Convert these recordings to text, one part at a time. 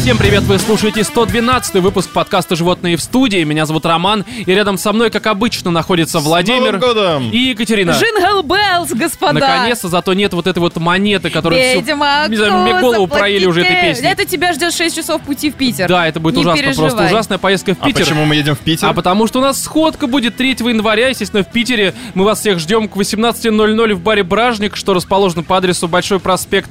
Всем привет, вы слушаете 112-й выпуск подкаста «Животные в студии». Меня зовут Роман, и рядом со мной, как обычно, находится Владимир и Екатерина. Джингл Беллс, господа! Наконец-то, зато нет вот этой вот монеты, которую мне голову проели уже этой песней. Это тебя ждет 6 часов пути в Питер. Да, это будет ужасно, просто ужасная поездка в Питер. А почему мы едем в Питер? А потому что у нас сходка будет 3 января, естественно, в Питере. Мы вас всех ждем к 18:00 в баре «Бражник», что расположено по адресу Большой проспект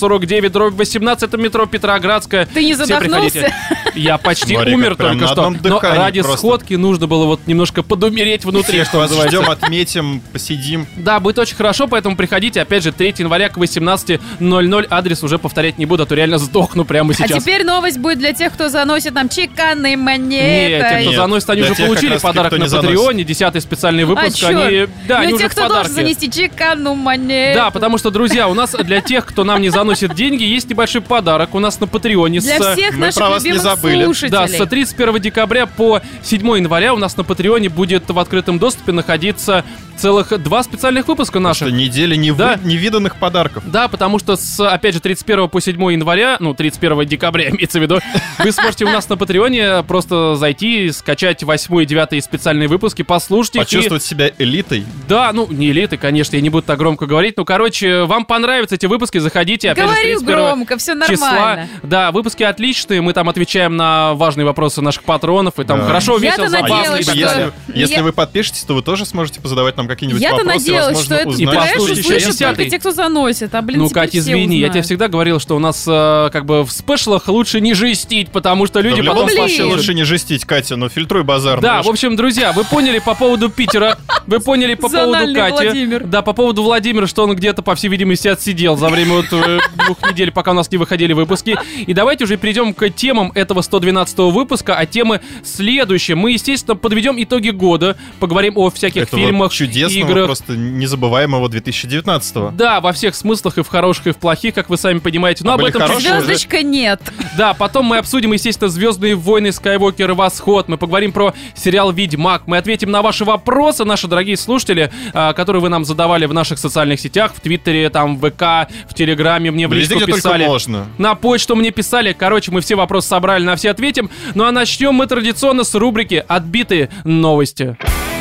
ПС-49/18, это метро Петроградская. Ты не задохнулся? Я почти умер только что. Но ради сходки нужно было вот немножко подумереть внутри. Всех вас ждем, отметим, посидим. Да, будет очень хорошо, поэтому приходите. Опять же, 3 января к 18:00. Адрес уже повторять не буду, а то реально сдохну прямо сейчас. А теперь новость будет для тех, кто заносит нам чеканные монеты. Нет, те, кто заносит, они уже получили подарок на Патреоне. 10-й специальный выпуск. Они у уже тех, кто должен занести чеканную монету. Да, потому что, друзья, у нас для тех, кто нам не заносит деньги, есть небольшой подарок у нас на Патреоне. Для всех наших любимых слушателей. Да, с 31 декабря по 7 января у нас на Патреоне будет в открытом доступе находиться целых 2 специальных выпуска наших. Что недели невиданных подарков. Да, потому что опять же, 31 по 7 января, 31 декабря имеется в виду, вы сможете у нас на Патреоне просто зайти, скачать 8 и 9 специальные выпуски, послушать их. Почувствовать себя элитой. Да, не элитой, конечно, я не буду так громко говорить. Вам понравятся эти выпуски, заходите. Опять Говорю же, громко, все нормально. Да, выпуски отличные, мы там отвечаем на важные вопросы наших патронов, и там хорошо, весело, забавно. Если вы подпишетесь, то вы тоже сможете позадавать нам какие-нибудь вопросы. Я-то надеялась, что это трэш услышат только те, кто заносит. Катя, извини, я тебе всегда говорил, что у нас в спешлах лучше не жестить, потому что люди потом слушают. Лучше не жестить, Катя, фильтруй базар. Да, в общем, друзья, вы поняли по поводу Питера, вы поняли по поводу Кати. Да, по поводу Владимира, что он где-то, по всей видимости, отсидел за время 2 недель, пока у нас не выходили выпуски. И давайте уже перейдем к темам этого 112-го выпуска, а темы следующие. Мы, естественно, подведем итоги года, поговорим о всяких фильмах, чудесного, играх. Просто незабываемого 2019-го. Да, во всех смыслах, и в хороших, и в плохих, как вы сами понимаете. Но об этом звездочка нет. Да, потом мы обсудим, естественно, «Звездные войны», «Скайуокер», «Восход». Мы поговорим про сериал «Ведьмак». Мы ответим на ваши вопросы, наши дорогие слушатели, которые вы нам задавали в наших социальных сетях, в Твиттере, там, в ВК, в Телеграме, мне в личку писали. На почту мне писали. Короче, мы все вопросы собрали, на все ответим. Ну а начнем мы традиционно с рубрики «Отбитые новости».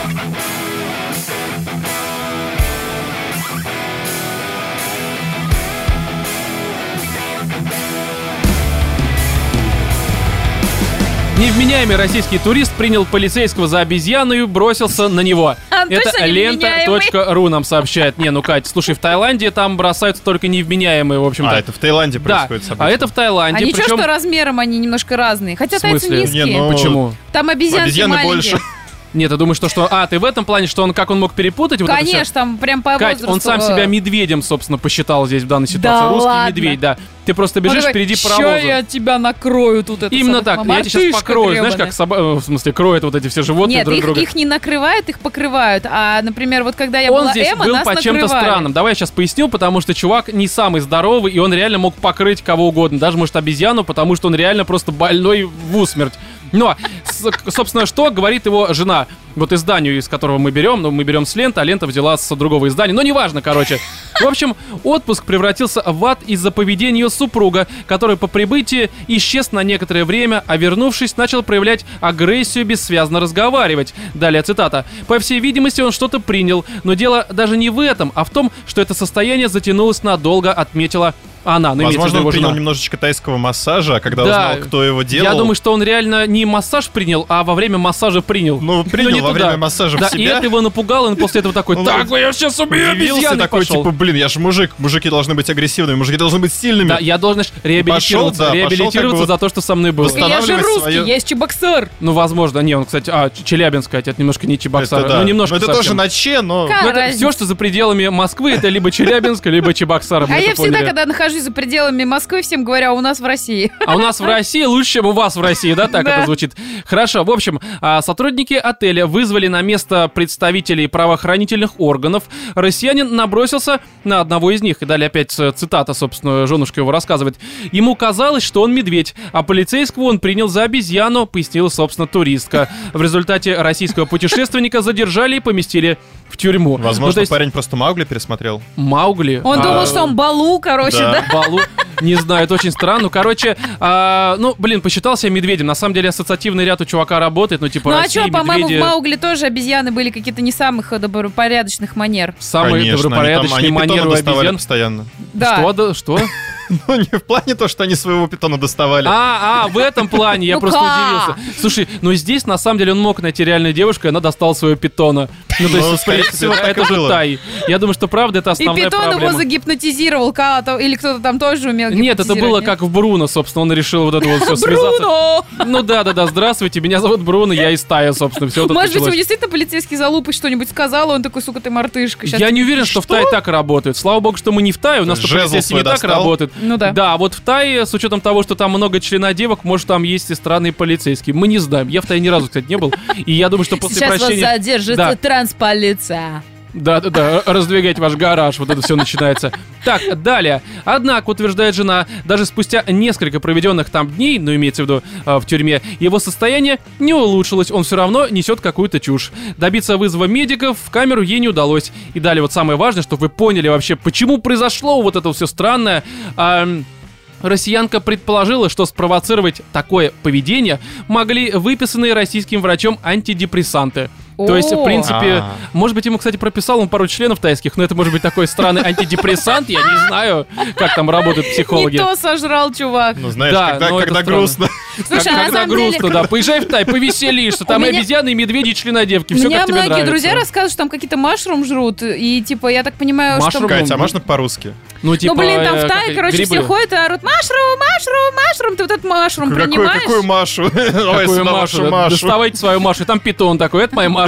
Невменяемый российский турист принял полицейского за обезьяну и бросился на него. Это лента.ру нам сообщает. Кать, слушай, в Таиланде там бросаются только невменяемые, в общем-то. А, это в Таиланде происходит событие. А это в Таиланде. А ничего, что размером они немножко разные. Хотя тайцы низкие. Почему? Там обезьянки маленькие. Больше. Нет, я думаю, что... ты в этом плане, что как он мог перепутать? Конечно, там прям по возрасту. Кать, он сам себя медведем, собственно, посчитал здесь в данной ситуации. Да русский ладно. медведь, да. Ты просто бежишь впереди паровоза. Ща я тебя накрою тут. Именно так, я тебя сейчас покрою. Знаешь, как в смысле, кроют вот эти все животные друг друга. Нет, их не накрывают, их покрывают. А, например, вот когда я была Эмма, нас накрывали. Он здесь был по чем-то странным. Давай я сейчас поясню, потому что чувак не самый здоровый, и он реально мог покрыть кого угодно. Даже, может, обезьяну, потому что он реально просто больной в усмерть. Но, собственно, что говорит его жена? Вот изданию, из которого мы берем с ленты, а лента взяла с другого издания. Но неважно, короче. В общем, отпуск превратился в ад из-за поведения ее супруга, который по прибытии исчез на некоторое время, а вернувшись, начал проявлять агрессию, бессвязно разговаривать. Далее цитата. «По всей видимости, он что-то принял, но дело даже не в этом, а в том, что это состояние затянулось надолго», отметила она. Возможно, он принял немножечко тайского массажа, а когда узнал, кто его делал... Я думаю, что он реально не массаж принял, а во время массажа принял. Принял во время массажа в себя. И это его напугало, он после этого такой: «Так, я сейчас убью обезьяну!» такой, типа, я же мужик, мужики должны быть агрессивными, мужики должны быть сильными. Да, я должен реабилитироваться за то, что со мной было. Я же русский, я из Чебоксар. Возможно, он, кстати, Челябинск, кстати, это немножко не Чебоксар. Немножко это тоже на Че, но... Все, что за пределами Москвы, это либо Челябинск, либо Чебоксар. А я всегда, когда нахожусь за пределами Москвы, всем говорю: а у нас в России. А у нас в России лучше, чем у вас в России, да? Так это звучит. Хорошо, в общем, сотрудники отеля вызвали на место представителей правоохранительных органов. Россиянин набросился на одного из них. И далее опять цитата, собственно, женушка его рассказывает. «Ему казалось, что он медведь, а полицейского он принял за обезьяну», пояснила, собственно, туристка. В результате российского путешественника задержали и поместили в тюрьму. Возможно, парень просто Маугли пересмотрел. Маугли? Он думал, что он Балу, короче, да? Балу. Не знаю, это очень странно. Короче, посчитал себя медведем. На самом деле ассоциативный ряд у чувака работает, Россия, по-моему, в Маугли тоже обезьяны были какие-то не самых добропорядочных манер. Самые добропорядочные манеры у обезьян. Постоянно. Да. Что? Ну, не в плане то, что они своего питона доставали. В этом плане я просто удивился. Слушай, здесь, на самом деле, он мог найти реальную девушку, и она достала своего питона. Скорее всего, это же Тай. Я думаю, что правда, это основная проблема. И питон его загипнотизировал, или кто-то там тоже умел гипнотизировать. Нет, это было как в Бруно, собственно, он решил вот это вот все связаться. Бруно! Ну да, здравствуйте, меня зовут Бруно, я из Тая, собственно, все. Может быть, ему действительно полицейский залупой что-нибудь сказал, он такой, сука, ты мартышка. Я не уверен, что в Тае так работает. Слава богу, что мы не в Тае, у нас полицейский не так работает. Ну да. Да, вот в Тае, с учетом того, что там много членодевок, может, там есть и странные полицейские. Мы не знаем. Я в Тае ни разу, кстати, не был. И я думаю, что после прощения... Сейчас вас задержит трансполиция. Да, раздвигать ваш гараж, вот это все начинается. Так, далее. Однако, утверждает жена, даже спустя несколько проведенных там дней, имеется в виду в тюрьме, его состояние не улучшилось, он все равно несет какую-то чушь. Добиться вызова медиков в камеру ей не удалось. И далее вот самое важное, чтобы вы поняли вообще, почему произошло вот это все странное. Россиянка предположила, что спровоцировать такое поведение могли выписанные российским врачом антидепрессанты. То есть, в принципе, может быть, ему, кстати, прописал он пару членов тайских, но это может быть такой странный антидепрессант, я не знаю, как там работают психологи. Не то сожрал, чувак. Ну, знаешь, когда грустно. Слушай, когда грустно, да, поезжай в Тай, повеселишься, там и обезьяны, и медведи, и членодевки, все как тебе нравится. У меня многие друзья рассказывают, что там какие-то машрум жрут, и, я так понимаю, что... Катя, а можно по-русски? Там в Тае, все ходят и орут, машрум, ты вот этот машрум принимаешь? Какую Машу? Какую Машу? Доставайте свою Машу, и там питон такой, это моя Маша.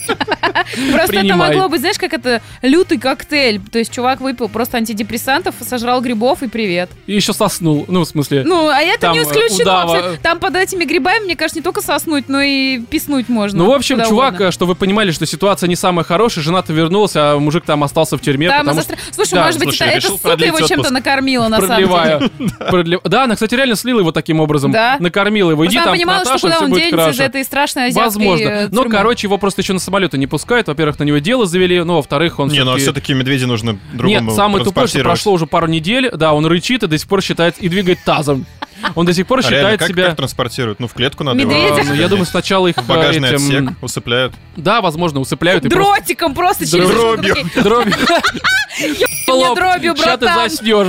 Просто это могло быть, знаешь, как это лютый коктейль. То есть чувак выпил просто антидепрессантов, сожрал грибов и привет. И еще соснул, в смысле. А это не исключено вообще. Там под этими грибами, мне кажется, не только соснуть, но и писнуть можно. В общем, чувак, что вы понимали, что ситуация не самая хорошая, жена-то вернулась, а мужик там остался в тюрьме. Слушай, может быть, эта сука его чем-то накормила, на самом деле. Да, она, кстати, реально слила его таким образом. Накормила его. Иди там, Наташа, все будет хорошо. Потому что он денется из этой страшной азиатской Возможно. Но, его просто еще на самолеты не пускают. Во-первых, на него дело завели, во-вторых, он все-таки медведи нужно другому Нет, самое тупое, что прошло уже пару недель, да, он рычит и до сих пор считает, и двигает тазом. Он до сих пор считает себя... Как транспортируют? В клетку надо его... Я думаю, сначала их... Багажный отсек усыпляют. Да, возможно, усыпляют. Дротиком просто через... Дробью. Дробью, братан. Сейчас ты заснешь,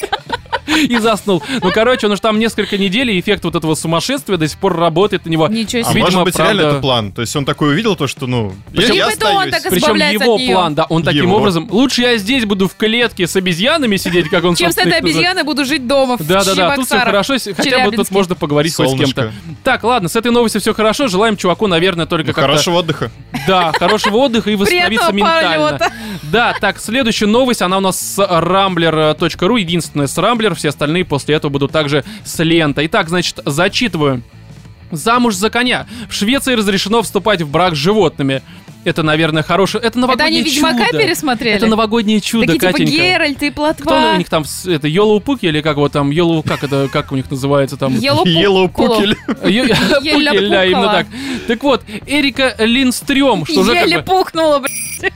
и заснул. Он уже там несколько недель, и эффект вот этого сумасшествия до сих пор работает на него. Ничего себе. Может быть, реально это план? То есть он такой увидел то, что, я остаюсь. Причем его план, да, он таким образом... Лучше я здесь буду в клетке с обезьянами сидеть, как он... Чем с этой обезьяной буду жить дома в Да, тут все хорошо, хотя бы тут можно поговорить хоть с кем-то. Так, ладно, с этой новостью все хорошо, желаем чуваку, наверное, только как-то... Хорошего отдыха. Да, хорошего отдыха и восстановиться ментально. Да, так, следующая новость, она у нас с rambler.ru, единственная с Rambler, все остальные после этого будут также с лентой. Итак, значит, зачитываю. Замуж за коня. В Швеции разрешено вступать в брак с животными. Это, наверное, хорошее... Это новогоднее чудо. Это они «Ведьмака» пересмотрели? Это новогоднее чудо, такие, Катенька. Типа Геральт и Плотва. Кто у них там? Это Йолоу-Пуки или как вот там? Как у них называется там? Йолоу-Пукель. Пукель, да, именно так. Так вот, Эрика Линдстрём, что уже как бы... Еле пукнула, блядь.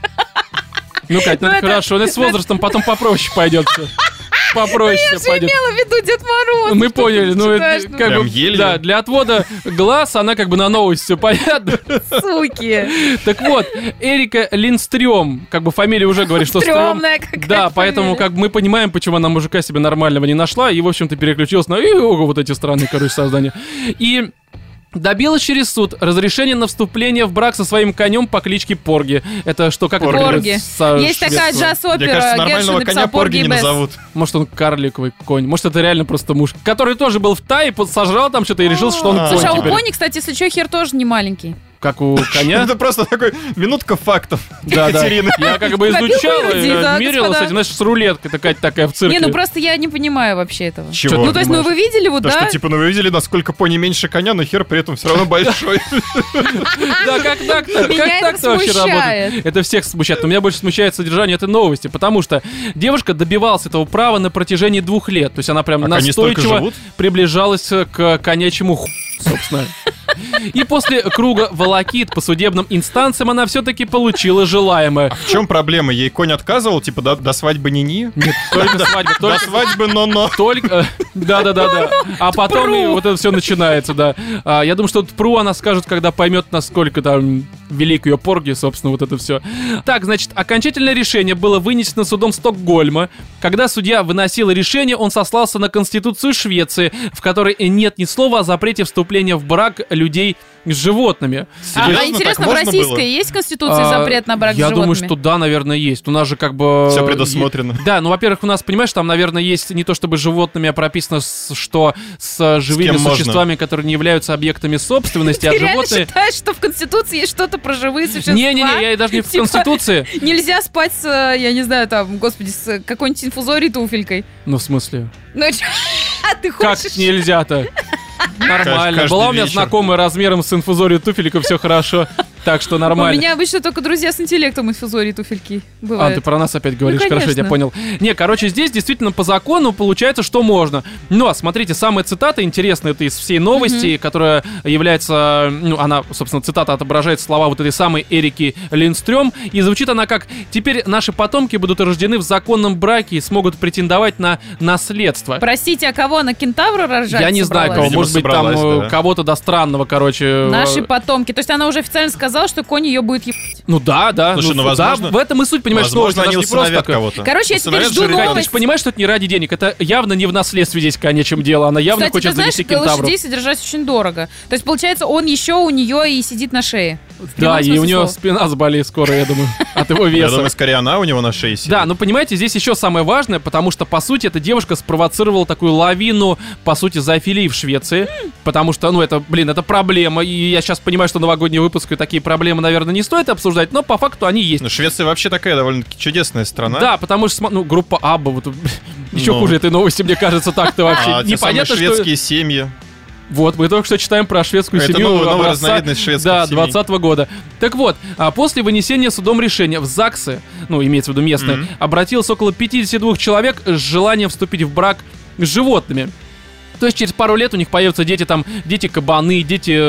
Кать, это хорошо. Это с возрастом потом попроще пойдет все. Попроще пойдет. Я имела в виду Дед Мороз. Мы поняли, как бы, да, для отвода глаз она как бы на новость, все понятно. Суки. Так вот, Эрика Линдстрём, как бы фамилия уже говорит, что стрёмная какая-то. Да, поэтому как бы мы понимаем, почему она мужика себе нормального не нашла, и, в общем-то, переключилась на вот эти странные, создания. И... добилась через суд разрешение на вступление в брак со своим конем по кличке Порги. Это что, как Порги. Есть такая джаз-опера, нормального коня Порги не назовут. Может, он карликовый конь. Может, это реально просто муж, который тоже был в Тае, сожрал там что-то и решил, что он конь. Слушай, а у кони, кстати, если что, хер тоже не маленький. Как у коня. Это просто такой минутка фактов. Да. Я как бы изучал, мерил, кстати, знаешь, с рулеткой такая в цирке. Не, просто я не понимаю вообще этого. Чего? То есть, вы видели, вот, да? Что, вы видели, насколько пони меньше коня, но хер при этом все равно большой. Да, как так-то? Как так-то вообще работает? Это всех смущает. Но меня больше смущает содержание этой новости, потому что девушка добивалась этого права на протяжении 2 лет. То есть она прям настойчиво приближалась к конячьему собственно. И после круга волокит по судебным инстанциям она все-таки получила желаемое. В чем проблема? Ей конь отказывал, типа, до свадьбы ни-ни? Нет, только свадьба. До свадьбы но-но. Только, да. А потом и вот это все начинается, да. Я думаю, что пру она скажет, когда поймет, насколько там велик ее порги, собственно, вот это все. Так, значит, окончательное решение было вынесено судом Стокгольма. Когда судья выносил решение, он сослался на Конституцию Швеции, в которой нет ни слова о запрете вступления в брак людей с животными. А интересно, в российской есть Конституция запрет на брак с животными? Я думаю, что да, наверное, есть. У нас же как бы... Все предусмотрено. Да, ну, во-первых, у нас, понимаешь, там, наверное, есть не то чтобы с животными, а прописано, что с живыми существами, которые не являются объектами собственности, а животные... Ты реально считаешь, что в Конституции есть что-то про живые существа? Не-не-не, я даже не в Конституции. Нельзя спать с, я не знаю, там, господи, с какой-нибудь инфузорией туфелькой. Ну, в смысле? Ну, а ты хочешь? Как нельзя-то? Нормально. Была у меня знакомая размером с инфузорию туфельков, все хорошо. Так что нормально. У меня обычно только друзья с интеллектом инфузории туфельки бывают. Ты про нас опять говоришь, ну, хорошо, я тебя понял. Не, короче, здесь действительно по закону получается, что можно. Но, смотрите, самая цитата интересная, это из всей новости, которая является, ну, она, собственно, цитата отображает слова вот этой самой Эрики Линдстрём, и звучит она как: «Теперь наши потомки будут рождены в законном браке и смогут претендовать на наследство». Простите, а кого, на кентавра рожать? Я не знаю, кого, может быть, там кого-то до странного, короче. Наши потомки, то есть она уже официально сказала, что конь ее будет ебать. Ну да. Слушай, ну возможно. Да, в этом и суть, понимаешь, возможно, они усыновят кого-то. Короче, я теперь жду новость. Ты же понимаешь, что это не ради денег, это явно не в наследстве здесь, конечно, дело. Она явно хочет завести кентавру. Кстати, лошадей содержать очень дорого. То есть, получается, он еще у нее и сидит на шее. Да, и у нее спина заболеет скоро, я думаю, от его веса. Я думаю, скорее она у него на шее сидит. Да, ну понимаете, здесь еще самое важное, потому что, по сути, эта девушка спровоцировала такую лавину, по сути, зоофилии в Швеции, потому что, ну, это проблема, и я сейчас понимаю, что новогодний выпуск и такие проблемы, наверное, не стоит обсуждать, но по факту они есть. Ну, Швеция вообще такая довольно-таки чудесная страна. Да, потому что, ну, группа Абба, вот, еще хуже этой новости, мне кажется, так-то вообще. Непонятно, что... шведские семьи. Вот, мы только что читаем про шведскую семью. Это новая разновидность шведской семьи. Да, 2020 года. Так вот, после вынесения судом решения в ЗАГСы, ну, имеется в виду местные, обратилось около 52 человек с желанием вступить в брак с животными. То есть через пару лет у них появятся дети, там, дети-кабаны,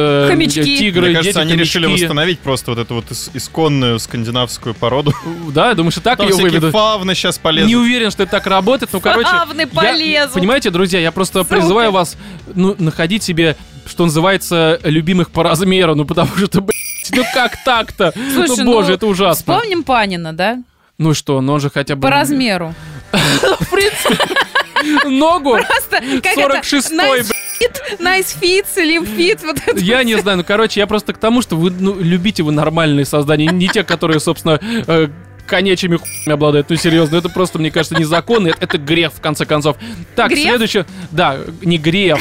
дети тигры, мне кажется, они решили восстановить просто вот эту вот исконную скандинавскую породу. Да, я думаю, что так ее выведут. Фавны сейчас полезут. Не уверен, что это так работает, но, короче... Фавны полезут. Понимаете, друзья, я просто призываю вас, ну, находить себе, что называется, любимых по размеру, ну, потому что, блядь, ну как так-то? Слушай, ну, боже, это ужасно. Вспомним Панина, да? Ну что, но он же хотя бы... По размеру. В принципе... Ногу 46-й, Nice fit, slim fit, вот это. Я не знаю, ну, короче, я просто к тому, что вы, ну, любите вы нормальные создания, не те, которые, собственно, конечными хуями обладают. Ну, серьезно, это просто, мне кажется, незаконно, это грех, в конце концов. Так, следующее... Да, не грех.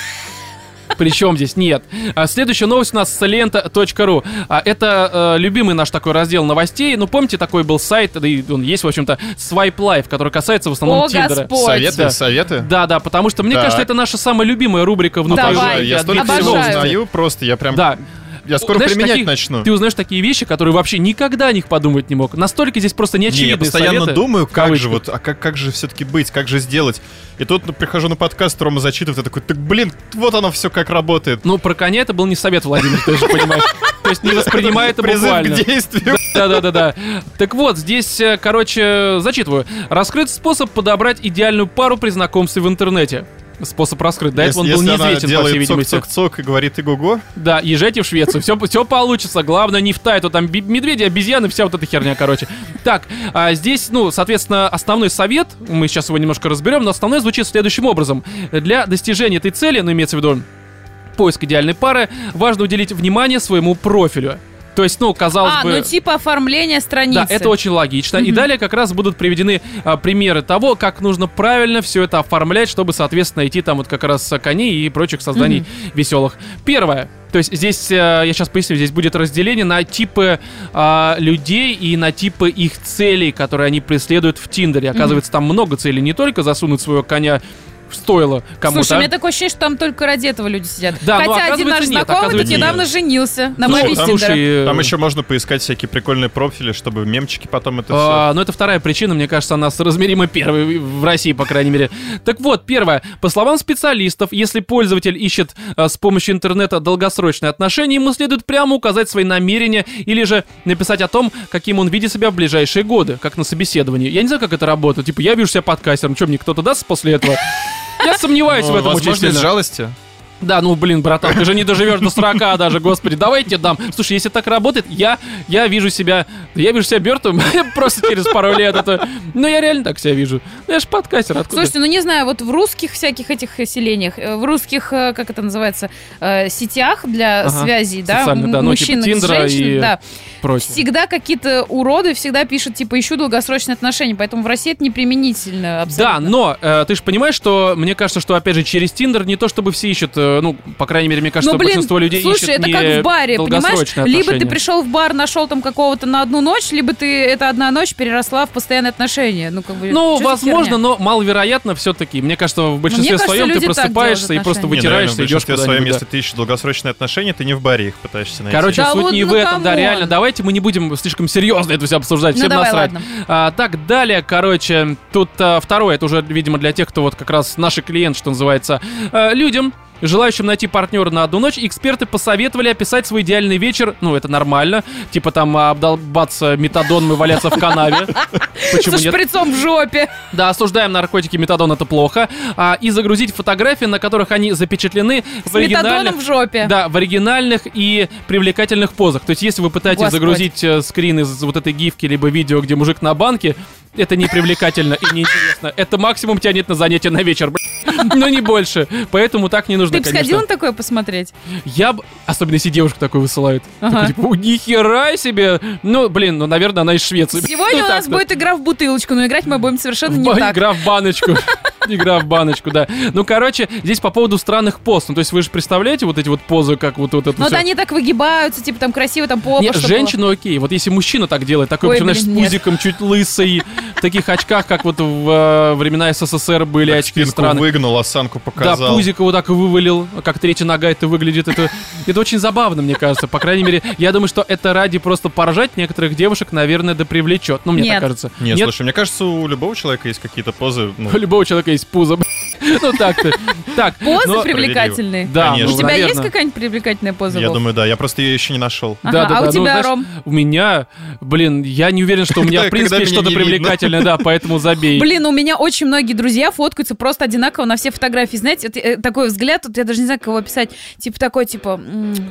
Причем здесь нет. Следующая новость у нас с лента.ру. Это любимый наш такой раздел новостей. Ну, помните, такой был сайт, и он есть, в общем-то, Swipe Life, который касается в основном Тиндера. Советы? Да, потому что мне кажется, это наша самая любимая рубрика внутри. Давай, я столько всего узнаю, просто я прям... Да. Я скоро применять начну. Ты узнаешь такие вещи, которые вообще никогда о них подумать не мог. Настолько здесь просто неочевидные советы. Я постоянно думаю, как же вот, как же все-таки быть, как же сделать. И тут прихожу на подкаст, Рома зачитывает, я такой, так блин, вот оно все как работает. Ну, про коня это был не совет, Владимир, ты же понимаешь. То есть не воспринимай это буквально. Призыв к действию. Да. Так вот, здесь, короче, зачитываю. Раскрыт способ подобрать идеальную пару при знакомстве в интернете. Способ раскрыть. До этого он был неизвестен, по всей видимости. Цок-цок-цок и говорит «иго-го». Да, езжайте в Швецию. Все получится. Главное, не в Тай, то там медведи, обезьяны, вся вот эта херня, короче. Так, здесь, ну, соответственно, основной совет, мы сейчас его немножко разберем, но основной звучит следующим образом. Для достижения этой цели, ну, имеется в виду поиск идеальной пары, важно уделить внимание своему профилю. То есть, ну, казалось бы... ну, типа оформления страницы. Да, это очень логично. И далее как раз будут приведены примеры того, как нужно правильно все это оформлять, чтобы, соответственно, найти там вот как раз коней и прочих созданий веселых. Первое. То есть здесь, я сейчас поясню, здесь будет разделение на типы людей и на типы их целей, которые они преследуют в Тиндере. Оказывается, там много целей. Не только засунуть своего коня стоило кому-то. Слушай, у меня такое ощущение, что там только ради этого люди сидят. Да, хотя один наш знакомый тут недавно женился на бабе Тиндера. Там еще можно поискать всякие прикольные профили, чтобы мемчики потом это все. Ну, это вторая причина, мне кажется, она соразмеримо первой в России, по крайней мере. Так вот, первое. По словам специалистов, если пользователь ищет с помощью интернета долгосрочные отношения, ему следует прямо указать свои намерения или же написать о том, каким он видит себя в ближайшие годы, как на собеседовании. Я не знаю, как это работает. Типа, я вижу себя подкастером. Что, мне кто-то даст после этого? Я сомневаюсь в этом очень сильно. Возможно, из жалости. Да, ну, блин, братан, ты же не доживешь до 40 даже, господи, давайте дам. Слушай, если так работает, я вижу себя мертвым просто через пару лет. Ну, я реально так себя вижу. Я же подкастер, откуда? Слушайте, ну, не знаю, вот в русских всяких этих селениях, в русских, как это называется, сетях для связи, да, мужчин, типа женщин, да, прочее. Всегда какие-то уроды всегда пишут, типа, ищу долгосрочные отношения, поэтому в России это неприменительно абсолютно. Да, но ты же понимаешь, что, мне кажется, что, опять же, через Тиндер не то, чтобы все ищут, ну, по крайней мере, мне кажется, большинство людей ищет слушай, это как в баре, понимаешь? Либо ты пришел в бар, нашел там какого-то на одну ночь, либо эта одна ночь переросла в постоянные отношения. Ну, как бы, возможно, но маловероятно все-таки. Мне кажется, в большинстве своем ты просыпаешься и просто вытираешься, идешь куда-нибудь. В своем, если ты ищешь долгосрочные отношения, ты не в баре их пытаешься найти. Короче, суть не в этом, да, реально. Давайте мы не будем слишком серьезно это все обсуждать, всем насрать. Так, далее, короче, тут второе, это уже, видимо, для тех, кто вот как раз наши клиенты, что называется, людям, желающим найти партнера на одну ночь, эксперты посоветовали описать свой идеальный вечер. Ну, это нормально. Типа там обдолбаться метадоном и валяться в канаве. Почему нет? Со шприцом в жопе. Да, осуждаем наркотики, метадон, это плохо. И загрузить фотографии, на которых они запечатлены в метадоном в жопе. Да, в оригинальных и привлекательных позах. То есть, если вы пытаетесь загрузить скрин из вот этой гифки, либо видео, где мужик на банке, это не привлекательно и неинтересно. Это максимум тянет на занятие на вечер, но не больше. Поэтому так не нужно, конечно. Ты бы сходил на такое посмотреть? Особенно если девушка такое высылает. Такой, типа, нихера себе! Ну, блин, наверное, она из Швеции. Сегодня у нас будет игра в бутылочку, но играть мы будем совершенно не так. Игра в баночку. Игра в баночку, да. Ну, короче, здесь по поводу странных поз. Ну, то есть вы же представляете вот эти вот позы, как вот это все? Ну, вот они так выгибаются, типа там красиво, там попа. Нет, женщину окей. Вот если мужчина так делает, такой, причем, знаешь, с пузиком чуть лысый, в таких очках, как вот в времена СССР были очки страны. Выгнул, осанку показал. Да, пузик его так и вывалил, как третья нога это выглядит. Это очень забавно, мне кажется. По крайней мере, я думаю, что это ради просто поражать некоторых девушек, наверное, да привлечет. Ну, мне так кажется. Нет, слушай, мне кажется, у любого человека есть какие-то позы. У любого человека есть пузо. Ну так-то. Так, позы привлекательные. Да, у тебя есть какая-нибудь привлекательная поза? Я думаю, да. Я просто ее еще не нашел. А у тебя, Ром? У меня, блин, я не уверен, что у меня, в принципе, что-то привлекательное, да, поэтому забей. Блин, у меня очень многие друзья фоткаются просто одинаково на все фотографии. Знаете, такой взгляд, я даже не знаю, кого описать. Типа такой, типа,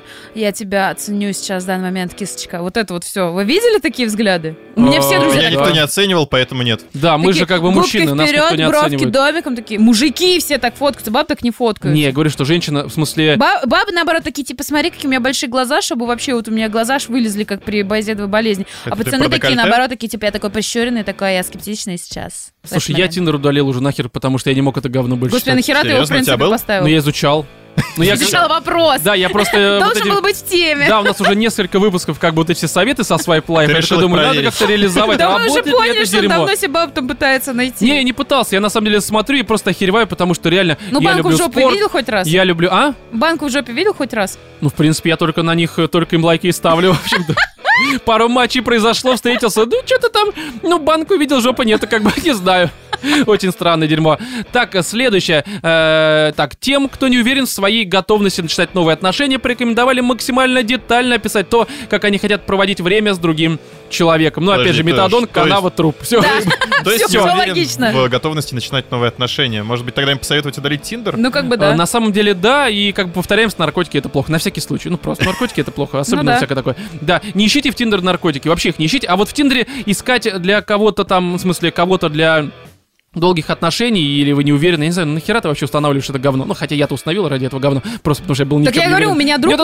я тебя ценю сейчас в данный момент, кисочка. Вот это вот все. Вы видели такие взгляды? У меня все друзья. Меня никто не оценивал, поэтому нет. Да, мы же как бы мужчины, нас никто не оценивает. Бровки домиком такие. Мужики все так фоткаются, бабы так не фоткаются. Не, я говорю, что женщина, в смысле... Бабы, наоборот, такие, типа, смотри, какие у меня большие глаза, чтобы вообще вот у меня глаза аж вылезли, как при базедовой болезни. А пацаны такие, наоборот, такие, типа, я такой прищуренный, такой, я скептичный сейчас. Слушай, я Тиндер удалил уже нахер, потому что я не мог это говно больше читать. Господи, нахера ты его, в принципе, поставил? Ну, я изучал. Я изучал вопрос. Да, я просто... Должен был быть в теме. Да, у нас уже несколько выпусков, как бы вот эти все советы со Swipe Life. Я думаю, надо как-то реализовать. Да мы уже поняли, что давно себе баб там пытается найти. Не, я не пытался. Я на самом деле смотрю и просто охереваю, потому что реально я люблю спорт. Ну, банку в жопе видел хоть раз? Я люблю... А? Банку в жопе видел хоть раз? Ну, в принципе, я только на них, только им лайки и ставлю, в общем-то. Пару матчей произошло, встретился. Ну, что-то там, банку видел, жопа нет, как бы, не знаю. Очень странное дерьмо. Так, следующее. Так, тем, кто не уверен в своей готовности начинать новые отношения, порекомендовали максимально детально описать то, как они хотят проводить время с другим человеком. Ну, опять же, метадон, канава, труп. Все. То есть все логично. В готовности начинать новые отношения. Может быть, тогда им посоветовать удалить Тиндер? Ну, как бы да. На самом деле, да, и как бы повторяемся, наркотики это плохо. На всякий случай. Ну, просто наркотики это плохо, особенно всякое такое. Да, не ищите в Тиндер наркотики, вообще их не ищите. А вот в Тиндере искать для кого-то там, в смысле, кого-то для долгих отношений, или вы не уверены, я не знаю, нахера ты вообще устанавливаешь это говно? Ну, хотя я-то установил ради этого говна, просто потому что я был никем не уверен. Так я говорю,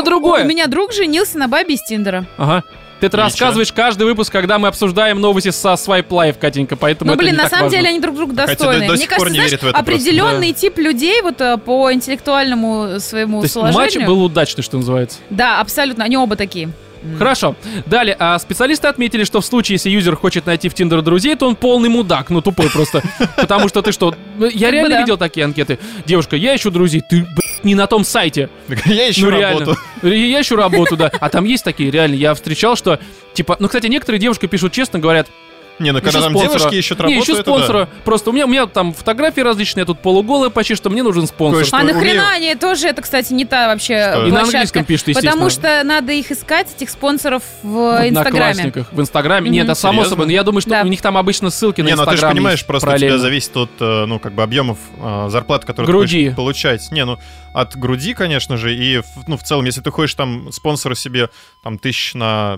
у меня друг женился на бабе из Тиндера. Ага. Ты это рассказываешь каждый выпуск, когда мы обсуждаем новости со Swipe Life, Катенька, поэтому это не так важно. На самом деле они друг друга достойны. Мне кажется, знаешь, определенный тип людей вот по интеллектуальному своему сложению. То есть матч был удачный, что называется. Да, абсолютно, они оба такие. Хорошо. Далее, специалисты отметили, что в случае, если юзер хочет найти в Tinder друзей, то он полный мудак, ну тупой просто. Потому что ты что? Я реально видел такие анкеты. Девушка, я ищу друзей, ты, не на том сайте. Я ищу работу. Я ищу работу, да. А там есть такие, реально, я встречал, что, типа, ну, кстати, некоторые девушки пишут честно, говорят, не, ну когда там девушки ищут работу, ищу спонсора. Да. Просто у меня там фотографии различные, я тут полуголая почти, что мне нужен спонсор. А нахрена они тоже, это, кстати, не та вообще площадка. И на английском пишут, естественно. Потому что надо их искать, этих спонсоров, в Инстаграме. В Инстаграме? Нет, это само собой. Но я думаю, что у них там обычно ссылки на Инстаграм. Не, ну ты же понимаешь, просто у тебя зависит от, ну, как бы объемов зарплаты, которые ты хочешь получать. Не, ну, от груди, конечно же, и, ну, в целом, если ты хочешь там спонсора себе, там, 1000 на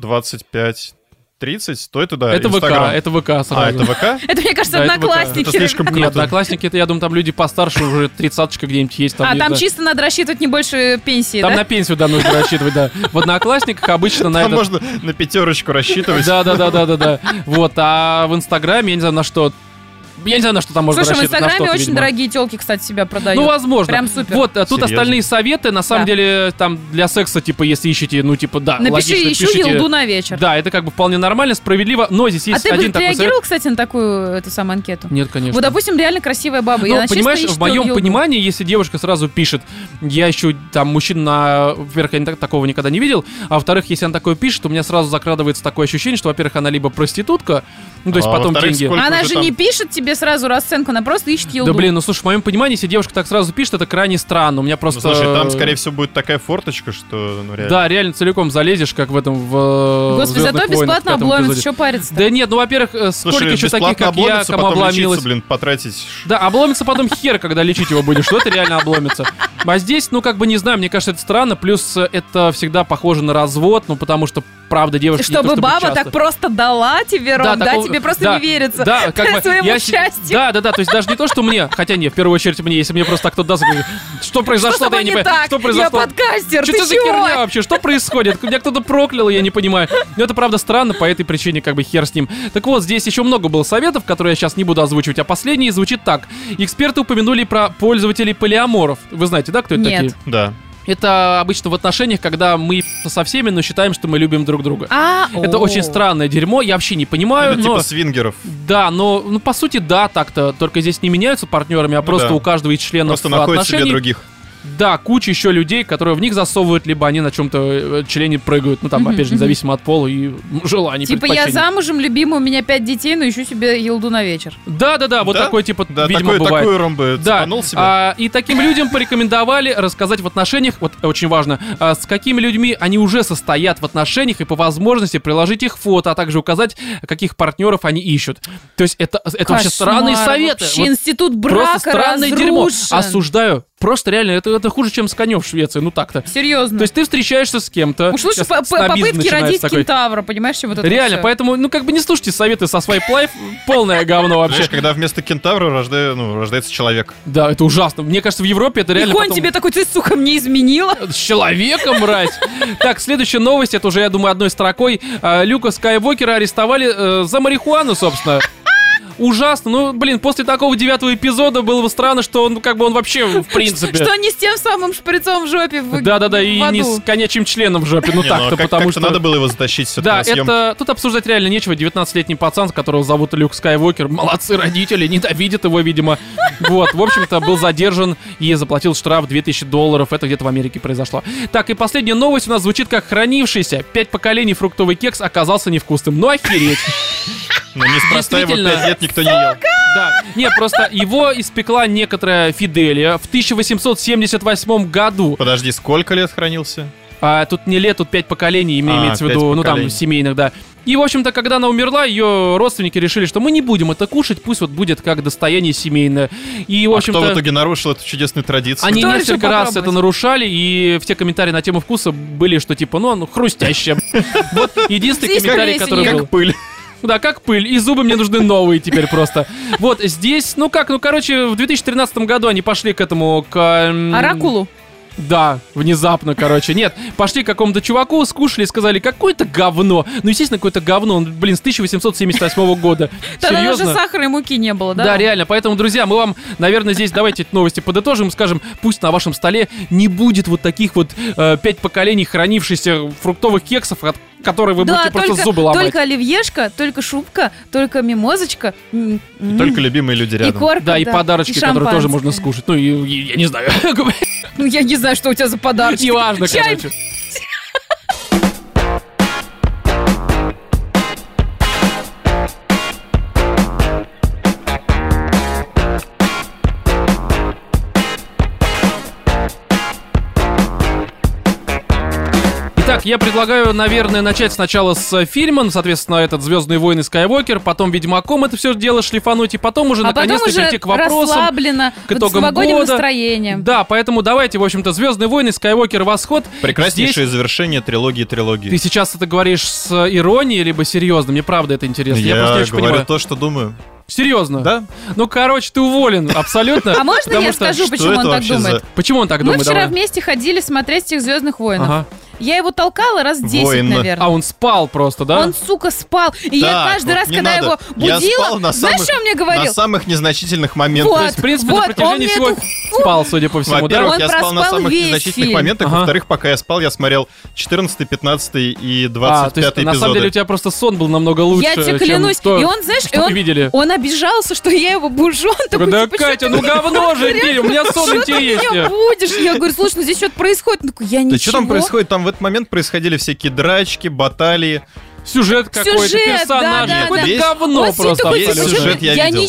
25... 30, то это, да, это Инстаграм. ВК, это ВК сразу. Это ВК? Это, мне кажется, Одноклассники. Это слишком круто. Нет, Одноклассники, это, я думаю, там люди постарше, уже 30-очка где-нибудь есть. Там, там чисто надо рассчитывать не больше пенсии, там да? на пенсию, да, нужно рассчитывать, да. В Одноклассниках обычно на это... Там можно на 5 рассчитывать. Да. Вот, а в Инстаграме, я не знаю, на что... Я не знаю, на что там можно рассчитывать. Слушай, в Инстаграме очень дорогие телки, кстати, себя продают. Ну, возможно. Прям супер. Вот, тут остальные советы, на самом деле, там для секса, типа, если ищете, ну, типа, да, напиши, ищу елду на вечер. Да, это как бы вполне нормально, справедливо, но здесь есть один такой совет. А ты реагировал, кстати, на такую эту самую анкету? Нет, конечно. Вот, допустим, реально красивая баба. Ну, понимаешь, в моем понимании, если девушка сразу пишет, я ищу там мужчин на... Во-первых, я такого никогда не видел, а во-вторых, если она такое пишет, у меня сразу закрадывается такое ощущение, что, во-первых, она либо проститутка, ну, то есть потом деньги. Она же не пишет тебе сразу расценку, она просто ищет елду. Да блин, ну слушай, в моем понимании, если девушка так сразу пишет, это крайне странно. У меня просто... Ну, слушай, там, скорее всего, будет такая форточка, что... Ну, реально. Да, реально целиком залезешь, как в этом, в Господи, зато бесплатно обломится, что париться-то? Да нет, ну, во-первых, сколько еще таких, как я, кому обломилось. Блин, потратить... Да, обломится потом хер, когда лечить его будешь, что это реально обломится. А здесь, ну, как бы, не знаю, мне кажется, это странно, плюс это всегда похоже на развод, ну, потому что, правда, девушки... Чтобы баба так просто дала тебе, Ром, да, тебе просто не верится. Да, как бы... Своему счастью. Да, то есть даже не то, что мне, хотя не, в первую очередь мне, если мне просто так кто-то даст, что произошло, да я не понимаю, что произошло? Я подкастер, ты чего? Что за херня вообще, что происходит? Меня кто-то проклял, я не понимаю. Но это правда странно, по этой причине как бы хер с ним. Так вот, здесь еще много было советов, которые я сейчас не буду озвучивать, а последний звучит так. Эксперты упомянули про пользователей полиаморов. Вы знаете, да, кто это такие? Да. Это обычно в отношениях, когда мы со всеми, но считаем, что мы любим друг друга. Это очень странное дерьмо, я вообще не понимаю. Это типа свингеров. Да, но ну, по сути, да, так-то. Только здесь не меняются партнерами, а просто у каждого из членов просто находят себе других. Да, куча еще людей, которые в них засовывают, либо они на чем-то члене прыгают. Ну, там, опять же, независимо от пола и желаний, типа я замужем, любимый, у меня 5 детей, но ищу себе елду на вечер. Да, вот такой, типа, видимо, бывает. Такой ромбы цепанул себе. И таким людям порекомендовали рассказать в отношениях, вот очень важно, с какими людьми они уже состоят в отношениях, и по возможности приложить их фото, а также указать, каких партнеров они ищут. То есть это вообще странные советы. Вообще вот институт брака просто странное дерьмо. Осуждаю. Просто реально, это хуже, чем с конем в Швеции, ну так-то. Серьезно. То есть ты встречаешься с кем-то. Уж лучше попытки родить кентавра, понимаешь, чем вот это реально, все. Поэтому, ну как бы не слушайте советы со Swipe Life, полное говно вообще. Знаешь, когда вместо кентавра рождается человек. Да, это ужасно. Мне кажется, в Европе это реально... И конь тебе такой, ты, сука, мне изменила. С человеком, мразь. Так, следующая новость, это уже, я думаю, одной строкой. Люка Скайуокера арестовали за марихуану, собственно. Ужасно. Ну, блин, после такого 9-го эпизода было бы странно, что он, как бы, он вообще, в принципе... Что не с тем самым шприцом в жопе в Да, и не с конячим членом в жопе. Ну, так-то, потому что... надо было его затащить все-таки на съемку. Да, тут обсуждать реально нечего. 19-летний пацан, которого зовут Люк Скайуокер. Молодцы родители, ненавидят его, видимо. Вот, в общем-то, был задержан и заплатил штраф $2000. Это где-то в Америке произошло. Так, и последняя новость у нас звучит как хранившийся 5 поколений фруктовый кекс оказался невкусным. Ну, охереть. Ну, неспроста его 5 лет никто не ел. Да, нет, просто его испекла некоторая Фиделия в 1878 году. Подожди, сколько лет хранился? Тут не лет, тут 5 поколений, имеется в виду, ну там, семейных, да. И, в общем-то, когда она умерла, ее родственники решили, что мы не будем это кушать, пусть вот будет как достояние семейное. И, в общем-то, кто в итоге нарушил эту чудесную традицию? Они несколько раз это нарушали, и все комментарии на тему вкуса были, что типа, ну, оно хрустящее. Вот единственный комментарий, который был. Как пыль. Да, как пыль. И зубы мне нужны новые теперь просто. Вот здесь, короче, в 2013 году они пошли к этому, Оракулу? Да, внезапно, короче. Нет, пошли к какому-то чуваку, скушали и сказали, какое-то говно. Ну, естественно, какое-то говно. Он, с 1878 года. Тогда даже сахара и муки не было, да? Да, реально. Поэтому, друзья, мы вам, наверное, здесь давайте эти новости подытожим. Скажем, пусть на вашем столе не будет вот таких вот 5 поколений хранившихся фруктовых кексов, от которые вы будете просто зубы ломать. Только оливьешка, только шубка, только мимозочка. И только любимые люди рядом. И корка, да, и подарочки, которые тоже можно скушать. Ну, я не знаю. Ну, я не знаю, что у тебя за подарочки. Неважно, короче. Итак, я предлагаю, наверное, начать сначала с фильма, соответственно, этот «Звездные войны» Скайуокер, потом «Ведьмаком» это все дело шлифануть, и потом уже наконец-то перейти к вопросам, расслабленно, к итогам с новогодним года. Настроением. Да, поэтому давайте, в общем-то, «Звездные войны», «Скайуокер», «Восход». Прекраснейшее завершение трилогии. Ты сейчас это говоришь с иронией, либо серьезно? Мне правда это интересно. Я просто не очень говорю понимаю. То, что думаю. Серьезно? Да. Ну, короче, ты уволен, абсолютно. А можно я скажу, почему он так думает? Почему он так думает? Мы вчера вместе ходили смотреть этих «Звездных воинов». Ага. Я его толкала раз 10, наверное. А он спал просто, да? Он, сука, спал. И я каждый раз, когда его будила, знаешь, что он мне говорил? На самых незначительных моментах. Вот, То есть, в принципе, на протяжении всего спал, судя по всему, да? Во-первых, я спал на самых незначительных моментах. Во-вторых, пока я спал, я смотрел 14, 15 и 25 эпизоды. На самом деле у тебя просто сон был намного лучше, я тебе клянусь. И он, знаешь, он обижался, что я его бужу. Он такой, да, Катя, ну говно же, у меня сон интереснее. Что ты меня будешь? Я говорю, слушай, ну здесь что-то происходит. Он такой, я ничего. Да что там происходит? Там в этот момент происходили всякие драчки, баталии. Сюжет какой-то, персонаж, какое-то говно просто. Весь сюжет я видел.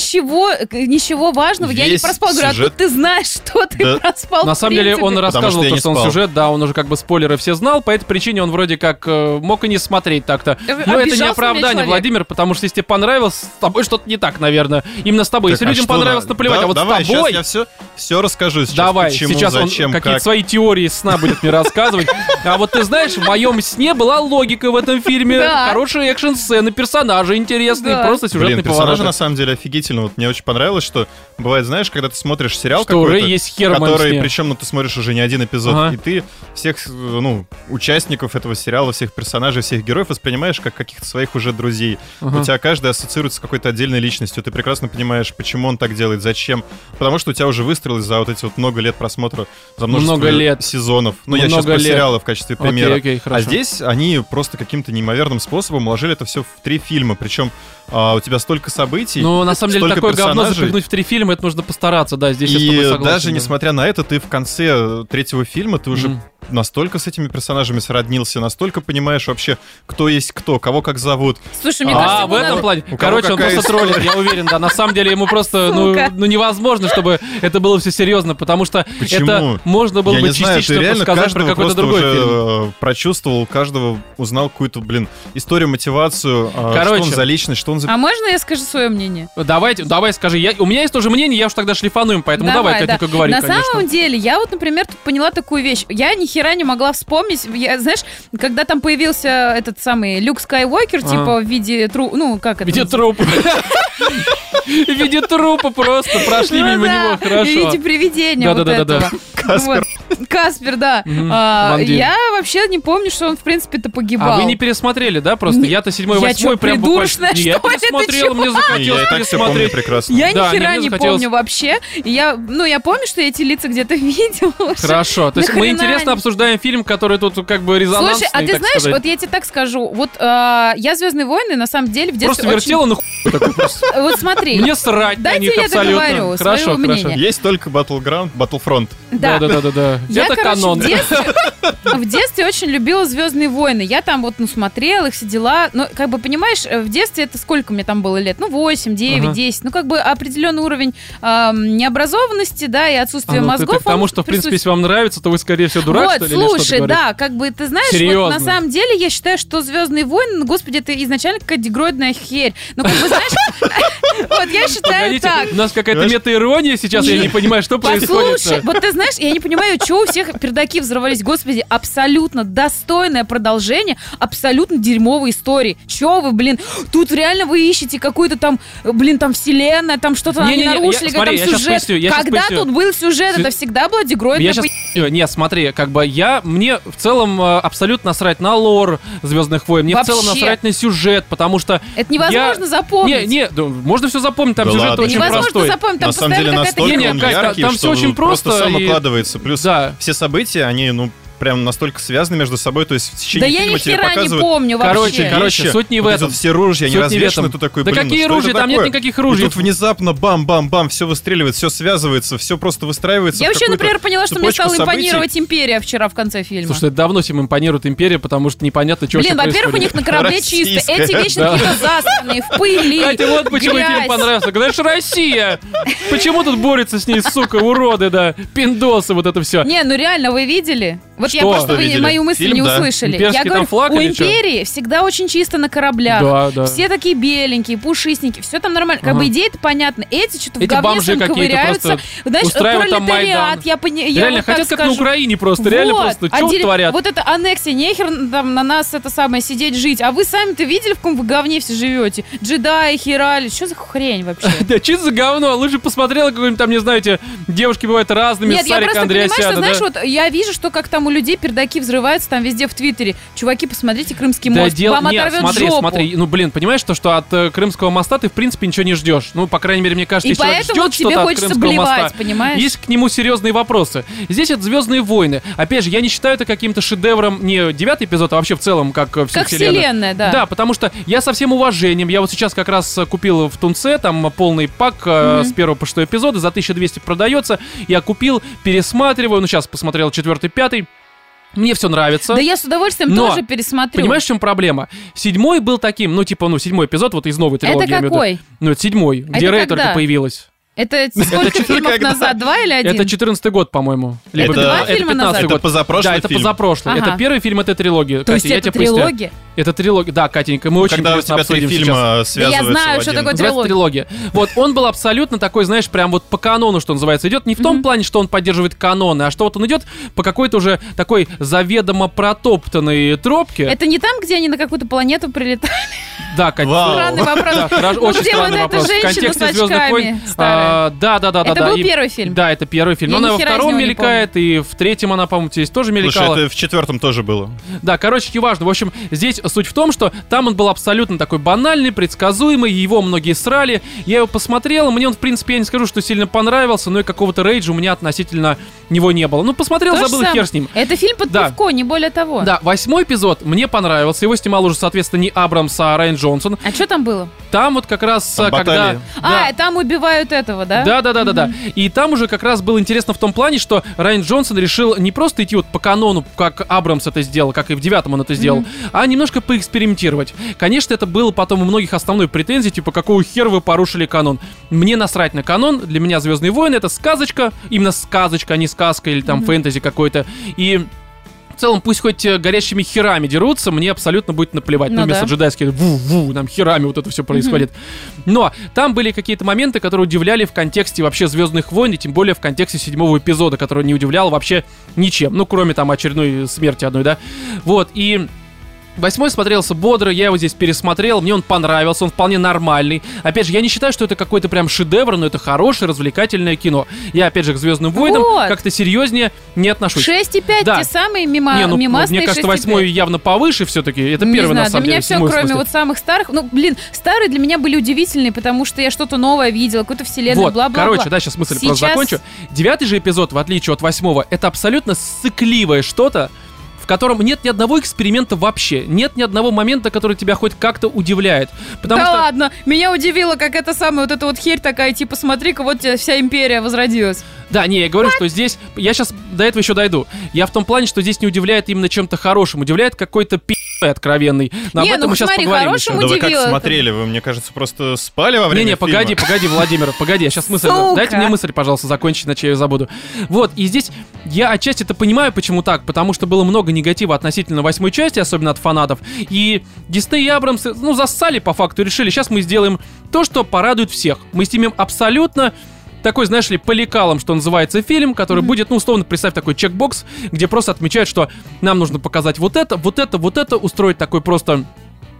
Ничего важного, я не проспал. Говорю, а ты знаешь, что ты проспал. На самом деле он рассказывал, что он сюжет, да, он уже как бы спойлеры все знал, по этой причине он вроде как мог и не смотреть так-то. Но это не оправдание, Владимир, потому что если тебе понравилось, с тобой что-то не так, наверное. Именно с тобой. Если людям понравилось, наплевать, а вот с тобой... Давай, сейчас я все расскажу. Давай, сейчас он какие-то свои теории сна будет мне рассказывать. А вот ты знаешь, в моем сне была логика в этом фильме, хороший экшн-сцены, персонажи интересные, просто сюжетный поворот. Персонажи на самом деле офигительно. Вот мне очень понравилось, что бывает, знаешь, когда ты смотришь сериал что какой-то, есть хер который, причем, ты смотришь уже не один эпизод, и ты всех, участников этого сериала, всех персонажей, всех героев воспринимаешь как каких-то своих уже друзей. У тебя каждый ассоциируется с какой-то отдельной личностью. Ты прекрасно понимаешь, почему он так делает, зачем. Потому что у тебя уже выстроилось за вот эти вот много лет просмотра, за множество сезонов. Ну, я сейчас про сериалы в качестве примера. А здесь они просто каким-то неимоверным способом уложили это все в 3 фильма, причем у тебя столько событий, ну, на самом деле, такое говно запихнуть в 3 фильма, это нужно постараться, да, здесь я с тобой согласен. И даже несмотря на это, ты в конце 3-го фильма, ты уже настолько с этими персонажами сроднился, настолько понимаешь вообще, кто есть кто, кого как зовут. Слушай, мне кажется, в этом плане, короче, он просто троллит, я уверен, да, на самом деле ему просто, ну невозможно, чтобы это было все серьезно, потому что это можно было бы частично подсказать про какой-то другой фильм. Прочувствовал, каждого узнал какую-то, историю, мотивацию, что он за личность, что он за... А можно я скажу свое мнение? Давай скажи. У меня есть тоже мнение, я уж тогда шлифану им, поэтому давай, Катенька, говори, конечно. На самом деле, я вот, например, тут поняла такую вещь. Я ни хера не могла вспомнить. Знаешь, когда там появился этот самый Люк Скайуокер, типа в виде ну, как это? В виде трупа. В виде трупа просто прошли мимо него, хорошо. В виде привидения вот этого. Каспер, да. Я вообще не помню, что он, в принципе-то, погибал. А вы не пересмотрели, да, просто? Я-то 7-й, 8-й прям буквально... Я пересмотрел, мне захотелось пересмотреть. Я ни хера не помню вообще. Я помню, что я эти лица где-то видела. Хорошо, то есть мы интересно обсуждаем фильм, который тут как бы резонансный. Слушай, а ты знаешь, вот я тебе так скажу, вот я «Звездные войны» на самом деле в детстве просто вертела на хуй такой просто. Вот смотри. Мне срать на них абсолютно. Дайте я договорю Хорошо. Есть только Battlefront. Да. Это канон. В детстве очень любила «Звездные войны». Я там вот, смотрела их, все дела. Но, как бы, понимаешь, в детстве это сколько мне там было лет? 8, 9, 10. Ну, как бы определенный уровень необразованности, да, и отсутствие мозгов. Потому что, в принципе, если вам нравится, то вы, скорее всего, дурак, что ли? Вот, слушай, да, как бы, ты знаешь, вот, на самом деле, я считаю, что «Звездные войны», господи, это изначально какая-то дегроидная херь. Ну, как бы, знаешь, вот я считаю так. У нас какая-то мета-ирония сейчас, я не понимаю, что происходит. Слушай, вот ты знаешь, я не понимаю, чего у всех пердаки взорвались. Господи, абсолютно достойное продолжение абсолютно дерьмовой истории. Чего вы, тут реально вы ищете какую-то там, там вселенная, там что-то они нарушили, там сюжет. Когда тут был сюжет, это всегда было дегроидное. Нет, смотри, как бы мне в целом абсолютно насрать на лор «Звездных войн», мне в целом насрать на сюжет, потому что... Это невозможно запомнить. Можно все запомнить, там сюжет очень простой. Запомнить, на самом деле настолько он яркий, там все очень просто. Просто сам укладывается. Плюс все события, они, прям настолько связаны между собой, то есть в течение фильма тебе показывают... не помню вообще. Короче, суть не в этом. Все ружья, они развешаны, ты такой, да какие ружья? Там нет никаких ружей. И тут внезапно бам-бам-бам, все выстреливает, все связывается, все просто выстраивается. Я вообще, например, поняла, что мне стала импонировать Империя вчера в конце фильма. Слушай, давно всем импонирует Империя, потому что непонятно, что происходит. Блин, во-первых, у них на корабле чисто. Эти вечно какие-то засранные, в пыли, Кстати, вот почему фильм понравился. Знаешь, Россия! Почему тут борется с ней, сука, уроды, да, пиндосы, вот это все. Не, реально, вы видели? Вот я просто мою мысль не услышали. Я говорю, у Империи всегда очень чисто на кораблях. Все такие беленькие, пушистенькие, все там нормально. Как бы идея-то понятна. Эти что-то в говне ковыряются. Знаешь, пролетариат, я понимаю. Реально, хотят как на Украине просто. Реально просто. Что творят? Вот это аннексия, нехер там на нас это самое сидеть, жить. А вы сами-то видели, в каком вы говне все живете? Джедаи, херали. Что за хрень вообще? Да что за говно? Лучше посмотрела какой-нибудь там, не знаю, девушки бывают разными. Нет, я просто понимаю, что, знаешь, вот я вижу, что как там у людей пердаки взрываются там везде в Твиттере. Чуваки, посмотрите Крымский мост, вам оторвет жопу. Смотри, понимаешь, что от Крымского моста ты, в принципе, ничего не ждешь. По крайней мере, мне кажется, если человек ждет что-то от Крымского моста, понимаешь? есть к нему серьезные вопросы. Здесь это «Звездные войны». Опять же, я не считаю это каким-то шедевром, не 9-й эпизод, а вообще в целом, как вселенная, да. Да, потому что я со всем уважением, я вот сейчас как раз купил в Тунце, там полный пак с 1 по 6 эпизода, за 1200 продается. Я купил, пересматриваю, сейчас посмотрел 4-й, 5-й. Мне все нравится. Да я с удовольствием тоже пересмотрю. Понимаешь, в чем проблема? 7-й был таким, 7-й эпизод вот из новой трилогии. Это какой? Это 7-й, где Рэй только появилась. Это сколько фильмов назад? 2 или 1? Это 14-й год, по-моему. Это 2 фильма назад? Это позапрошлый фильм. Да, это позапрошлый. Ага. Это первый фильм этой трилогии. То есть это трилогия? Это трилогия. Да, Катенька, мы очень интересно обсудим сейчас. Да я знаю, что такое трилогия. Вот, он был абсолютно такой, знаешь, прям вот по канону, что называется, идет не в том плане, что он поддерживает каноны, а что вот он идет по какой-то уже такой заведомо протоптанной тропке. Это не там, где они на какую-то планету прилетали? Да, Катя. Странный вопрос. Очень странный вопрос. В контексте «Звездных войн». Да. Это был первый фильм? Да, это первый фильм. Но она во втором мелькает, и в третьем она, по-моему, здесь тоже мелькала. Слушай, это в 4-м тоже было. Да, короче, неважно. В общем, здесь суть в том, что там он был абсолютно такой банальный, предсказуемый, его многие срали. Я его посмотрел, мне он, в принципе, я не скажу, что сильно понравился, но и какого-то рейджа у меня относительно него не было. Посмотрел, забыл, хер с ним. Это фильм под пивко, не более того. Да, 8-й эпизод мне понравился. Его снимал уже, соответственно, не Абрамс, а Райан Джонсон. А что там было? Там вот как раз, там когда... там убивают этого, да? Да. И там уже как раз было интересно в том плане, что Райан Джонсон решил не просто идти вот по канону, как Абрамс это сделал, как и в 9-м он это сделал, а немножко поэкспериментировать. Конечно, это было потом у многих основной претензией, типа, какого хера вы порушили канон? Мне насрать на канон, для меня «Звездные войны» — это сказочка, именно сказочка, а не сказка или там фэнтези какой-то. И... В целом, пусть хоть горящими херами дерутся, мне абсолютно будет наплевать. Вместо джедайских ву-ву, там херами вот это все происходит. Но там были какие-то моменты, которые удивляли в контексте вообще «Звездных войн», и тем более в контексте 7-го эпизода, который не удивлял вообще ничем. Кроме там очередной смерти одной, да. Вот, и... 8-й смотрелся бодро, я его здесь пересмотрел, мне он понравился, он вполне нормальный. Опять же, я не считаю, что это какой-то прям шедевр, но это хорошее, развлекательное кино. Я, опять же, к «Звездным войнам» как-то серьезнее не отношусь. 6,5, те самые мимасные. Мне кажется, 8-й явно повыше все-таки. Это первый, на самом деле. Для меня все, кроме вот самых старых. Старые для меня были удивительные, потому что я что-то новое видела, какую-то вселенную, бла-бла-бла. Короче, да, сейчас мысль просто закончу. 9-й же эпизод, в отличие от 8-го, это абсолютно ссыкливое что-то, в котором нет ни одного эксперимента вообще. Нет ни одного момента, который тебя хоть как-то удивляет. Ладно, меня удивило, как это самое, вот эта вот херь такая, типа, смотри-ка, вот вся империя возродилась. Да, я говорю, что здесь... Я сейчас до этого еще дойду. Я в том плане, что здесь не удивляет именно чем-то хорошим. Удивляет какой-то откровенный. Но об этом мы сейчас поговорим еще. Да вы как смотрели? Вы, мне кажется, просто спали во время фильма? Погоди, Владимир, погоди. Я сейчас мысль... Дайте мне мысль, пожалуйста, закончить, иначе я ее забуду. Вот, и здесь я отчасти это понимаю, почему так. Потому что было много негатива относительно 8-й части, особенно от фанатов. И Дисней и Абрамс, зассали по факту, решили, сейчас мы сделаем то, что порадует всех. Мы снимем абсолютно такой, знаешь ли, по лекалам, что называется, фильм, который будет, условно, представь такой чекбокс, где просто отмечают, что нам нужно показать вот это, устроить такой просто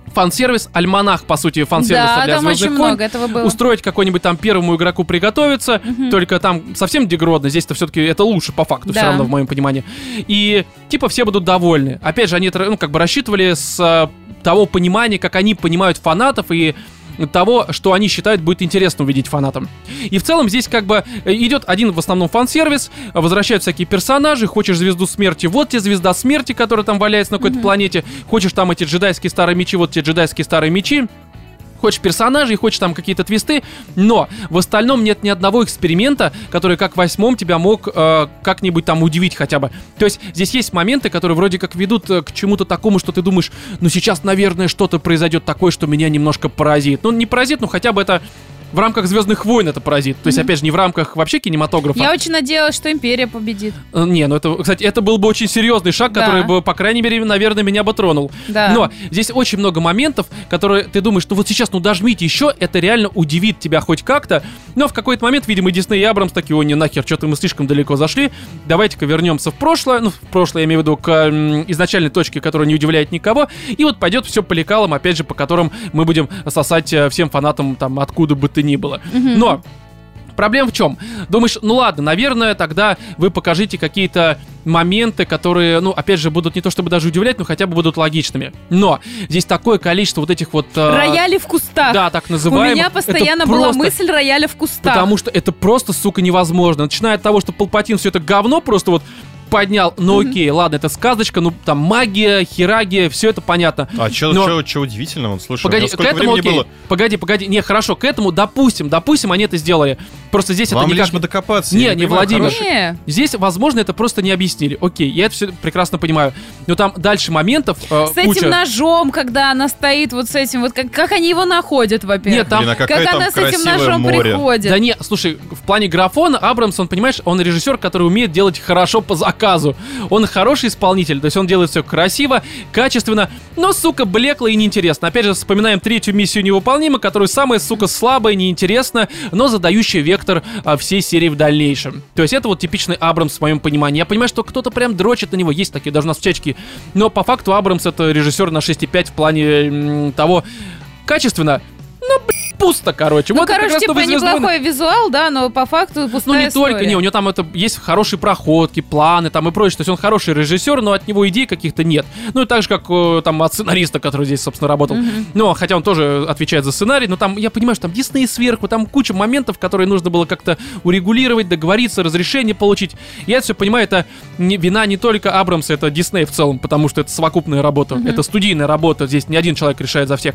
фан-сервис, альманах, по сути, фан-сервиса для «Звездных войн». Устроить какой-нибудь там первому игроку приготовиться, только там совсем дегродно, здесь-то все-таки это лучше по факту, все равно, в моем понимании. И типа все будут довольны. Опять же, они как бы рассчитывали с того понимания, как они понимают фанатов и того, что они считают будет интересно увидеть фанатам. И в целом здесь как бы идет один в основном фан-сервис, возвращаются всякие персонажи, хочешь звезду смерти, вот тебе звезда смерти, которая там валяется на какой-то планете, хочешь там эти джедайские старые мечи, вот тебе джедайские старые мечи. Хочешь персонажей, хочешь там какие-то твисты, но в остальном нет ни одного эксперимента, который как в 8-м тебя мог как-нибудь там удивить хотя бы. То есть здесь есть моменты, которые вроде как ведут к чему-то такому, что ты думаешь, ну сейчас, наверное, что-то произойдет такое, что меня немножко поразит. Ну не поразит, но хотя бы это... В рамках «Звездных войн» это паразит. То есть, опять же, не в рамках вообще кинематографа. Я очень надеялась, что Империя победит. Не, ну это, кстати, это был бы очень серьезный шаг, который бы, по крайней мере, наверное, меня бы тронул. Да. Но здесь очень много моментов, которые ты думаешь, ну вот сейчас, ну дожмите еще, это реально удивит тебя хоть как-то. Но в какой-то момент, видимо, Дисней и Абрамс такие, о, не нахер, что-то мы слишком далеко зашли. Давайте-ка вернемся в прошлое. Ну, в прошлое я имею в виду к изначальной точке, которая не удивляет никого. И вот пойдет все по лекалам, опять же, по которым мы будем сосать всем фанатам там откуда бы то ни было. Но проблема в чем? Думаешь, ну ладно, наверное, тогда вы покажите какие-то моменты, которые, ну, опять же, будут не то чтобы даже удивлять, но хотя бы будут логичными. Но здесь такое количество вот этих вот... рояли в кустах. Да, так называемых. У меня постоянно была мысль рояля в кустах. Потому что это просто, сука, невозможно. Начиная от того, что Палпатин все это говно просто вот поднял, ну окей, ладно, это сказочка, ну там магия, хирургия, все это понятно. А что удивительного? Слушай, погоди, к этому окей. Было? Погоди, не, хорошо, к этому, допустим, они это сделали. Просто здесь вам это никак... лишь бы докопаться. Не, Владимир. Здесь, возможно, это просто не объяснили. Окей, я это все прекрасно понимаю. Но там дальше моментов с куча. Этим ножом, когда она стоит вот с этим, вот как они его находят, во-первых. Нет, там... как она с этим ножом приходит. Да не, слушай, в плане графона Абрамс, он, понимаешь, он режиссер, который умеет делать хорошо по заказу. Он хороший исполнитель, то есть он делает все красиво, качественно, но, сука, блекло и неинтересно. Опять же, вспоминаем третью миссию невыполнима, которая самая, сука, слабая, неинтересная, но задающая вектор всей серии в дальнейшем. То есть это вот типичный Абрамс в моем понимании. Я понимаю, что кто-то прям дрочит на него, есть такие даже у нас в чатике, но по факту Абрамс это режиссер на 6,5 в плане того, качественно, ну, пусто, короче. Ну, вот короче, типа неплохой визуал, да, но по факту пустая Ну, не история. только, у него там это есть хорошие проходки, планы там и прочее. То есть он хороший режиссер, но от него идей каких-то нет. Ну, и так же, как там от сценариста, который здесь, собственно, работал. Ну, хотя он тоже отвечает за сценарий, но там, я понимаю, что там Дисней сверху, там куча моментов, которые нужно было как-то урегулировать, договориться, разрешение получить. Я это все понимаю, это вина не только Абрамса, это Дисней в целом, потому что это совокупная работа, это студийная работа, здесь не один человек решает за всех.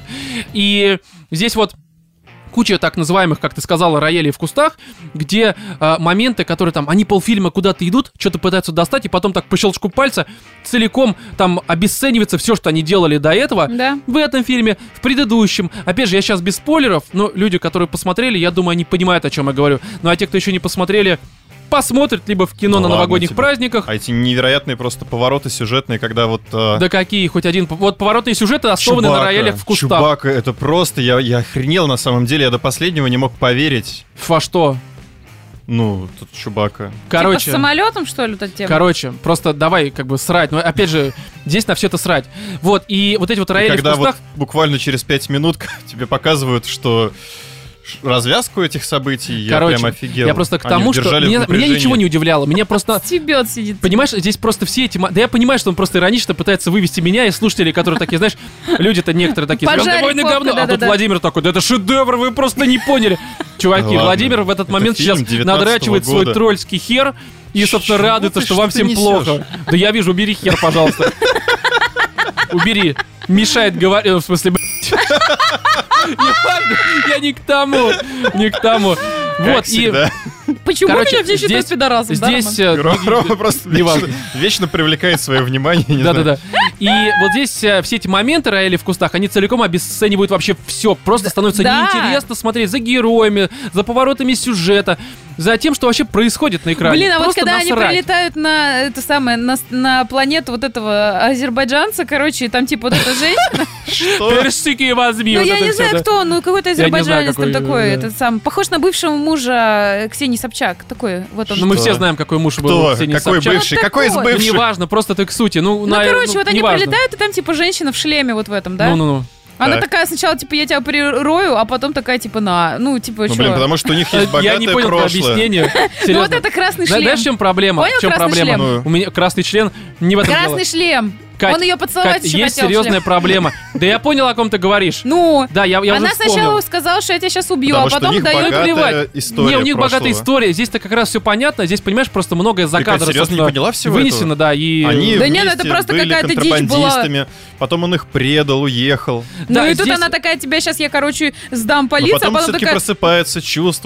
И здесь вот куча так называемых, как ты сказала, роялей в кустах, где моменты, которые там, они полфильма куда-то идут, что-то пытаются достать, и потом так по щелчку пальца целиком там обесценивается все, что они делали до этого. Да. В этом фильме, в предыдущем. Опять же, я сейчас без спойлеров, но люди, которые посмотрели, я думаю, они понимают, о чем я говорю. Ну а те, кто еще не посмотрели, посмотрят либо в кино на новогодних праздниках. А эти невероятные просто повороты сюжетные, когда вот... Да какие? Хоть один... Вот поворотные сюжеты основаны на роялях в кустах. Чубака, это просто... Я охренел на самом деле, я до последнего не мог поверить. Во что? Ну, тут Чубака. Короче... Типа с самолетом, что ли, эта тема? Короче, просто давай как бы срать. Но опять же, здесь на все это срать. Вот, и вот эти вот рояли в кустах... Когда вот буквально через 5 минут тебе показывают, что... развязку этих событий, я прям офигел. Я просто к тому, что меня ничего не удивляло. Меня просто... Стебет сидит. Понимаешь, здесь просто все эти... Да я понимаю, что он просто иронично пытается вывести меня и слушателей, которые такие, знаешь, люди-то некоторые такие, «Звездные войны говно», а тут Владимир такой, да это шедевр, вы просто не поняли. Чуваки, Владимир в этот момент сейчас надрачивает свой тролльский хер и, собственно, радуется, что вам всем плохо. Да я вижу, убери хер, пожалуйста. Убери. Мешает говорить, в смысле, я не к тому. Вот, и... Почему меня все считают пидорасом? Здесь... Рома просто вечно привлекает свое внимание. Да-да-да. И вот здесь все эти моменты рояли в кустах, они целиком обесценивают вообще все. Просто становится неинтересно смотреть за героями, за поворотами сюжета, за тем, что вообще происходит на экране. Блин, а просто вот когда они прилетают на планету вот этого азербайджанца, короче, там типа вот эта женщина... Персики возьми. Ну я не знаю, кто, ну какой-то азербайджанец там такой, этот сам, похож на бывшего мужа Ксении Собчак, такой, вот он. Ну мы все знаем, какой муж был Ксении Собчак. Какой бывший? Какой из бывших? Неважно, просто ты к сути. Ну короче, вот они прилетают, и там типа женщина в шлеме вот в этом, да? Ну. Она такая сначала, типа, я тебя прирою, а потом такая, типа, ну, типа, что? Блин, потому что у них есть богатое прошлое. Я не понял объяснение. Ну, вот это красный шлем. Знаешь, в чем проблема? Понял, красный шлем? У меня красный член не в этом дело. Красный шлем. Кать, он ее поцеловать еще есть хотел. Серьезная проблема. Да я понял, о ком ты говоришь. Ну, да, я она уже сначала сказала, что я тебя сейчас убью, потому а потом дает плевать. Не, у них богатая история. Здесь-то как раз все понятно. Здесь, понимаешь, просто многое за кадром. Ты серьезно не поняла всего вынесено, этого? Да, и... Они да нет, это просто были какая-то дичь была. Потом он их предал, уехал. Ну да, и тут она такая, тебя сейчас я, короче, сдам полицию, потом а потом все-таки такая... просыпается чувство.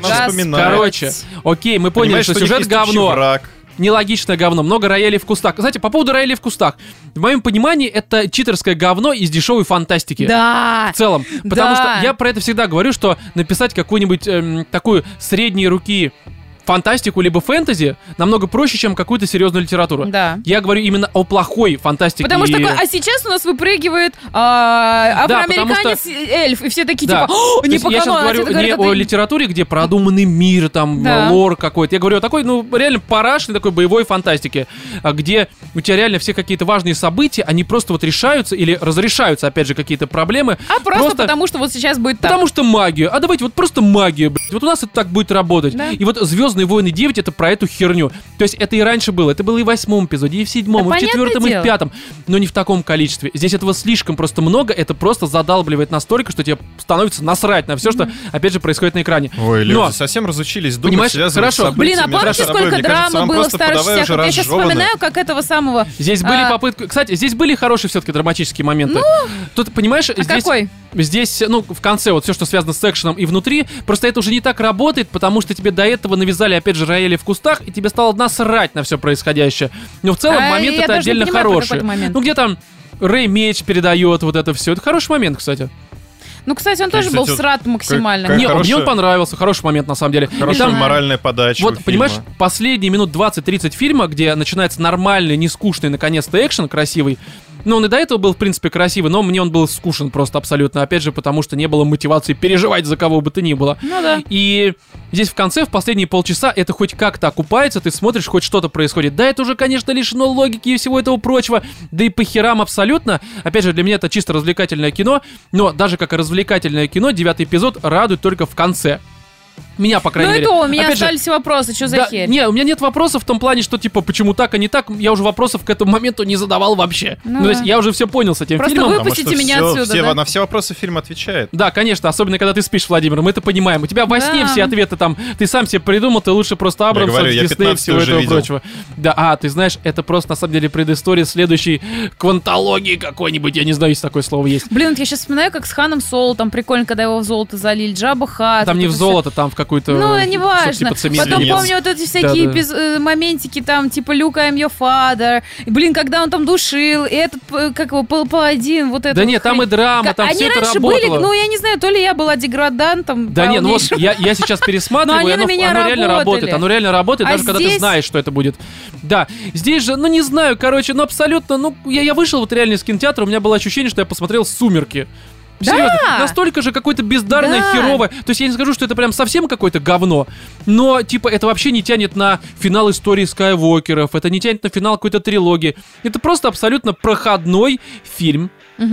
Короче, окей, мы поняли, что сюжет говно. Нелогичное говно, много роялей в кустах. Знаете, по поводу роялей в кустах, в моем понимании, это читерское говно из дешевой фантастики. Да. В целом. Потому что я про это всегда говорю, что написать какую-нибудь такую средней руки фантастику либо фэнтези намного проще, чем какую-то серьезную литературу. Да. Я говорю именно о плохой фантастике. Потому что такой, а сейчас у нас выпрыгивает афроамериканец, эльф, и все такие типа, не по канону. Я сейчас говорю не о литературе, где продуманный мир, там, лор какой-то. Я говорю о такой, реально парашной такой боевой фантастике, где у тебя реально все какие-то важные события, они просто вот решаются или разрешаются, опять же, какие-то проблемы. А просто потому, что вот сейчас будет так. Потому что магия. А давайте вот просто магия, блядь. Вот у нас это так будет работать. Да. И вот «Звездные войны 9» это про эту херню. То есть это и раньше было. Это было и в 8-м эпизоде, и в 7-м, и в 4-м, и в 5-м. Но не в таком количестве. Здесь этого слишком просто много. Это просто задалбливает настолько, что тебе становится насрать на все, что, опять же, происходит на экране. Ой, люди совсем разучились думать, связывать событиями. Блин, а помните, сколько драмы было в старых частях? Я сейчас вспоминаю, как этого самого... Здесь были попытки... Кстати, здесь были хорошие все-таки драматические моменты. Тут, понимаешь, какой? Здесь, в конце вот все, что связано с экшеном и внутри, просто это уже не так работает, потому что тебе до этого навязали, опять же, рояли в кустах, и тебе стало насрать на все происходящее. Но в целом момент это отдельно хороший. Где там Рэй меч передает, вот это все. Это хороший момент, кстати. Ну, кстати, он тоже был всрат максимально. Мне он понравился, хороший момент, на самом деле. Хорошая моральная подача. Вот, понимаешь, последние минут 20-30 фильма, где начинается нормальный, нескучный, наконец-то, экшен красивый. Ну, он и до этого был, в принципе, красивый, но мне он был скучен просто абсолютно. Опять же, потому что не было мотивации переживать за кого бы то ни было. Ну да. И здесь в конце, в последние полчаса, это хоть как-то окупается, ты смотришь, хоть что-то происходит. Да, это уже, конечно, лишено логики и всего этого прочего. Да и по херам абсолютно. Опять же, для меня это чисто развлекательное кино. Но даже как и развлекательное кино, 9-й эпизод радует только в конце. Меня, по крайней мере. Ну и то, у меня остались вопросы, что за херь? Не, у меня нет вопросов в том плане, что, типа, почему так, а не так. Я уже вопросов к этому моменту не задавал вообще. То есть я уже все понял с этим фильмом. Просто выпустите меня отсюда, на все вопросы фильм отвечает. Да, конечно, особенно, когда ты спишь, Владимир, мы это понимаем. У тебя во сне все ответы там, ты сам себе придумал, ты лучше просто Абрамса, Дисней, всего этого прочего. Да, ты знаешь, это просто, на самом деле, предыстория следующей квантологии какой-нибудь, я не знаю, если такое слово есть. Блин, я сейчас вспоминаю, как с Ханом Соло, там прикольно, когда его в золото залили, Джабба Хат. Там не в золото, там в какую-то... Ну, неважно. Типа потом помню вот эти всякие моментики там, типа Люк, I'm your father. Блин, когда он там душил, и этот, как его, паладин, вот это. Да нет, там и драма, там все это работало. Они раньше были, я не знаю, то ли я была деградантом. Да нет, ну вот я сейчас пересматриваю, и оно реально работает. Оно реально работает, даже когда ты знаешь, что это будет. Да, здесь же, не знаю, короче, абсолютно, я вышел вот реально из кинотеатра, у меня было ощущение, что я посмотрел «Сумерки». Серьезно, настолько же какое-то бездарное, херовое. То есть я не скажу, что это прям совсем какое-то говно, но, типа, это вообще не тянет на финал истории Скайуокеров, это не тянет на финал какой-то трилогии. Это просто абсолютно проходной фильм,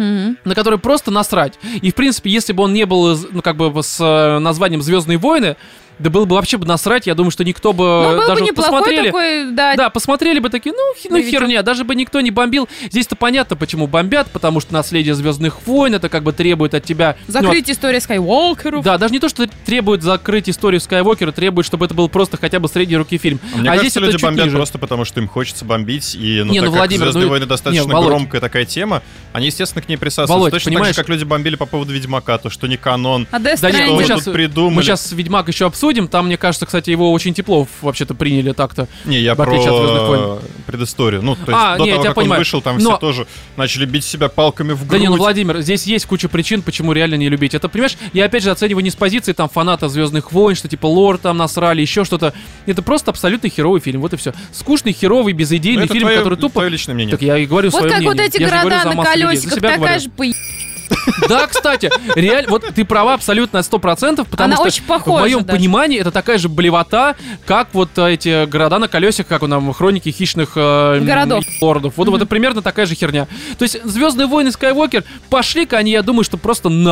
на который просто насрать. И, в принципе, если бы он не был, с названием «Звездные войны», да было бы вообще насрать, я думаю, что никто бы даже бы посмотрели. Такой, да, посмотрели бы такие, херня, даже бы никто не бомбил. Здесь-то понятно, почему бомбят, потому что наследие «Звездных войн» это как бы требует от тебя... Закрыть историю Скайуокеров. Да, даже не то, что требует закрыть историю Скайуокера, требует, чтобы это был просто хотя бы средней руки фильм. Мне кажется, здесь люди бомбят просто потому, что им хочется бомбить, и так Владимир, как «Звездные войны» достаточно громкая такая тема, они, естественно, к ней присасываются. Володь, точно понимаешь? так же, как люди бомбили по поводу «Ведьмака», то, что не канон, что мы тут придумали. Мы сейчас «Ведьмак» еще обсудим, там, мне кажется, кстати, его очень тепло вообще-то приняли так-то. Не, я про предысторию. То есть до того, как он вышел, там все тоже начали бить себя палками в грудь. Да Владимир, здесь есть куча причин, почему реально не любить. Это, понимаешь, я опять же оцениваю не с позиции там фаната «Звездных войн», что типа лор там насрали, еще что-то. Это просто абсолютно херовый фильм, вот и все. Скучный, херовый, безыдейный фильм, который тупо... Твое личное мнение. Так я и говорю свое мнение. Вот как вот эти города на колесиках, такая же Да, кстати, реально, вот ты права абсолютно на 100%, потому что очень похожа, в моем понимании это такая же блевота, как вот эти города на колесах, как у нас хроники хищных городов. Лордов. Вот это примерно такая же херня. То есть Звездные войны, Скайуокер, пошли-ка они, я думаю, что просто на...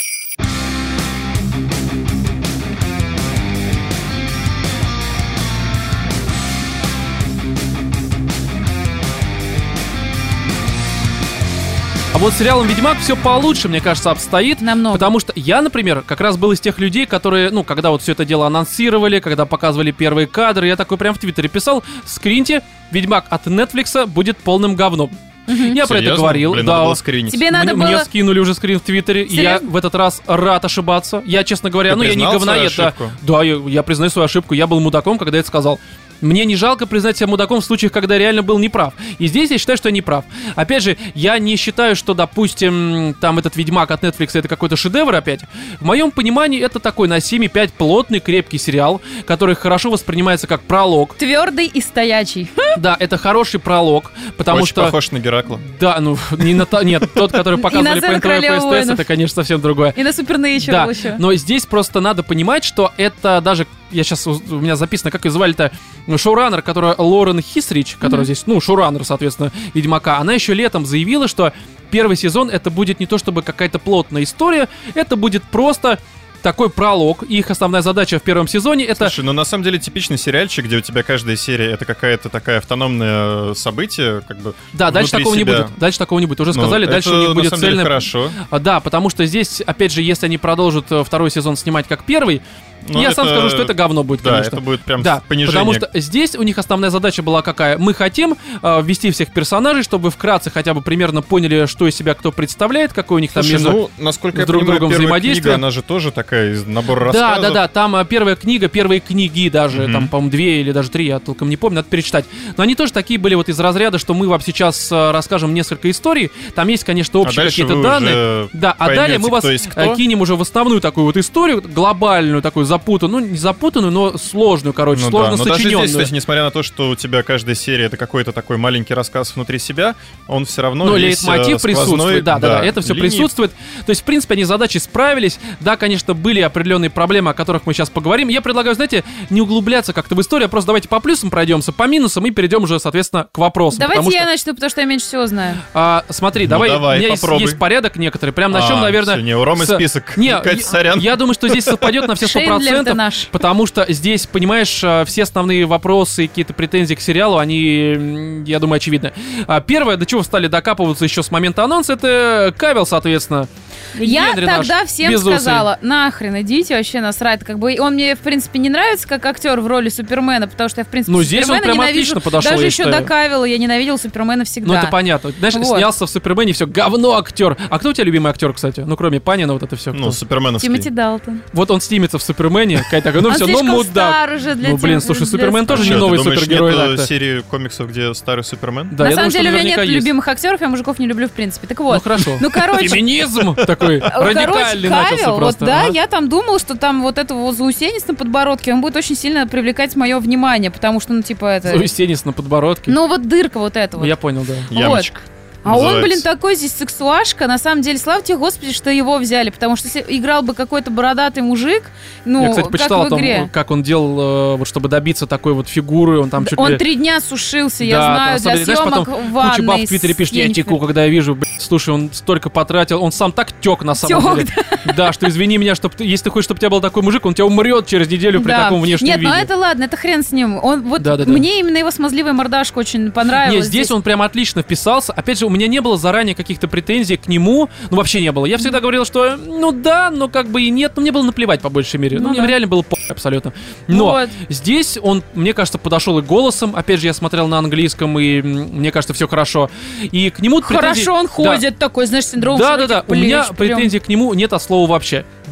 А вот с сериалом «Ведьмак» все получше, мне кажется, обстоит. Намного. Потому что я, например, как раз был из тех людей, которые, ну, когда вот все это дело анонсировали, когда показывали первые кадры, я такой прям в Твиттере писал: скриньте, «Ведьмак» от Netflix будет полным говном. Я про это говорил. Блин, да. Тебе надо было... Мне скинули уже скрин в Твиттере. Серьезно? Я в этот раз рад ошибаться. Я, честно говоря, Ты я не говноед. Да, я признаю свою ошибку. Я был мудаком, когда это сказал. Мне не жалко признать себя мудаком в случаях, когда реально был неправ. И здесь я считаю, что я не прав. Опять же, я не считаю, что, допустим, там этот «Ведьмак» от Netflix это какой-то шедевр опять. В моем понимании это такой на 7,5 плотный, крепкий сериал, который хорошо воспринимается как пролог. Твердый и стоячий. Да, это хороший пролог, потому очень что... похож на Геракла. Да, ну, нет, тот, который показывали по НТВ, по СТС, это, конечно, совсем другое. И на Supernatural еще. Но здесь просто надо понимать, что это даже... Я сейчас, у меня записано, как ее звали-то, шоураннер, которая Лорен Хисрич, которая здесь, ну, шоураннер, соответственно, «Ведьмака», она еще летом заявила, что первый сезон это будет не то чтобы какая-то плотная история, это будет просто такой пролог. И их основная задача в первом сезоне это... Слушай, ну на самом деле типичный сериальчик, где у тебя каждая серия это какая-то такая автономное событие, как бы. Да, дальше такого не будет. Дальше такого не будет. Уже сказали, дальше у них будет на самом деле хорошо. Да, потому что здесь, опять же, если они продолжат второй сезон снимать как первый, я сам скажу, что это говно будет, конечно. Да, это будет прям понижение. Потому что здесь у них основная задача была какая? Мы хотим ввести всех персонажей, чтобы вы вкратце хотя бы примерно поняли, что из себя кто представляет, какой у них там между насколько я друг понимаю, другом взаимодействие. Книга, она же тоже такая из набора рассказов. Да, там первая книга, первые книги даже, там, по-моему, 2 или даже 3, я толком не помню, надо перечитать. Но они тоже такие были вот из разряда, что мы вам сейчас расскажем несколько историй. Там есть, конечно, общие какие-то данные. Да, а далее мы вас кинем уже в основную такую вот историю, глобальную, такую запутанную, ну, не запутанную, но сложную, короче, сложно сочиненную. Но даже здесь, кстати, несмотря на то, что у тебя каждая серия это какой-то такой маленький рассказ внутри себя, он все равно лейтмотив присутствует, да, это все присутствует. То есть, в принципе, они с задачей справились. Да, конечно, были определенные проблемы, о которых мы сейчас поговорим. Я предлагаю, знаете, не углубляться как-то в историю, а просто давайте по плюсам пройдемся, по минусам и перейдем уже, соответственно, к вопросам. Давайте я начну, потому что я меньше всего знаю. Смотри, давай, у меня есть порядок некоторый. Прям начнем, наверное... Не, у Ромы список. Не, я думаю, что здесь совпадет на все 100%. Потому что здесь, понимаешь, все основные вопросы, какие-то претензии к сериалу, они, я думаю, очевидны. Первое, до чего стали докапываться еще с момента анонса, это Кавилл, соответственно. Я тогда всем сказала: нахрен идите, вообще насрать. Как бы он мне, в принципе, не нравится как актер в роли Супермена, потому что я, в принципе, здесь он прям отлично подошел. Даже еще до Кавилла я ненавидел Супермена всегда. Ну, это понятно. Знаешь, снялся в Супермене, все, говно актер. А кто у тебя любимый актер, кстати? Ну, кроме Панина, вот это все. Ну, суперменовский. Тимоти Далтон. Вот он снимется в Супермене, Кать такая, ну все, ну мудак. Ну, блин, слушай, Супермен тоже не новый супергерой. Ты думаешь, нет серии комиксов, где старый Супермен? На самом деле у меня нет любимых актеров, я мужиков не люблю, в принципе. Так вот. Ну, хорошо. Ну, короче. Феминизм такой радикальный начался просто. Вот, да, я там думала, что там вот этого заусенец на подбородке, он будет очень сильно привлекать мое внимание, потому что, ну, типа, это... Заусенец на подбородке? Ну, вот дырка вот эта вот. Я понял, да. Ямочка. А он, блин, такой здесь сексуашка. На самом деле, слава тебе, Господи, что его взяли. Потому что если играл бы какой-то бородатый мужик, ну, я, кстати, почитал как в игре. Там, как он делал, вот, чтобы добиться такой вот фигуры. Он там чуть он ли... 3 дня сушился, я знаю, для съемок в ванной. Куча баб в Твиттере пишет: я теку, когда я вижу, блин, слушай, он столько потратил. Он сам так тек, на самом деле. Да, что извини меня, если ты хочешь, чтобы у тебя был такой мужик, он тебя умрет через неделю при таком внешнем виде. Нет, ну это ладно, это хрен с ним. Мне именно его смазливая мордашка очень понравилась. Нет, здесь он прям отлично вписался. Опять же, у меня не было заранее каких-то претензий к нему, ну вообще не было. Я всегда говорил, что ну да, но как бы и нет, но мне было наплевать по большей мере. Ну, мне реально было абсолютно. Но здесь он, мне кажется, подошел и голосом. Опять же, я смотрел на английском, и мне кажется, все хорошо. И к нему хорошо он ходит такой, знаешь, синдром. Да. У меня претензий к нему нет от слова вообще.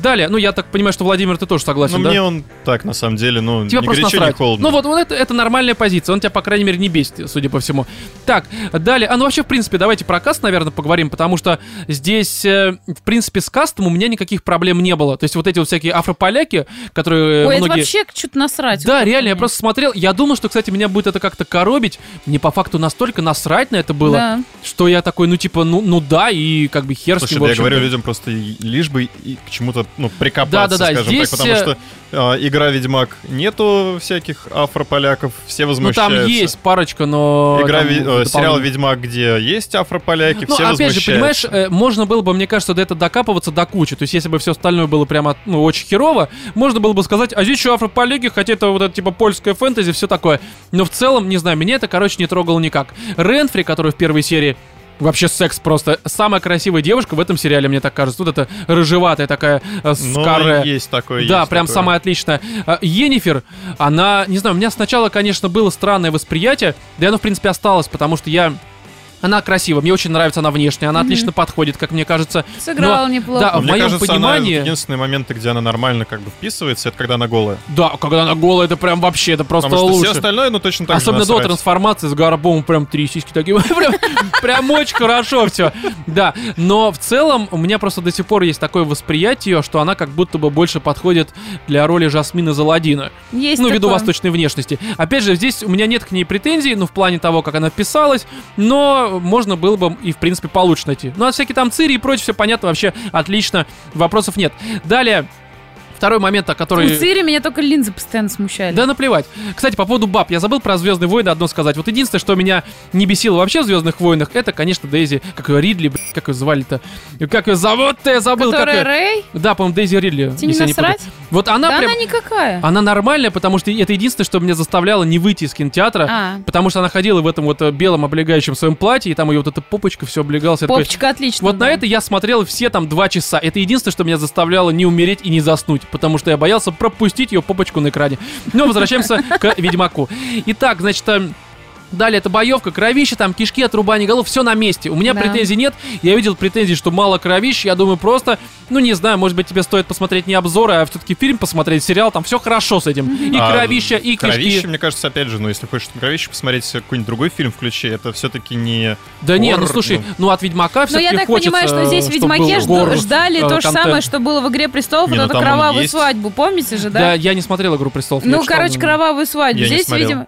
далее, я так понимаю, что, Владимир, ты тоже согласен, да? Мне он так, на самом деле, тебе ни горячо, ни холодно. Вот это нормальная позиция, он тебя, по крайней мере, не бесит, судя по всему. Так, далее, вообще, в принципе, давайте про каст, наверное, поговорим, потому что здесь, в принципе, с кастом у меня никаких проблем не было. То есть вот эти вот всякие афрополяки, которые это вообще что-то насрать. Да, реально, я просто смотрел, я думал, что, кстати, меня будет это как-то коробить, мне по факту настолько насрать на это было, что я такой, да, и как бы хер с ним. Слушай, я говорю людям просто лишь бы к чему-то, прикопаться, скажем здесь... так, потому что игра «Ведьмак» нету всяких афрополяков, все возмущаются. Там есть парочка, но... Сериал «Ведьмак», где есть афрополяки, все возмущаются. Опять же, понимаешь, можно было бы, мне кажется, до этого докапываться до кучи, то есть если бы все остальное было прямо, очень херово, можно было бы сказать, а здесь еще афрополяки, хотя это вот это типа польское фэнтези, все такое. Но в целом, не знаю, меня это, не трогало никак. Ренфри, который в первой серии, вообще секс просто. Самая красивая девушка в этом сериале, мне так кажется. Тут это рыжеватая такая скарая. Есть такое. Да, прям такое. Самая отличная. Йеннифер, она, не знаю, у меня сначала, конечно, было странное восприятие, да и оно, в принципе, осталось, потому что она красива, мне очень нравится она внешне, она отлично подходит, как мне кажется. Сыграла неплохо. Да, в моем понимании... единственные моменты, где она нормально вписывается, это когда она голая. Да, когда она голая, это прям вообще, это просто потому лучше. Все остальное, точно так особенно же насрать. до трансформации с горбом, прям 3 сиськи такие, прям очень хорошо все. Да, но в целом у меня просто до сих пор есть такое восприятие, что она как будто бы больше подходит для роли Жасмин из Аладдина. Есть ввиду восточной внешности. Опять же, здесь у меня нет к ней претензий, в плане того, как она вписалась, но можно было бы и, в принципе, получше найти. А всякие там цири и прочее, все понятно, вообще отлично, вопросов нет. Далее, второй момент, о котором... У Цири меня только линзы постоянно смущали. Да наплевать. Кстати, по поводу баб, я забыл про «Звездные войны» одно сказать. Вот единственное, что меня не бесило вообще в «Звездных войнах», это, конечно, Дейзи, как ее Ридли, как ее звали-то? Как ее зовут-то, я забыл. Которая как Рэй? Да, по-моему, Дейзи Ридли. Тебе не насрать? Вот она да прям... она никакая. Она нормальная, потому что это единственное, что меня заставляло не выйти из кинотеатра, потому что она ходила в этом вот белом облегающем своем платье, и там ее вот эта попочка все облегалась. Попочка отлично. Вот на это я смотрел все там 2 часа. Это единственное, что меня заставляло не умереть и не заснуть, потому что я боялся пропустить ее попочку на экране. Но возвращаемся к «Ведьмаку». Итак, значит... Далее это боевка, кровища, там кишки, отрубание голов, все на месте. У меня претензий нет. Я видел претензии, что мало кровищ. Я думаю, просто, не знаю, может быть, тебе стоит посмотреть не обзоры, а все-таки фильм посмотреть, сериал, там все хорошо с этим. И кровища, и кишки. Кровища, мне кажется, опять же, если хочешь кровища посмотреть, какой-нибудь другой фильм включи, это все-таки не... Да нет, слушай, от «Ведьмака» все-таки хочется... Но я так понимаю, что здесь «Ведьмаке» ждали то же самое, что было в «Игре престолов», вот эту кровавую свадьбу, помните же, да? Да, я не смотрел «Игру престолов». Кровавую свадьбу. Здесь, видимо...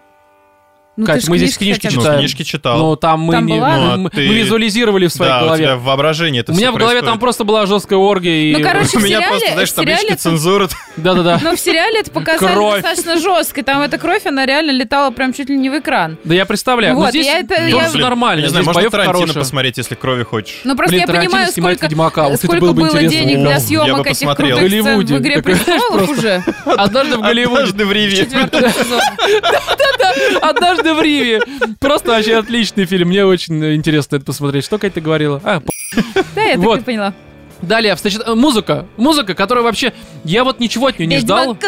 Кать, мы здесь книжки читаем. Книжки читал. Но там мы визуализировали в своей голове. У тебя в воображении это у меня в голове там просто была жесткая оргия. Короче, у меня просто, знаешь, таблички цензуры. Да-да-да. Но в сериале это показали достаточно жестко. Там эта кровь, она реально летала прям чуть ли не в экран. Да я представляю. Но здесь тоже нормально. Не знаю, можно Тарантино посмотреть, если крови хочешь. Ну просто я понимаю, сколько было денег для съемок этих крутых сцен в «Игре престолов» уже. Однажды в Голливуде. Однажды в Риве. 4-й сезон. Да-да-да. Однажды в Риве. Просто вообще отличный фильм. Мне очень интересно это посмотреть. Что, Кать, ты говорила? Да, я так и поняла. Далее, музыка, которая вообще... Я вот ничего от нее не ждал.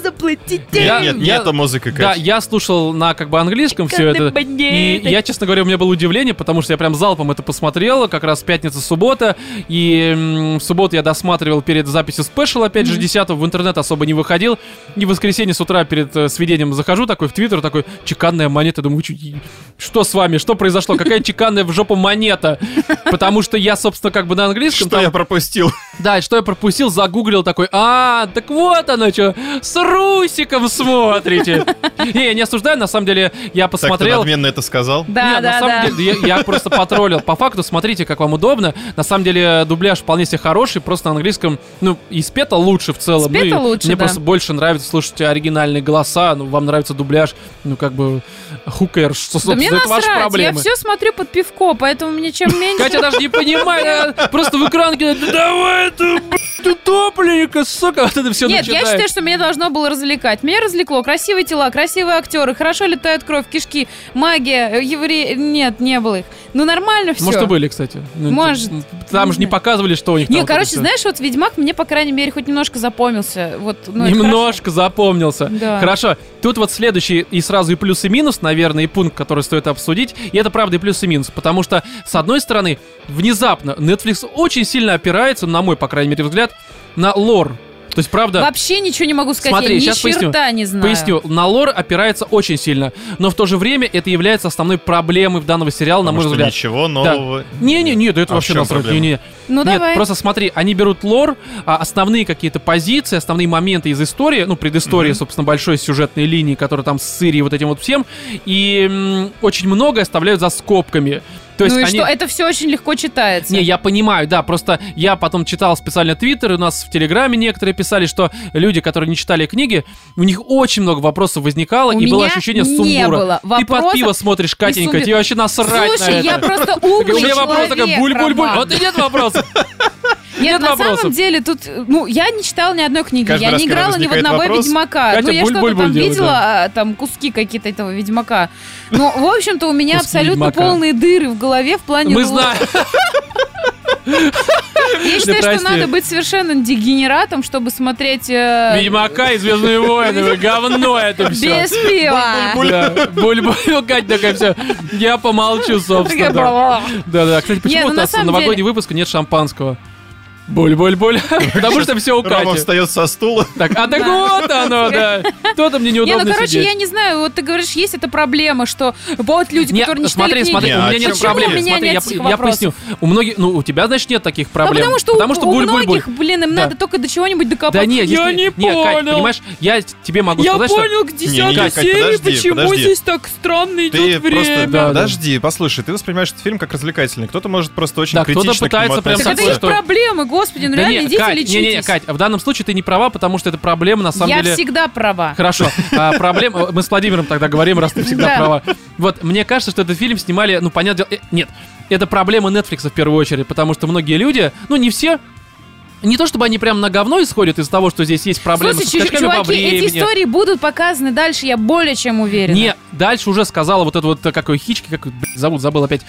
Нету музыки, Да, я слушал на английском все это. И я, честно говоря, у меня было удивление, потому что я прям залпом это посмотрел, как раз пятница-суббота. И в субботу я досматривал перед записью спешл, опять же, 10-го, в интернет особо не выходил. И в воскресенье с утра перед сведением захожу такой в Твиттер, такой, чеканная монета. Думаю, что с вами, что произошло? Какая чеканная в жопу монета? Потому что я, собственно, на английском... Что я пропустил? Да, что я пропустил, загуглил такой, так вот оно что, с Русиком смотрите. Я не осуждаю, на самом деле, я посмотрел... Так ты надменно это сказал? Да, на самом деле, я просто потроллил. По факту, смотрите, как вам удобно. На самом деле, дубляж вполне себе хороший, просто на английском, и спето лучше в целом. Спето лучше, мне просто больше нравится слушать оригинальные голоса, вам нравится дубляж, хукер, что, собственно, это ваши проблемы. Я все смотрю под пивко, поэтому мне чем меньше... Катя даже не понимает, просто в экран кидает, давай ты топленько, сука, вот это все Нет, начинает. я считаю, что меня должно было развлекать. Меня развлекло. Красивые тела, красивые актеры, хорошо летает кровь, кишки, магия, евреи... Нет, не было их. Нормально все. Может, и были, кстати. Может. Там же не показывали, что у них там. Знаешь, вот «Ведьмак» мне, по крайней мере, хоть немножко запомнился. Немножко запомнился. Да. Хорошо. Тут вот следующий и сразу и плюс, и минус, наверное, и пункт, который стоит обсудить. И это, правда, и плюс, и минус. Потому что, с одной стороны, внезапно Netflix очень сильно опирается, на мой, по крайней мере, взгляд, на лор. То есть, правда... Вообще ничего не могу сказать, смотри, я сейчас ни черта не знаю. Поясню, на лор опирается очень сильно, но в то же время это является основной проблемой данного сериала, на мой взгляд. Ничего нового... Да. Не, да это вообще насрать. Не. Ну, нет, давай. просто смотри, они берут лор, основные какие-то позиции, основные моменты из истории, ну, предыстории, собственно, большой сюжетной линии, которая там с Цири, вот этим вот всем, и очень многое оставляют за скобками. То есть ну и они... что, это все очень легко читается. Не, я понимаю, да, просто я потом читал специально Твиттер, у нас в Телеграме некоторые писали, что люди, которые не читали книги, у них очень много вопросов возникало, и было ощущение сумбура. Не было ты под пиво смотришь, Катенька, тебе вообще насрать. Слушай, я просто умный человек. У меня вопрос такой, буль-буль-буль, вот и нет вопросов. Нет, на самом деле тут, я не читала ни одной книги, я не играла ни в одного Ведьмака. Катя, я что-то там видела, там куски какие-то этого Ведьмака. Ну, в общем-то, у меня абсолютно полные дыры в голове в плане... Мы знаем. Я считаю, что надо быть совершенно дегенератом, чтобы смотреть... Ведьмака и Звездные войны, говно это все. Без пива. Буль-буль, Катя такая, все, я помолчу, собственно. Да, кстати, почему у нас в новогодний выпуск нет шампанского? Буль-буль-буль. Потому что все у Кати. Рома встает со стула. Так, так вот оно, да. Кто-то мне неудобно сидеть. Короче, я не знаю, вот ты говоришь, есть эта проблема, что вот люди, которые не читали книги. Смотри, у меня нет проблем. Смотри, я поясню. У многих, у тебя, значит, нет таких проблем. Потому что у многих, им надо только до чего-нибудь докопаться. Да нет, я не понял. Кать, понимаешь, я тебе могу сказать, что... Я понял к 10 серии, почему здесь так странно идет время. Подожди, послушай, ты воспринимаешь этот фильм как развлекательный. Кто-то может просто очень критично к нему относиться. Так это их проблемы, господи, ну реально идите лечитесь. Не, Кать, в данном случае ты не права, потому что это проблема на самом деле... Я всегда права. Хорошо. Проблема... Мы с Владимиром тогда говорим, раз ты всегда права. Вот, мне кажется, что этот фильм снимали, понятное дело... Нет, это проблема Netflix в первую очередь, потому что многие люди, не все... Не то чтобы они прям на говно исходят из-за того, что здесь есть проблемы с скачками во времени. Эти истории будут показаны дальше, я более чем уверена. Не, дальше уже сказала вот это вот, какой Хички, как забыл опять,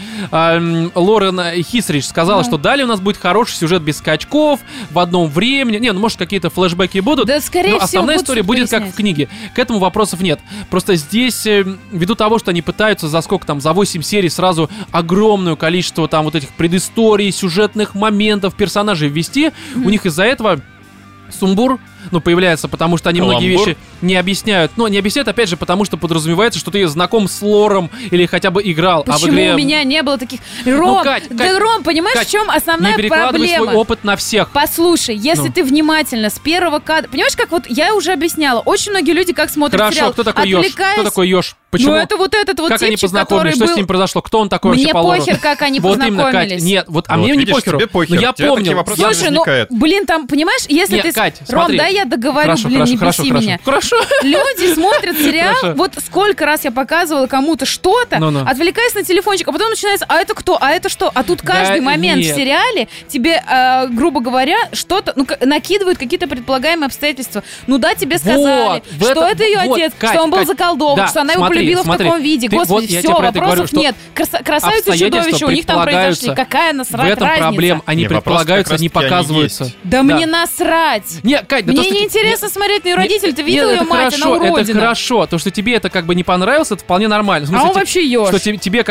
Лорен Хисридж сказала, что далее у нас будет хороший сюжет без скачков, в одном времени. Может, какие-то флешбеки будут, да, скорее но основная история будет как в книге. К этому вопросов нет. Просто здесь, ввиду того, что они пытаются за 8 серий сразу огромное количество там вот этих предысторий, сюжетных моментов, персонажей ввести, у них из-за этого сумбур, появляется, потому что они многие вещи не объясняют. Не объясняют, опять же, потому что подразумевается, что ты знаком с лором или хотя бы играл. Почему в игре... у меня не было таких... Ром, Ром, понимаешь, Кать, в чем основная проблема? Не перекладывай свой опыт на всех. Послушай, если ты внимательно с первого кадра... Понимаешь, как я уже объясняла, очень многие люди как смотрят сериал. Хорошо, кто такой Ёж? Кто такой Ёж? Почему? Это вот этот вот как типчик, они познакомились? Что с ним произошло? Кто он такой вообще по лору? Мне похер, как они познакомились. Именно, Кать. Нет, мне не похеру. Но я помню. Слушай, там, понимаешь, если ты... Кать, Ром, дай я договорю, не беси меня. Хорошо. Люди смотрят сериал, вот сколько раз я показывала кому-то что-то, отвлекаясь на телефончик, а потом начинается, а это кто, а это что? А тут каждый момент в сериале тебе, грубо говоря, что-то, накидывают какие-то предполагаемые обстоятельства. Тебе сказали, что это ее отец, что он был заколдован, что она его полюбила в таком виде. Господи, все, вопросов нет. Красавица и чудовище у них там произошли. Какая насрать разница? В этом проблем. Они предполагаются, не показываются. Да мне насрать. Нет, Кать, мне неинтересно смотреть на ее родителей. Ты видел ее мать, она уродина. Это хорошо. То, что тебе это не понравилось, это вполне нормально. А он вообще Ёж. Что тебе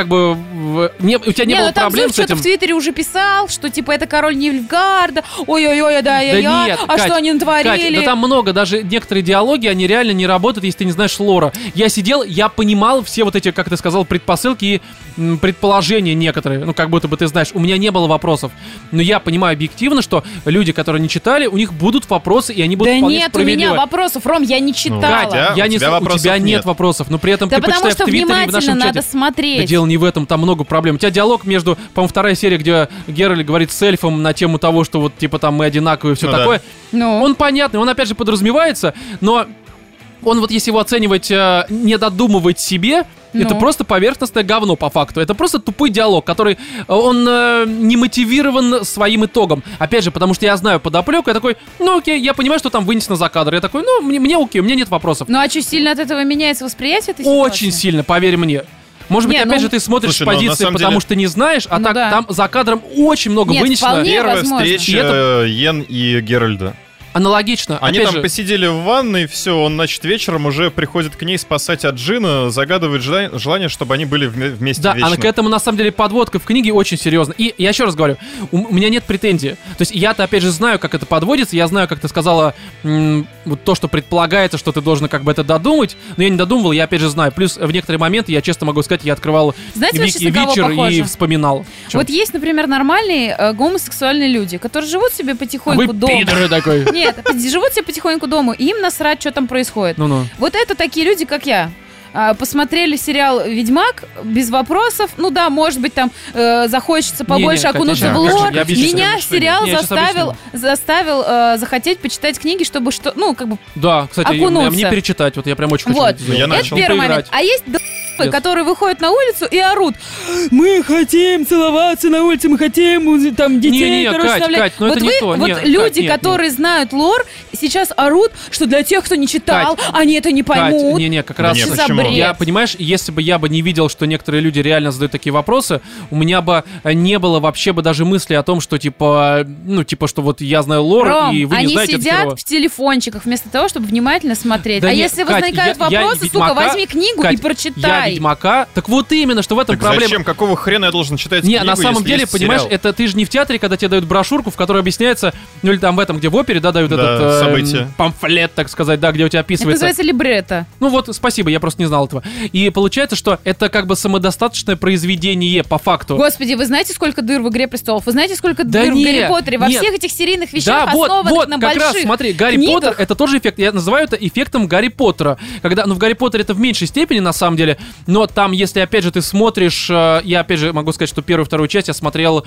у тебя не было проблем с этим. Что-то в Твиттере уже писал, что это король Нильфгарда. Ой-ой-ой, да я. А что они натворили? Да там много, даже некоторые диалоги, они реально не работают, если ты не знаешь лора. Я сидел, я понимал все вот эти, как ты сказал, предпосылки и предположения некоторые, как будто бы ты знаешь, у меня не было вопросов. Но я понимаю объективно, что люди, которые не читали, у них будут вопросы, и они будут вполне справедливы. Да нет у меня вопросов, Ром, я не читала. Катя, у тебя нет вопросов, но при этом да ты почитай в Твиттере и в нашем чате. Надо смотреть. Да дело не в этом, там много проблем. У тебя диалог между, по-моему, вторая серия, где Геральт говорит с эльфом на тему того, что мы одинаковые и все такое. Он понятный, он опять же подразумевается, но он если его оценивать, не додумывать себе, это просто поверхностное говно по факту. Это просто тупой диалог, который он не мотивирован своим итогом. Опять же, потому что я знаю подоплеку, я такой, окей, я понимаю, что там вынесено за кадр. Я такой, мне окей, у меня нет вопросов. А что, сильно от этого меняется восприятие этой ситуации? Очень сильно, поверь мне. Может быть, опять же, ты смотришь с позиции, потому что не знаешь, а так там за кадром очень много вынесено. Первая встреча Йен и Геральда. Аналогично. Они там посидели в ванной, все, он, значит, вечером уже приходит к ней спасать от джина, загадывает желание, чтобы они были вместе да, вечно. Да, к этому, на самом деле, подводка в книге очень серьезно. И я еще раз говорю, у меня нет претензий. То есть я-то, опять же, знаю, как это подводится, я знаю, как ты сказала, вот то, что предполагается, что ты должен как бы это додумать, но я не додумывал, я, опять же, знаю. Плюс в некоторые моменты, я честно могу сказать, я открывал вечер и вспоминал. Вот есть, например, нормальные гомосексуальные люди, которые живут себе потихоньку дома. Вы пидоры такой. Нет, живут себе потихоньку дома, и им насрать, что там происходит. Ну-ну. Вот это такие люди, как я. Посмотрели сериал «Ведьмак» без вопросов. Ну да, может быть, там захочется побольше окунуться в лор. Меня сериал заставил захотеть почитать книги, чтобы что, ну, как бы да, кстати, окунуться. Мне перечитать, вот я прям очень хочу. Вот, это первый момент. А есть которые выходят на улицу и орут: мы хотим целоваться на улице, мы хотим там детей, Кать, ну вот это не то. Вот люди, которые знают лор, сейчас орут, что для тех, кто не читал, они это не поймут. Кать, как раз я, понимаешь, если бы я бы не видел, что некоторые люди реально задают такие вопросы, у меня бы не было вообще бы даже мысли о том, что типа, что вот я знаю лор, Ром, и вы не знаете они сидят в телефончиках вместо того, чтобы внимательно смотреть. Да если возникают вопросы, сука, возьми книгу и прочитай. Ведьмака. Так вот именно, что в этом проблема. Зачем? Какого хрена я должен читать книгу, на самом деле, понимаешь, это ты же не в театре, когда тебе дают брошюрку, в которой объясняется, ну или там в этом, где в опере, да, дают этот памфлет, так сказать, да, где у тебя описывается. Это называется либретто. Ну вот, спасибо, я просто не знал этого. И получается, что это как бы самодостаточное произведение по факту. Господи, вы знаете, сколько дыр в «Игре престолов»? Вы знаете, сколько дыр в «Гарри Поттере»? Во всех этих серийных вещах, основанных на больших как раз, смотри, «Гарри Поттер» — это тоже эффект. Я называю это эффектом Гарри Поттера. Когда, в «Гарри Поттере» это в меньшей степени, на самом деле, но там, если, опять же, ты смотришь... Я, опять же, могу сказать, что первую и вторую часть я смотрел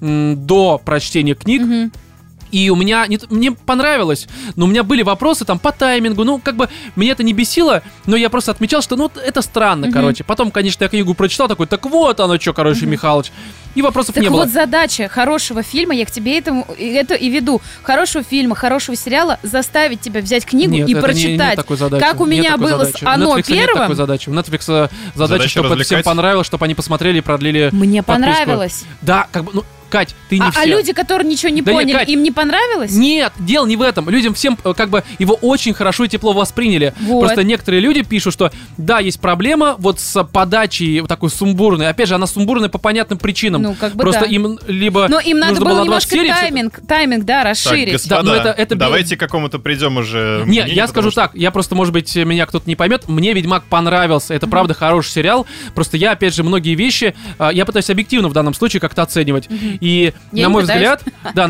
до прочтения книг. Угу. И у меня, мне понравилось, но у меня были вопросы там по таймингу, ну, как бы, меня это не бесило, но я просто отмечал, что, ну, это странно, короче. Потом, конечно, я книгу прочитал, такой, так вот оно что, короче, Михалыч. И вопросов не было. Так вот задача хорошего фильма, я к тебе это и веду, хорошего фильма, хорошего сериала, заставить тебя взять книгу и прочитать. Нет такой задачи. Как у меня было с «Оно» первым. Нет такой задачи. У Netflix задача, чтобы это всем понравилось, чтобы они посмотрели и продлили Мне подписку. Понравилось. Да, как бы, ну, Кать, ты не все. А люди, которые ничего не поняли, Кать, им не понравилось? Нет, дело не в этом. Людям всем как бы его очень хорошо и тепло восприняли. Вот. Просто некоторые люди пишут, что да, есть проблема вот с подачей вот такой сумбурной. Опять же, она сумбурная по понятным причинам. Ну, как бы просто да. им либо но им надо было немножко тайминг, да, расширить. Так, господа, это давайте к какому-то придем уже. Нет, я скажу так, я просто, может быть, меня кто-то не поймет, мне «Ведьмак» понравился. Это правда хороший сериал. Просто я, опять же, многие вещи, я пытаюсь объективно в данном случае как-то оценивать. И, на мой взгляд,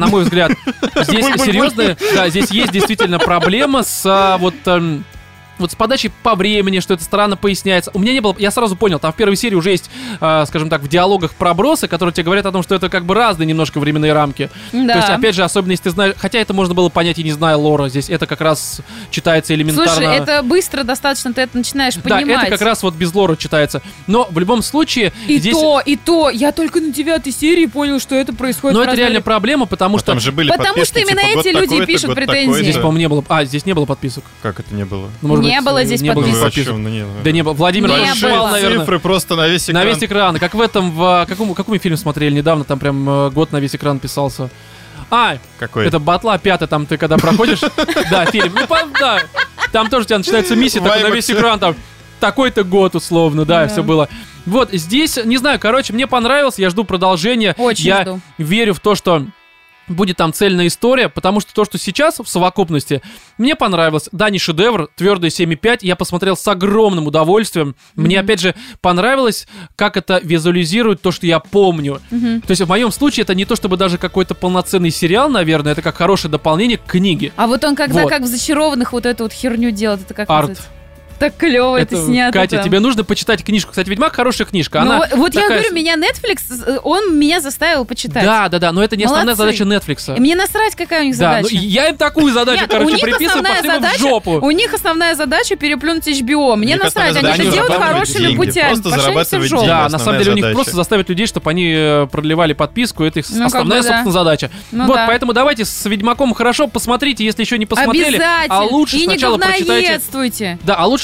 здесь серьезно, да, здесь есть действительно проблема с вот с подачей по времени, что это странно поясняется. У меня не было, я сразу понял, там в первой серии уже есть, скажем так, в диалогах пробросы, которые тебе говорят о том, что это как бы разные немножко временные рамки. Да. То есть, опять же, особенно если ты знаешь, хотя это можно было понять и не зная лора, здесь это как раз читается элементарно. Слушай, это быстро достаточно, ты это начинаешь понимать. Да, это как раз вот без лора читается. Но в любом случае... И то, я только на 9 серии понял, что это происходит. Но это реально проблема, потому что... Там же были потому что именно эти люди пишут претензии. Здесь, по-моему, не было... здесь не было подписок. Как это не было? Не было здесь подписок. Да не было. Владимир нажал, наверное. Цифры просто на весь экран. На весь экран. Как в этом, какой мы фильм смотрели недавно, там прям год на весь экран писался. Какой? Это «Батла 5», там ты когда проходишь. Да, фильм. Ну, да. Там тоже у тебя начинается миссия, такой на весь экран, там такой-то год условно, да, все было. Вот, здесь, не знаю, короче, мне понравилось, я жду продолжения. Очень жду. Я верю в то, что будет там цельная история, потому что то, что сейчас в совокупности, мне понравилось. Да, не шедевр, твердый 7,5, я посмотрел с огромным удовольствием. Мне, опять же, понравилось, как это визуализирует то, что я помню. То есть в моем случае это не то, чтобы даже какой-то полноценный сериал, наверное, это как хорошее дополнение к книге. А вот он когда как в «Зачарованных» вот эту вот херню делает, это как арт. Так клево это снято. Катя, тебе нужно почитать книжку. Кстати, «Ведьмак» хорошая книжка. Ну, вот такая... я говорю, меня Netflix, он меня заставил почитать. Да, но это не основная задача Netflix. И мне насрать, какая у них задача. Ну, я им такую задачу, приписываю, пошли вы в жопу. У них основная задача переплюнуть HBO. Мне насрать, они это делают хорошими путями. Просто зарабатывать деньги. Да, на самом деле у них просто заставить людей, чтобы они продлевали подписку. Это их основная, собственно, задача. Вот, поэтому давайте с «Ведьмаком» хорошо посмотрите, если еще не посмотрели. Обязательно. А лучше сначала прочитайте. И не говноедствуйте. Да, а лучше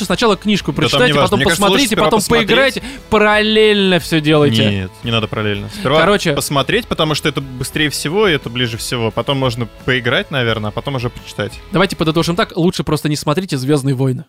лучше сначала книжку прочитайте, потом посмотрите, потом поиграйте, параллельно все делайте. Нет, не надо параллельно. Сперва посмотреть, потому что это быстрее всего, и это ближе всего. Потом можно поиграть, наверное, а потом уже почитать. Давайте подытожим так, лучше просто не смотрите «Звездные войны».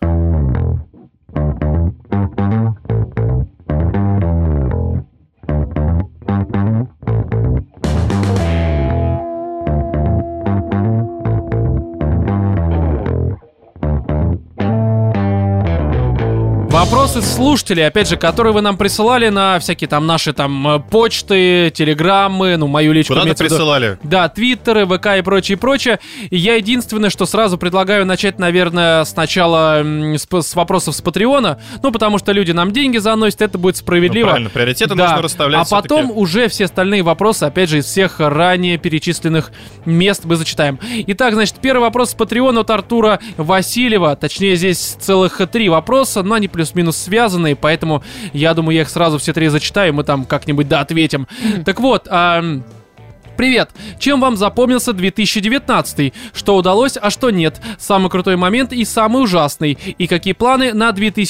Вопросы слушателей, опять же, которые вы нам присылали на всякие там наши там почты, телеграммы, ну, мою личку. Куда-то присылали? Да, твиттеры, ВК и прочее. И я единственное, что сразу предлагаю начать, наверное, сначала с вопросов с Патреона, ну, потому что люди нам деньги заносят, это будет справедливо. Ну, правильно, приоритеты нужно расставлять. А потом уже все остальные вопросы, опять же, из всех ранее перечисленных мест мы зачитаем. Итак, значит, первый вопрос с Патреона от Артура Васильева, точнее, здесь целых 3 вопроса, но они плюс-минус связанные, поэтому я думаю, я их сразу все 3 зачитаю, мы там как-нибудь ответим. Так вот, привет! Чем вам запомнился 2019? Что удалось, а что нет? Самый крутой момент и самый ужасный. И какие планы на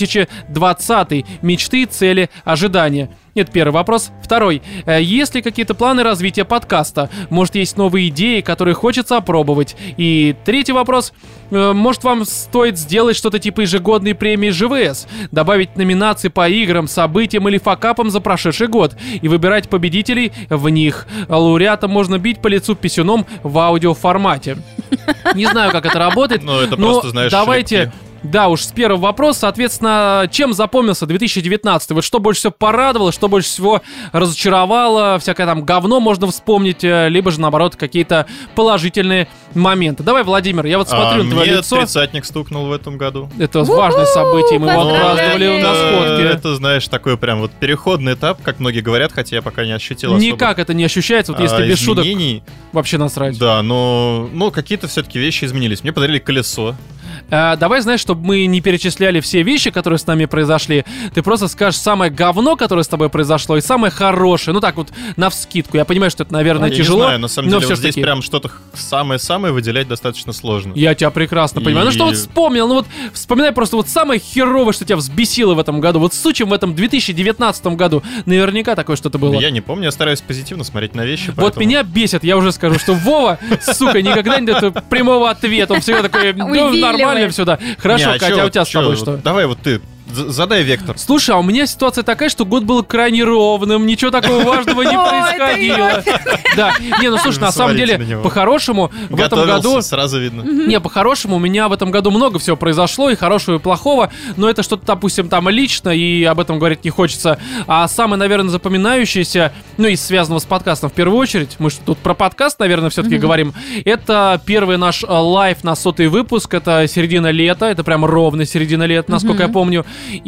2020? Мечты, цели, ожидания. Это первый вопрос. Второй. Есть ли какие-то планы развития подкаста? Может, есть новые идеи, которые хочется опробовать? И третий вопрос. Может, вам стоит сделать что-то типа ежегодной премии ЖВС? Добавить номинации по играм, событиям или факапам за прошедший год? И выбирать победителей в них. Лауреата можно бить по лицу писюном в аудиоформате. Не знаю, как это работает. Ну, это просто, знаешь, давайте... Да, уж с первого вопроса, соответственно, чем запомнился 2019? Вот что больше всего порадовало, что больше всего разочаровало, всякое там говно можно вспомнить, либо же, наоборот, какие-то положительные моменты. Давай, Владимир, я вот смотрю на твое лицо. Мне 30-ник стукнул в этом году. Это важное событие, мы его отпраздновали на сходке. Это, знаешь, такой прям вот переходный этап, как многие говорят, хотя я пока не ощутил особо. Никак это не ощущается, вот если без шуток вообще насрать. Да, но какие-то все-таки вещи изменились. Мне подарили колесо. Давай, знаешь, чтобы мы не перечисляли все вещи, которые с нами произошли, ты просто скажешь самое говно, которое с тобой произошло, и самое хорошее. Ну так вот, навскидку. Я понимаю, что это, наверное, тяжело. Я не знаю, на самом деле, вот здесь прям что-то самое-самое выделять достаточно сложно. Я тебя прекрасно понимаю. Ну что вот вспомнил, ну вот вспоминай просто вот самое херовое, что тебя взбесило в этом году. Вот с случаем в этом 2019 году наверняка такое что-то было. Я не помню, я стараюсь позитивно смотреть на вещи. Вот меня бесит, я уже скажу, что Вова, сука, никогда не дает прямого ответа. Он всегда такой, ну нормально все, да. Хорошо, Катя, а у тебя с тобой что? Давай вот ты. Задай вектор. Слушай, а у меня ситуация такая, что год был крайне ровным, ничего такого важного не происходило. Да, не, ну слушай, на самом деле, по-хорошему в этом году... сразу видно. Не, по-хорошему у меня в этом году много всего произошло, и хорошего, и плохого, но это что-то, допустим, там лично, и об этом говорить не хочется. А самое, наверное, запоминающееся, ну, из связанного с подкастом в первую очередь, мы же тут про подкаст, наверное, все-таки говорим, это первый наш лайв на 100-й выпуск, это середина лета, это прям ровно середина лета, насколько я помню.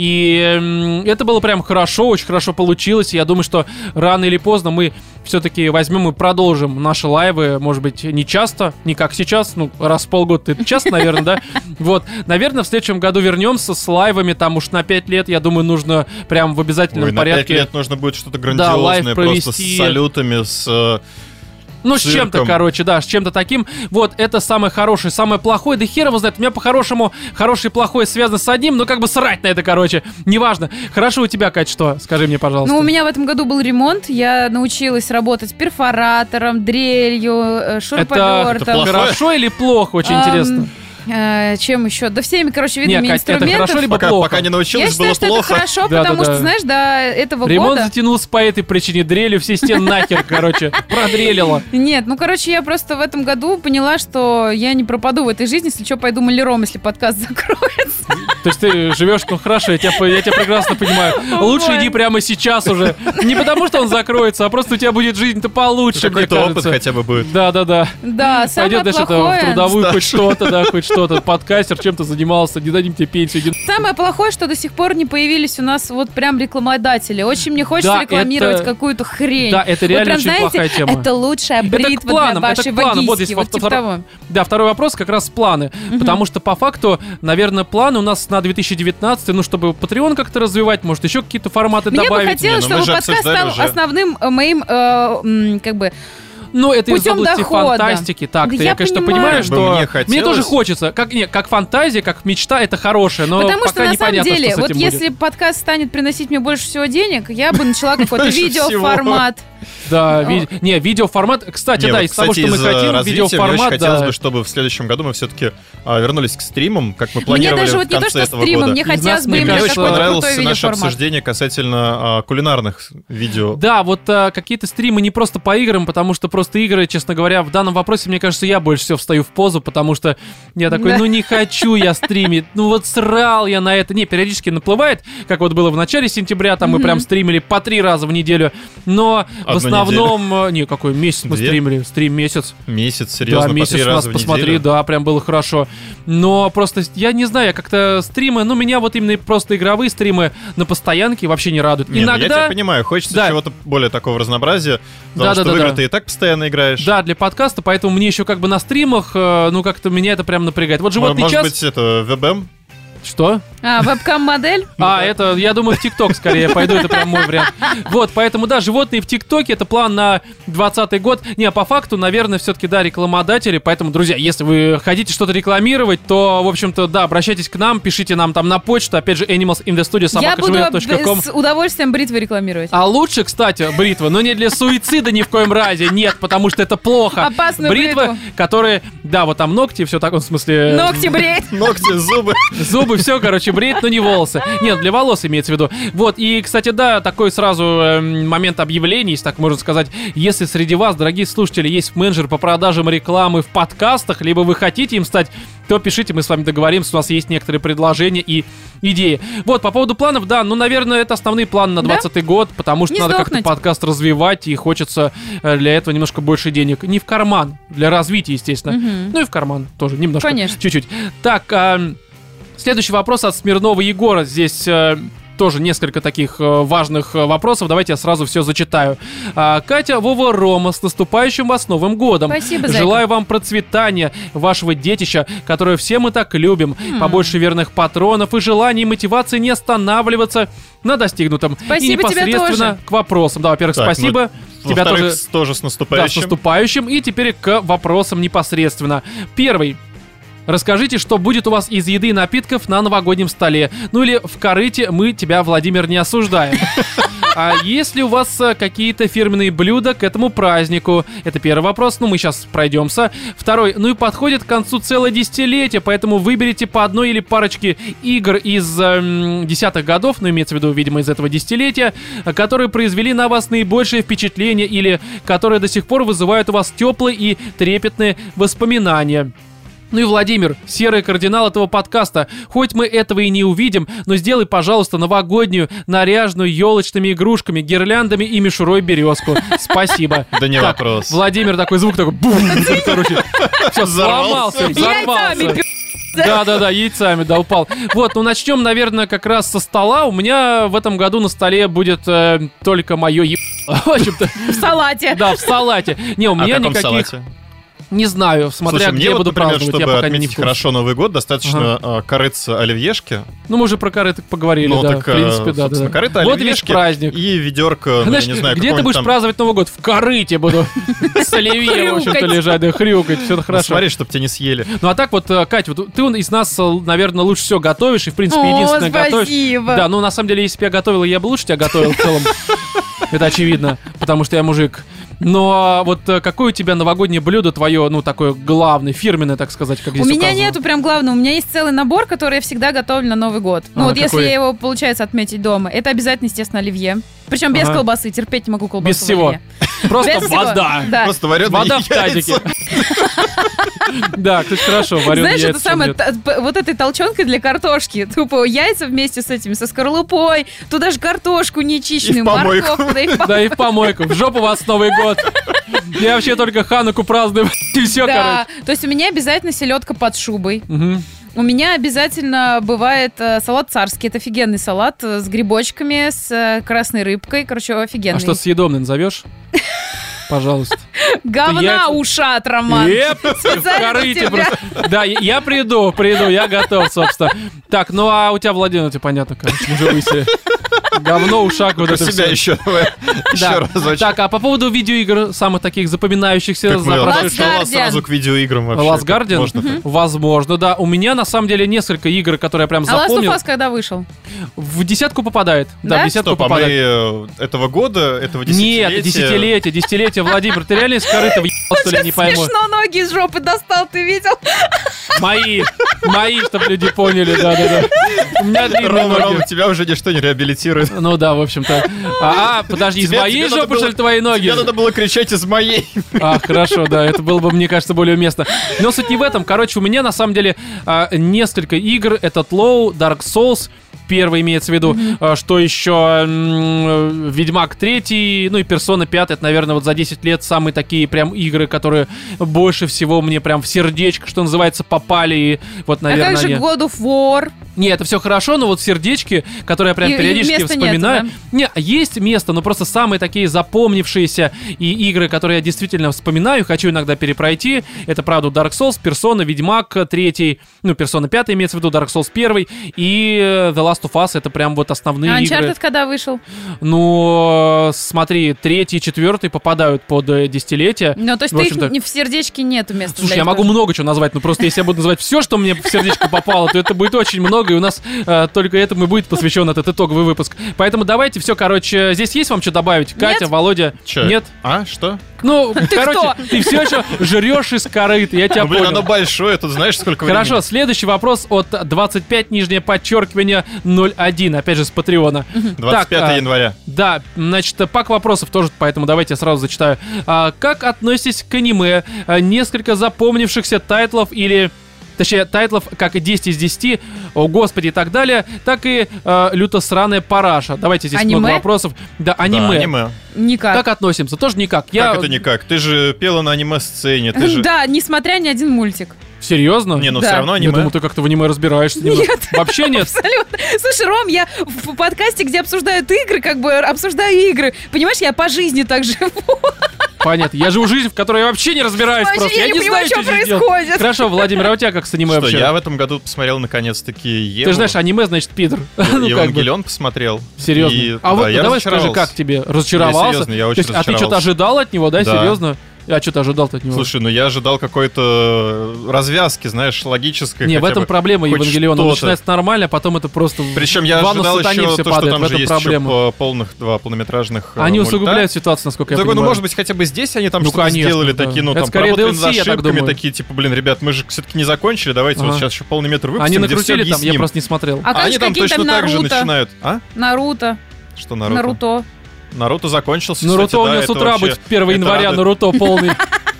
И это было прям хорошо, очень хорошо получилось. Я думаю, что рано или поздно мы все-таки возьмем и продолжим наши лайвы. Может быть, не часто, не как сейчас, ну, раз в полгода это часто, наверное, да? Вот, наверное, в следующем году вернемся с лайвами, там уж на 5 лет, я думаю, нужно прям в обязательном порядке. На 5 лет нужно будет что-то грандиозное, просто с салютами, с... Ну, с чем-то, короче, да, с чем-то таким. Вот, это самое хорошее, самое плохое. Да хер его знает, у меня по-хорошему хорошее и плохое связано с одним, но как бы срать на это, короче, неважно. Хорошо, у тебя, Кать, что? Скажи мне, пожалуйста. Ну, у меня в этом году был ремонт, я научилась работать перфоратором, дрелью, шуруповертом. Это хорошо или плохо? Очень интересно. Чем еще? Да всеми, короче, видами инструментов. Это хорошо либо плохо? Пока не научилась, было плохо. Я считаю, что это хорошо, потому что, знаешь, до этого года... Ремонт затянулся по этой причине, дрелью все стены нахер, короче, продрелила. Нет, ну, короче, я просто в этом году поняла, что я не пропаду в этой жизни, если что, пойду маляром, если подкаст закроется. То есть ты живешь, ну, хорошо, я тебя прекрасно понимаю. Лучше иди прямо сейчас уже. Не потому, что он закроется, а просто у тебя будет жизнь-то получше, мне кажется. Какой-то опыт хотя бы будет. Да. Да, самое плохое... Пойдет, в трудовую хоть что-то, да, хоть что-то. Подкастер, чем-то занимался, не дадим тебе пенсию. Самое плохое, что до сих пор не появились у нас вот прям рекламодатели. Очень мне хочется рекламировать какую-то хрень. Да, это реально вот прям, очень плохая тема. Это лучшая бритва для вашей вагиски. Вот типа того. Да, второй вопрос как раз планы. Потому что по факту, наверное, планы у нас на 2019, ну, чтобы Patreon как-то развивать, может, еще какие-то форматы добавить. Мне бы хотелось, чтобы подкаст стал основным моим, как бы... Ну, это из области фантастики. Так, я, конечно, понимаю, что мне тоже хочется. Как фантазия, как мечта, это хорошее, но потому пока что, непонятно, на самом деле, что с этим вот если подкаст станет приносить мне больше всего денег, я бы начала какой-то видеоформат. Да, видеоформат. Кстати, из того, что мы хотим, видеоформат. Мне очень хотелось бы, чтобы в следующем году мы все-таки вернулись к стримам, как мы планировали в конце этого года. Мне хотелось бы именно какой-то крутой видеоформат. Мне очень понравилось наше обсуждение касательно кулинарных видео. Да, вот какие-то стримы не просто по играм, потому что просто игры, честно говоря, в данном вопросе, мне кажется, я больше всего встаю в позу, потому что я такой, не хочу я стримить, срал я на это. Не, периодически наплывает, как вот было в начале сентября, там мы прям стримили по 3 раза в неделю, но в основном... Не, какой месяц мы стримили? Стрим месяц. Месяц, серьезно, да, месяц у нас, посмотри, да, прям было хорошо. Но просто, я не знаю, как-то стримы, меня вот именно просто игровые стримы на постоянке вообще не радуют. Иногда... я тебя понимаю, хочется чего-то более такого разнообразия, потому что в игры ты и так постоянно играешь. Да, для подкаста, поэтому мне еще как бы на стримах, как-то меня это прям напрягает. Вот «Животный час». Может быть, это WebM? Что? Вебкам-модель? Это, я думаю, в ТикТок скорее пойду, это прям мой вариант. Вот, поэтому, да, животные в ТикТоке, это план на 2020 год. Не, по факту, наверное, все-таки, да, рекламодатели, поэтому, друзья, если вы хотите что-то рекламировать, то, в общем-то, да, обращайтесь к нам, пишите нам там на почту, опять же, animalsinthestudio@gmail.com. Я буду с удовольствием бритвы рекламировать. А лучше, кстати, бритва, но не для суицида ни в коем разе, нет, потому что это плохо. Опасную бритва, которая, да, вот там ногти, все так, в смысле... Ногти бреет. Ногти, зубы. Зубы, все, короче, бреет, но не волосы. Нет, для волос имеется в виду. Вот, и, кстати, да, такой сразу момент объявлений, если так можно сказать. Если среди вас, дорогие слушатели, есть менеджер по продажам рекламы в подкастах, либо вы хотите им стать, то пишите, мы с вами договоримся, у нас есть некоторые предложения и идеи. Вот, по поводу планов, да, наверное, это основные планы на 2020 год, потому что надо как-то подкаст развивать, и хочется для этого немножко больше денег. Не в карман, для развития, естественно. Ну и в карман тоже, немножко. Конечно. Чуть-чуть. Так, следующий вопрос от Смирнова Егора. Здесь тоже несколько таких важных вопросов. Давайте я сразу все зачитаю. Катя, Вова, Рома, с наступающим вас Новым годом. Спасибо, зайка. Желаю вам процветания вашего детища, которое все мы так любим. Побольше верных патронов и желаний и мотивации не останавливаться на достигнутом. Спасибо, и непосредственно к вопросам. Да, во-первых, спасибо. Тебя тоже с наступающим. Да, с наступающим. И теперь к вопросам непосредственно. Первый. Расскажите, что будет у вас из еды и напитков на новогоднем столе. Ну или в корыте, мы тебя, Владимир, не осуждаем. А есть ли у вас какие-то фирменные блюда к этому празднику? Это первый вопрос, мы сейчас пройдемся. Второй, и подходит к концу целое десятилетие, поэтому выберите по одной или парочке игр из десятых годов, имеется в виду, видимо, из этого десятилетия, которые произвели на вас наибольшее впечатление или которые до сих пор вызывают у вас теплые и трепетные воспоминания. Ну и, Владимир, серый кардинал этого подкаста, хоть мы этого и не увидим, но сделай, пожалуйста, новогоднюю, наряженную елочными игрушками, гирляндами и мишурой березку. Спасибо. Да не вопрос. Владимир, такой звук такой, бум, короче, все, взорвался. Да, яйцами, да, упал. Вот, начнем, наверное, как раз со стола. У меня в этом году на столе будет только мое в общем-то. В салате. Да, в салате. Не, у меня никаких... Не знаю, смотря где я буду праздновать, чтобы я пока отметить хорошо Новый год, достаточно корыться оливьешки. Мы уже про корыто поговорили, да, в принципе, да. Корыто, вот весь праздник. И ведерко, знаешь, я не знаю, где ты будешь праздновать Новый год? В корыте буду с оливье, в общем-то, лежать, да, хрюкать, все хорошо. Смотри, чтобы тебя не съели. Ну а так вот, Кать, вот ты из нас, наверное, лучше всего готовишь, и, в принципе, единственное готовишь. Да, на самом деле, если бы я готовил, я бы лучше тебя готовил в целом. Это очевидно, потому что я мужик. Но вот какое у тебя новогоднее блюдо твое, такое главное, фирменное, так сказать, как здесь указано? У меня нету прям главного, у меня есть целый набор, который я всегда готовлю на Новый год. Если я его, получается, отметить дома, это обязательно, естественно, оливье. Причем без колбасы, терпеть не могу колбасу. Без всего. Просто вода. Просто вареные вода в тазике. Да, кстати, хорошо, вареные яйца. Знаешь, это самое, вот этой толченкой для картошки, тупо яйца вместе с этими, со скорлупой, туда же картошку нечищенную, морковку. Да, и в помойку. В жопу вас Новый год. Я вообще только Хануку праздную, и все, короче. То есть у меня обязательно селедка под шубой. У меня обязательно бывает салат царский. Это офигенный салат с грибочками, с красной рыбкой. Короче, офигенный. А что, съедобный назовешь? Пожалуйста. Говна ушат, Роман. Корыте просто. Да, я приду, я готов, собственно. Так, а у тебя, Владимир, тебе понятно, короче, мы уже выяснили. Говно, ушак, вот это себя все. Еще разочек. Так, а по поводу видеоигр, самых таких запоминающихся... Сразу к видеоиграм вообще. Last Guardian? Возможно, да. У меня, на самом деле, несколько игр, которые я прям запомнил. А Last of Us когда вышел? В десятку попадает. Да, в десятку попадает. Этого года, этого десятилетия? Нет, десятилетие, Владимир. Ты реально из корыта въебал, что ли, не пойму. Смешно ноги из жопы достал, ты видел? Мои, чтобы люди поняли, да. У меня длинные ноги. Рома, тебя уже ничто не реабилитирует. Ну да, в общем-то. Подожди, из моей жопы, что ли, твои ноги? Тебе надо было кричать из моей. Хорошо, да, это было бы, мне кажется, более уместно. Но суть не в этом. Короче, у меня, на самом деле, несколько игр. Это Low, Dark Souls, первый имеется в виду, что еще Ведьмак 3, ну и Persona 5, это, наверное, вот за 10 лет самые такие прям игры, которые больше всего мне прям в сердечко, что называется, попали. И вот, наверное, а как же God of War? Не, это все хорошо, но вот сердечки, которые я прям периодически вспоминаю. Нет, да? Не, есть место, но просто самые такие запомнившиеся и игры, которые я действительно вспоминаю, хочу иногда перепройти. Это, правда, Dark Souls, Persona, Ведьмак 3, ну, Persona 5 имеется в виду, Dark Souls 1 и The Last of Us, это прям вот основные игры. А Uncharted когда вышел? Ну, смотри, 3 и 4 попадают под десятилетие. Ну, то есть ты их в сердечке нету места. Слушай, я могу много чего назвать, но просто если я буду называть все, что мне в сердечко попало, то это будет очень много, и у нас только этому и будет посвящен этот итоговый выпуск. Поэтому давайте все, короче, здесь есть вам что добавить? Катя, Володя? Чё? Нет? А, что? Ну, короче, ты все еще жрешь из корыта, я тебя понял. Оно большое, тут знаешь, сколько времени. Хорошо, следующий вопрос от 25, нижнее подчеркивание, 01, опять же, с Патреона. 25 января. Да, значит, пак вопросов тоже, поэтому давайте я сразу зачитаю. Как относитесь к аниме? Несколько запомнившихся тайтлов или... Точнее, тайтлов как и 10 из 10, о господи и так далее, так и люто сраная параша. Давайте здесь много вопросов. Да, аниме. Да, аниме. Никак. Как относимся? Тоже никак. Как это никак? Ты же пела на аниме-сцене. Ты же... Да, несмотря ни один мультик. Серьезно? Не, ну все равно аниме. Я думал, ты как-то в аниме разбираешься. Нет. Вообще нет? Абсолютно. Слушай, Ром, я в подкасте, где обсуждают игры, как бы обсуждаю игры. Понимаешь, я по жизни так живу. Понятно. Я живу жизнь, в которой я вообще не разбираюсь просто. Я не понимаю, что происходит. Хорошо, Владимир, а у тебя как с аниме вообще? Я в этом году посмотрел наконец-таки Еву. Ты же знаешь, аниме, значит, пидор. Евангелион посмотрел. Серьезно? А вот давай скажи, как тебе? Разочаровался? Серьезно, я очень разочаровался. А ты что-то ожидал от него, да? Серьезно? А что ты ожидал-то от него? Слушай, ну я ожидал какой-то развязки, знаешь, логической. Не, в этом проблема Евангелиона. Он начинается нормально, а потом это просто... Причем я ожидал еще то, что там же есть еще два полнометражных Они усугубляют ситуацию, насколько я понимаю. Ну, может быть, хотя бы здесь они там что-то сделали, такие, ну, там, поработали над ошибками, такие, типа, блин, ребят, мы же все-таки не закончили, давайте вот сейчас еще полный метр выпустим, они накрутили там, я просто не смотрел. А они там точно так же начинают. А? Наруто. Что Наруто? Наруто закончился, Наруто у него с утра будет 1 января, Наруто полный.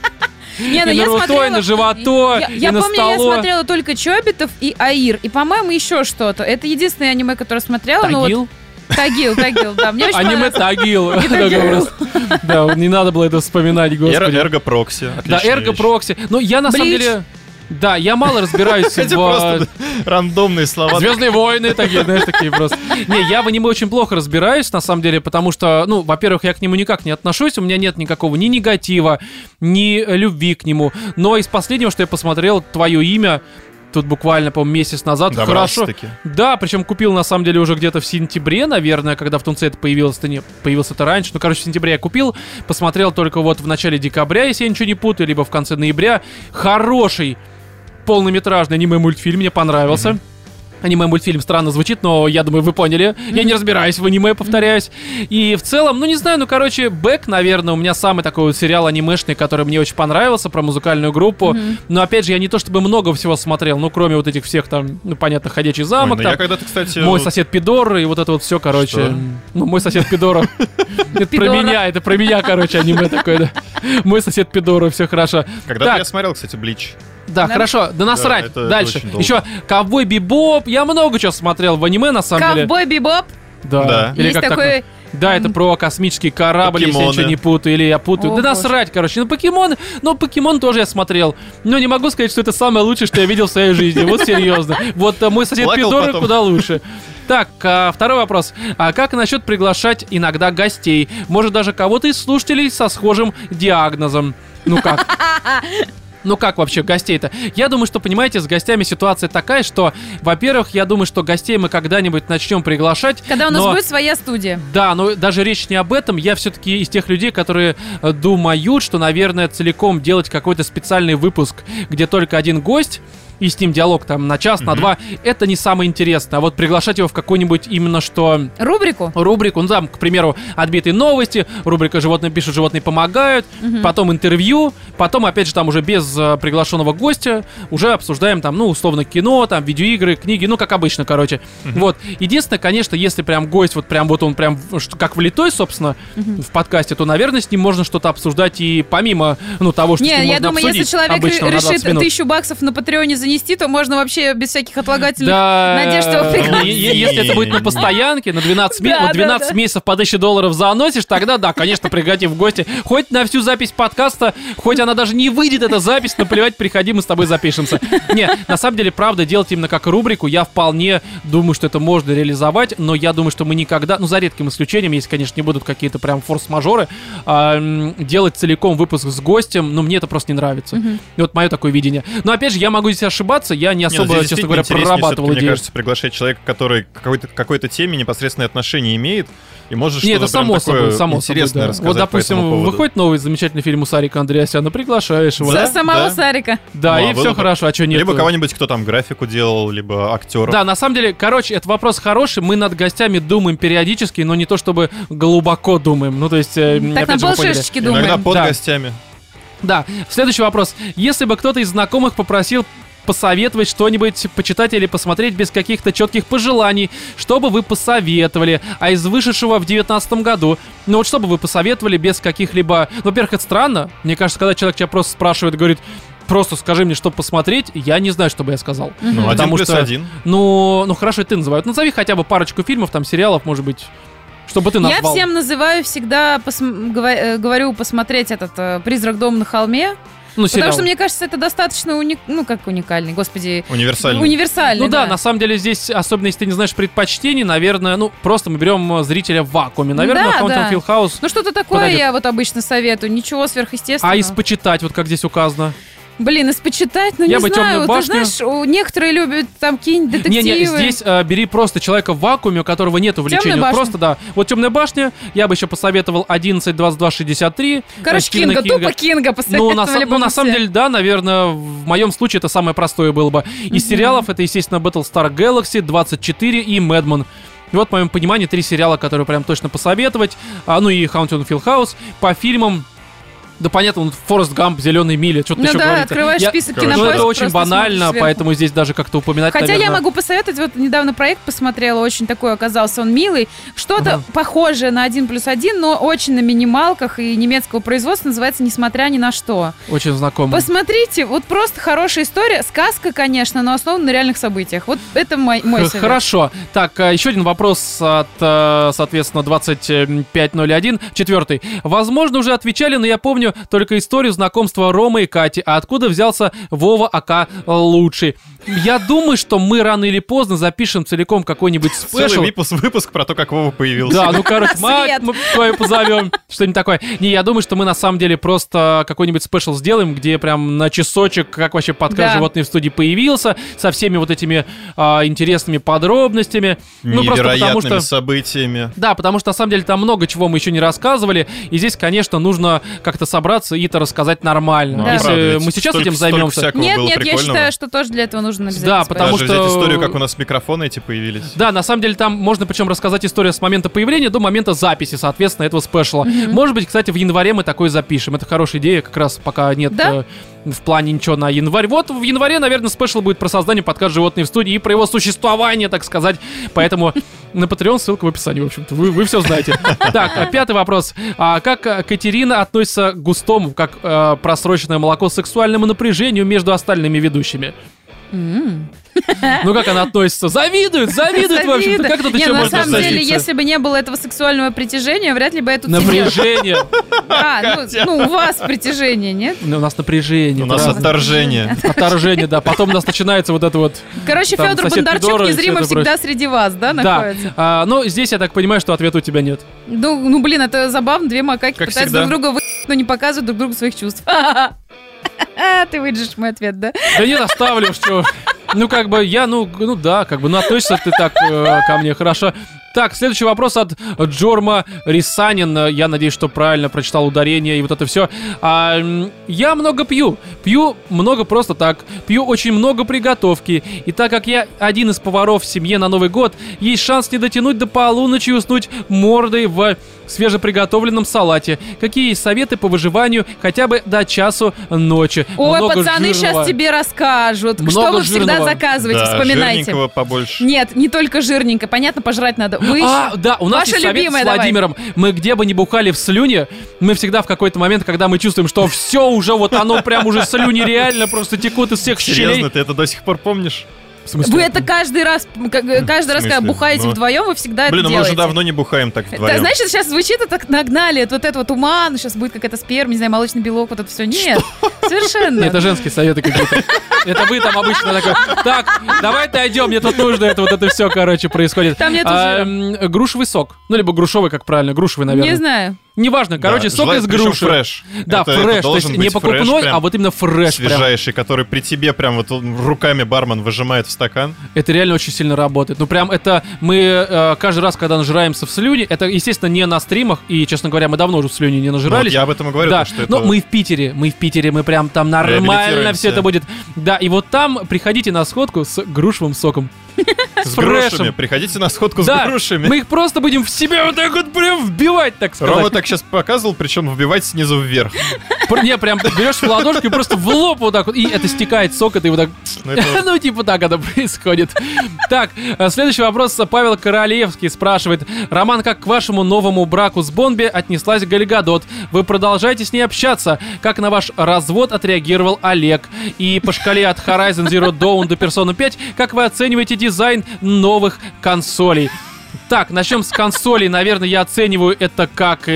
Не, ну и я на смотрела, и на живото, я и на помню, столо. Я смотрела только Чобитов и Аир. И, по-моему, еще что-то. Это единственное аниме, которое смотрела. Тагил? Тагил, да. Мне очень аниме Тагил. Да, не надо было это вспоминать, господи. Эрго Прокси. Да, Эрго Прокси. Ну, я на самом деле... Да, я мало разбираюсь в... Эти просто рандомные слова. Звездные войны такие, знаешь, такие просто. Не, я в аниме очень плохо разбираюсь, на самом деле, потому что, ну, во-первых, я к нему никак не отношусь, у меня нет никакого ни негатива, ни любви к нему. Но из последнего, что я посмотрел, «Твое имя», тут буквально, по-моему, месяц назад. Хорошо. Да, причем купил, на самом деле, уже где-то в сентябре, наверное, когда в Тунце это появилось, появился-то раньше. Ну, короче, в сентябре я купил, посмотрел только вот в начале декабря, если я ничего не путаю, либо в конце ноября. Хороший полнометражный аниме-мультфильм, мне понравился. Аниме-мультфильм странно звучит, но я думаю, вы поняли. Я не разбираюсь в аниме, повторяюсь. И в целом, ну не знаю, ну короче, Бэк, наверное, у меня самый такой вот сериал анимешный, который мне очень понравился, про музыкальную группу. Но опять же, я не то чтобы много всего смотрел, ну кроме вот этих всех там, ну понятно, «Ходячий замок», там, я когда-то, кстати... «Мой сосед Пидор» и вот это вот все, короче. Что? Ну, «Мой сосед Пидора». Это про меня, короче, аниме такое, да. «Мой сосед Пидора», все хорошо. Когда-то я смотрел, кстати, «Блич». Да, хорошо, да насрать. Дальше. Еще «Ковбой Бибоп». Я много чего смотрел в аниме, на самом деле. «Ковбой Бибоп»? Да. Или есть такой... Да, это про космический корабль, если я ничего не путаю, или я путаю. Да насрать, короче. Ну, покемон тоже я смотрел. Но не могу сказать, что это самое лучшее, что я видел в своей жизни. Вот серьезно. Вот «Мой сосед Пидор» куда лучше. Так, второй вопрос. А как насчет приглашать иногда гостей? Может, даже кого-то из слушателей со схожим диагнозом? Ну как? Ну как вообще гостей-то? Я думаю, что, понимаете, с гостями ситуация такая, что, во-первых, я думаю, что гостей мы когда-нибудь начнем приглашать. Когда у нас будет своя студия. Да, но даже речь не об этом. Я все-таки из тех людей, которые думают, что, наверное, целиком делать какой-то специальный выпуск, где только один гость, и с ним диалог там на час, на два, это не самое интересное. А вот приглашать его в какую-нибудь именно что... Рубрику, ну там, к примеру, отбитые новости, рубрика «Животные пишут, животные помогают», потом интервью, потом, опять же, там уже без приглашенного гостя уже обсуждаем там, ну, условно, кино, там, видеоигры, книги, ну, как обычно, короче. Вот. Единственное, конечно, если прям гость, вот он прям как влитой, собственно, в подкасте, то, наверное, с ним можно что-то обсуждать и помимо, ну, того, что с ним можно обсудить. Если человек решит $1000 на Патреоне занести, то можно вообще без всяких отлагательных надежд его пригласить. Если это будет на постоянке, на 12 месяцев по $1000 заносишь, тогда, да, конечно, пригласи в гости. Хоть на всю запись подкаста, хоть она даже не выйдет, эта запись, наплевать, приходи, мы с тобой запишемся. Не, на самом деле, правда, делать именно как рубрику, я вполне думаю, что это можно реализовать, но я думаю, что мы никогда, ну, за редким исключением, если, конечно, не будут какие-то прям форс-мажоры, делать целиком выпуск с гостем, ну, мне это просто не нравится. И вот мое такое видение. Но, опять же, я могу здесь ошибаться, я не особо, честно говоря, прорабатывал идею. Мне кажется, приглашать человека, который к какой-то теме непосредственное отношение имеет, и может что-то это само собой, интересное рассказать. Вот, допустим, выходит новый замечательный фильм у Сарика Андреасяна, приглашаешь его. Самого Сарика. Да, и все хорошо, а что нет? Либо кого-нибудь, кто там графику делал, либо актеров. Да, на самом деле, короче, это вопрос хороший, мы над гостями думаем периодически, но не то чтобы глубоко думаем, ну то есть... Так на полшишечки думаем. Иногда под гостями. Да, следующий вопрос. Если бы кто-то из знакомых попросил посоветовать что-нибудь почитать или посмотреть без каких-то четких пожеланий, что бы вы посоветовали? А из вышедшего в 2019 году, ну вот что бы вы посоветовали без каких-либо... Во-первых, это странно. Мне кажется, когда человек тебя просто спрашивает, говорит, просто скажи мне, что посмотреть, я не знаю, что бы я сказал. Ну, 1+1. Ну, хорошо, ты называют. Назови хотя бы парочку фильмов, там, сериалов, может быть... Чтобы ты назвал. Я всем называю всегда, говорю посмотреть этот «Призрак дома на холме». Ну, потому что, мне кажется, это достаточно уникальный, господи. Универсальный. Ну да, на самом деле здесь, особенно если ты не знаешь предпочтений, наверное, ну, просто мы берем зрителя в вакууме. Наверное, Haunted Hill House. Ну, что-то такое подойдет. Я вот обычно советую. Ничего сверхъестественного. А из почитать, вот как здесь указано? Блин, испочитать, ну не знаю, ты знаешь, некоторые любят там какие-нибудь детективы. Не, здесь бери просто человека в вакууме, у которого нет увлечения. Просто, да. Вот «Темная башня», я бы еще посоветовал 11-22-63. Короче, Кинга, тупо Кинга посоветовали. Ну, на самом деле, да, наверное, в моем случае это самое простое было бы. Из сериалов это, естественно, Battlestar Galaxy, 24 и Madman. И вот, по моему пониманию, 3 сериала, которые прям точно посоветовать. Ну и Haunted Hill House. По фильмам, да понятно, Форест Гамп, «Зеленые мили», что-то еще говорится. Открываешь список Кинопоиск. Ну это очень банально, поэтому здесь даже как-то упоминать, Хотя наверное... я могу посоветовать, вот недавно проект посмотрела, очень такой оказался он милый. Что-то похожее на 1+1, но очень на минималках и немецкого производства, называется «Несмотря ни на что». Очень знакомо. Посмотрите, вот просто хорошая история, сказка, конечно, но основана на реальных событиях. Вот это мой совет. Хорошо. Так, еще один вопрос от, соответственно, 2501, 4. Возможно, уже отвечали, но я помню только историю знакомства Ромы и Кати. А откуда взялся Вова АК лучший? Я думаю, что мы рано или поздно запишем целиком какой-нибудь спешл. Целый выпуск про то, как Вова появился. Да, ну, короче, мать мы твою позовем. Что-нибудь такое. Не, я думаю, что мы на самом деле просто какой-нибудь спешл сделаем, где прям на часочек, как вообще подкаст «Животные в студии» появился, со всеми вот этими интересными подробностями. Невероятными событиями. Да, потому что на самом деле там много чего мы еще не рассказывали. И здесь, конечно, нужно как-то собраться и это рассказать нормально. Да. Если мы сейчас этим займемся. Нет, я считаю, что тоже для этого нужно обязательно. Да, потому что... взять историю, как у нас микрофоны эти появились. Да, на самом деле там можно причем рассказать историю с момента появления до момента записи, соответственно, этого спешла. Может быть, кстати, в январе мы такое запишем. Это хорошая идея, как раз пока нет... в плане ничего на январь. Вот в январе, наверное, спешл будет про создание подкаста «Животные в студии» и про его существование, так сказать. Поэтому на Patreon ссылка в описании, в общем-то. Вы все знаете. Так, 5-й вопрос. Как Катерина относится к густому, как просроченное молоко, сексуальному напряжению между остальными ведущими? Ну как она относится? Завидует, в общем-то. Как тут еще можно на самом деле, если бы не было этого сексуального притяжения, вряд ли бы эту напряжение. У вас притяжение, нет? У нас напряжение. У нас отторжение. Отторжение, да. Потом у нас начинается вот это вот... Короче, Федор Бондарчук незримо всегда среди вас, да, находится? Да. Но здесь я так понимаю, что ответа у тебя нет. Ну, блин, это забавно. Две макаки пытаются друг друга но не показывают друг другу своих чувств. Ты выйдешь мой ответ, да? Да нет, оставлю, что... относишься ты так ко мне, хорошо. Так, следующий вопрос от Джорма Рисанин. Я надеюсь, что правильно прочитал ударение и вот это все. Я много пью. Пью много просто так. Пью очень много приготовки. И так как я один из поваров в семье на Новый год, есть шанс не дотянуть до полуночи и уснуть мордой в свежеприготовленном салате. Какие есть советы по выживанию хотя бы до часу ночи? Ой, много пацаны жирного. Сейчас тебе расскажут. Много что вы жирного. Всегда заказываете, да, вспоминайте. Жирненького побольше. Нет, не только жирненько. Понятно, пожрать надо. Да, у нас есть совет с Владимиром. Давай. Мы где бы ни бухали в слюне, мы всегда в какой-то момент, когда мы чувствуем, что все уже, вот оно прям уже слюни реально просто текут из всех щелей. Серьезно, ты это до сих пор помнишь? Вы это каждый раз, когда бухаете вдвоем, вы всегда это делаете. Мы уже давно не бухаем так вдвоем. Значит, сейчас звучит, это так нагнали, вот это вот туман, сейчас будет какая-то сперма, не знаю, молочный белок, вот это все. Нет, совершенно. Это женские советы какие-то. Это вы там обычно такой, так, давай отойдем, мне тут нужно, это все, короче, происходит. Там нет жира. Грушевый сок, либо грушевый, как правильно, грушевый, наверное. Не знаю. Неважно, короче, сок из груши. Фреш. Да, фреш, то есть не покупной, а вот именно фреш. Свежайший, который при тебе прям вот руками бармен выжимает в стакан. Это реально очень сильно работает. Ну прям это мы каждый раз, когда нажираемся в слюни, это, естественно, не на стримах, и, честно говоря, мы давно уже в слюни не нажирались. Я об этом и говорю, да. что это... Но мы в Питере, мы прям там нормально все это будет. Да, и вот там приходите на сходку с грушевым соком. С грушами. Приходите на сходку с грушами. Мы их просто будем в себя вот так вот прям вбивать, так сказать. Рома так сейчас показывал, причем вбивать снизу вверх. Не, прям берешь в ладошку и просто в лоб вот так вот, и это стекает сок, и ты вот так... Ну, типа так это происходит. Так, следующий вопрос. Павел Королевский спрашивает. Роман, как к вашему новому браку с Бомби отнеслась Галь Гадот? Вы продолжаете с ней общаться? Как на ваш развод отреагировал Олег? И по шкале от Horizon Zero Dawn до Persona 5, как вы оцениваете дизайн новых консолей? Так, начнем с консолей. Наверное, я оцениваю это как...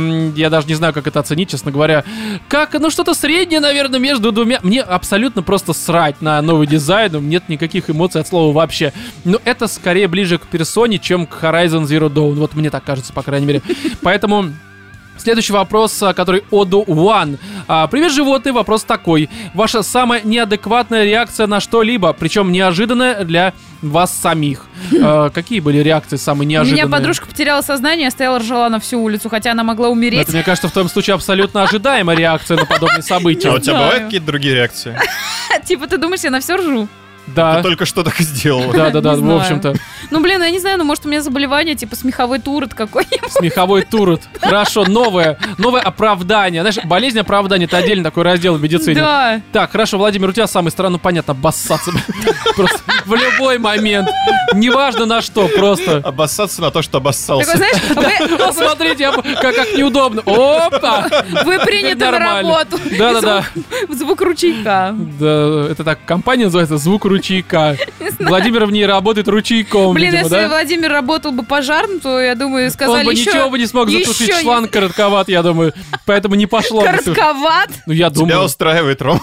я даже не знаю, как это оценить, честно говоря. Как, что-то среднее, наверное, между двумя. Мне абсолютно просто срать на новый дизайн. Нет никаких эмоций от слова вообще. Но это скорее ближе к персоне, чем к Horizon Zero Dawn. Вот мне так кажется, по крайней мере. Поэтому... Следующий вопрос, который Оду One. Привет, животные. Вопрос такой. Ваша самая неадекватная реакция на что-либо, причем неожиданная для вас самих. Какие были реакции самые неожиданные? У меня подружка потеряла сознание, стояла, ржала на всю улицу, хотя она могла умереть. Это, мне кажется, в твоем случае абсолютно ожидаемая реакция на подобные события. А у тебя бывают какие-то другие реакции? Типа, ты думаешь, я на все ржу? Да. Ты только что так сделал. Да, в общем-то. Ну, блин, я не знаю, может, у меня заболевание, типа смеховой турет какой-нибудь. Смеховой турет. Хорошо, новое оправдание. Знаешь, болезнь оправдания — это отдельный такой раздел в медицине. Да. Так, хорошо, Владимир, у тебя самая странно, понятно, обоссаться. Просто в любой момент. Неважно на что, просто. Обоссаться на то, что обоссался. Посмотрите, как неудобно. Опа! Вы приняты на работу. Да. Звук ручейка. Да, это так, компания называется «Звук ручейка». Владимир в ней работает ручейком, блин, видимо, если Владимир работал бы пожарным, то, я думаю, сказали, он бы ничего бы не смог затушить, шланг коротковат, я думаю. Поэтому не пошло. Коротковат? Ну, я думаю. Тебя устраивает, Ром.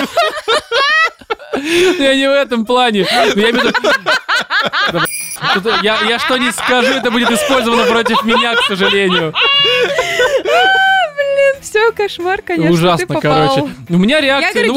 Я не в этом плане. Я что не скажу, это будет использовано против меня, к сожалению. Все, кошмар, конечно. Ужасно, короче. У меня реакция.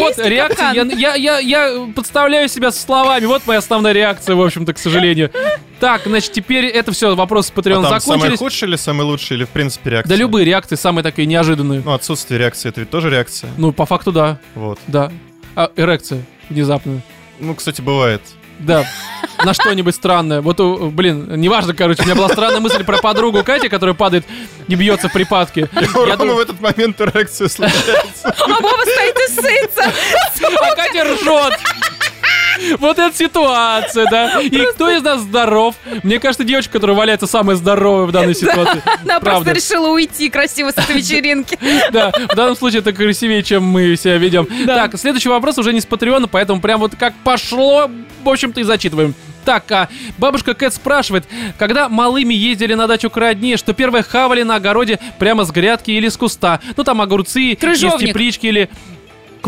Я подставляю себя со словами. Вот моя основная реакция, в общем-то, к сожалению. Так, значит, теперь это все, вопросы с Patreon закончились. Самые худшие или самые лучшие, или в принципе реакции? Да любые реакции, самые такие неожиданные. Ну, отсутствие реакции — это ведь тоже реакция? Ну, по факту, да. Вот. Да. Эрекция внезапная. Ну, кстати, бывает. Да, на что-нибудь странное. Вот, блин, неважно, короче, у меня была странная мысль про подругу Кати, которая падает и бьется в припадке. Я думаю, в этот момент эрекция случается. А Боба стоит и ссытся. А Катя ржет. Вот эта ситуация, да. И кто из нас здоров? Мне кажется, девочка, которая валяется, самая здоровая в данной ситуации. Она просто решила уйти красиво с этой вечеринки. Да, в данном случае это красивее, чем мы себя ведем. Так, следующий вопрос уже не с Патреона, поэтому прям вот как пошло, в общем-то, и зачитываем. Так, бабушка Кэт спрашивает, когда малыми ездили на дачу к родне, что первое хавали на огороде прямо с грядки или с куста? Ну, там огурцы, из теплички или...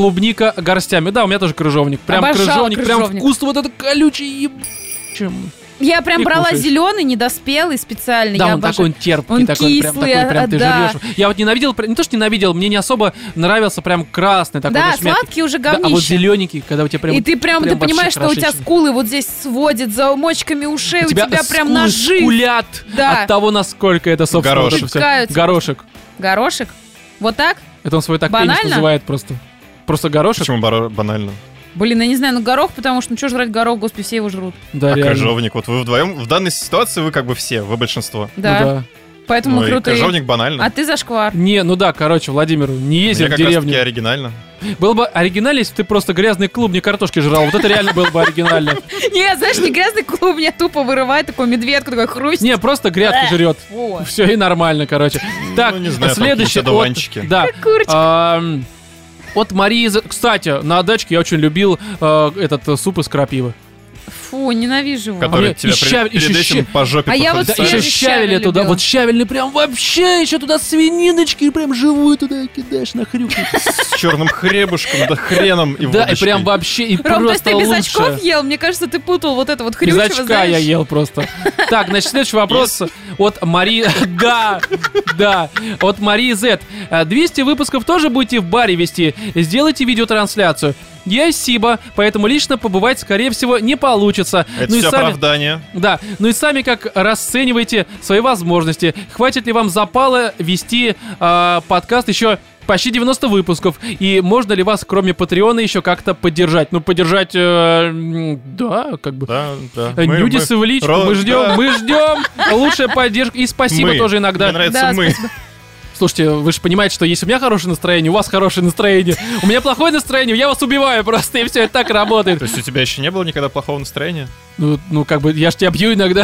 Клубника горстями. Да, у меня тоже крыжовник. Прям обожал крыжовник, прям вкусно, вот это колючий Я прям брала зеленый, недоспелый специально. Да, он такой терпкий, он такой кислый, прям ты жрешь. Я вот ненавидел, не то что ненавидел, мне не особо нравился прям красный такой. Да, сладкий уже говнище. Да, а вот зелененький, когда у тебя прям. И ты понимаешь, что у тебя скулы вот здесь сводит за мочками ушей, у тебя прям ножи скулят от того, насколько это, собственно, горошек. Горошек? Вот так? Это он свой так пенис называет просто. Просто горошек. Почему банально? Блин, я не знаю, горох, потому что, что жрать горох, господи, все его жрут. Да, реально. Крыжовник, вот вы вдвоем, в данной ситуации вы как бы все, вы большинство. Да. Поэтому крутые. Крыжовник банально. А ты зашквар. Не, Владимиру, не ездил в деревню. Мне как раз таки оригинально. Было бы оригинально, если бы ты просто грязный клубни картошки жрал. Вот это реально было бы оригинально. Не, знаешь, не грязный клубни, а тупо вырывает такую медведку, такой хруст. Не, просто грядку жрет. Все, и нормально, короче. Так, следующий. Да. От Марии... Кстати, на дачке я очень любил этот суп из крапивы. Фу, ненавижу его. Который тебя перед этим по жопе я вот еще щавели туда, вот щавельный прям вообще, еще туда свининочки, прям живую туда кидаешь на хрюк. С черным хребушком, да хреном и водочкой. Да, и прям вообще, и Ром, просто лучше. Ром, то есть ты без очков ел? Мне кажется, ты путал вот это вот хрючево, без очка я ел просто. Так, значит, следующий вопрос от Марии... Да, от Марии Z. 200 выпусков тоже будете в баре вести? Сделайте видеотрансляцию. Я Сиба, поэтому лично побывать, скорее всего, не получится. Это все оправдание. Да, ну и сами как расцениваете свои возможности. Хватит ли вам запала вести подкаст еще почти 90 выпусков? И можно ли вас, кроме Патреона, еще как-то поддержать? Ну, поддержать, да, как бы. Да. Нюдисы в личку, мы ждем. Лучшая поддержка. И спасибо тоже иногда. Мне нравится мы. Слушайте, вы же понимаете, что если у меня хорошее настроение, у вас хорошее настроение. У меня плохое настроение, я вас убиваю просто, и все, это так работает. То есть у тебя еще не было никогда плохого настроения? Ну как бы, я ж тебя бью иногда.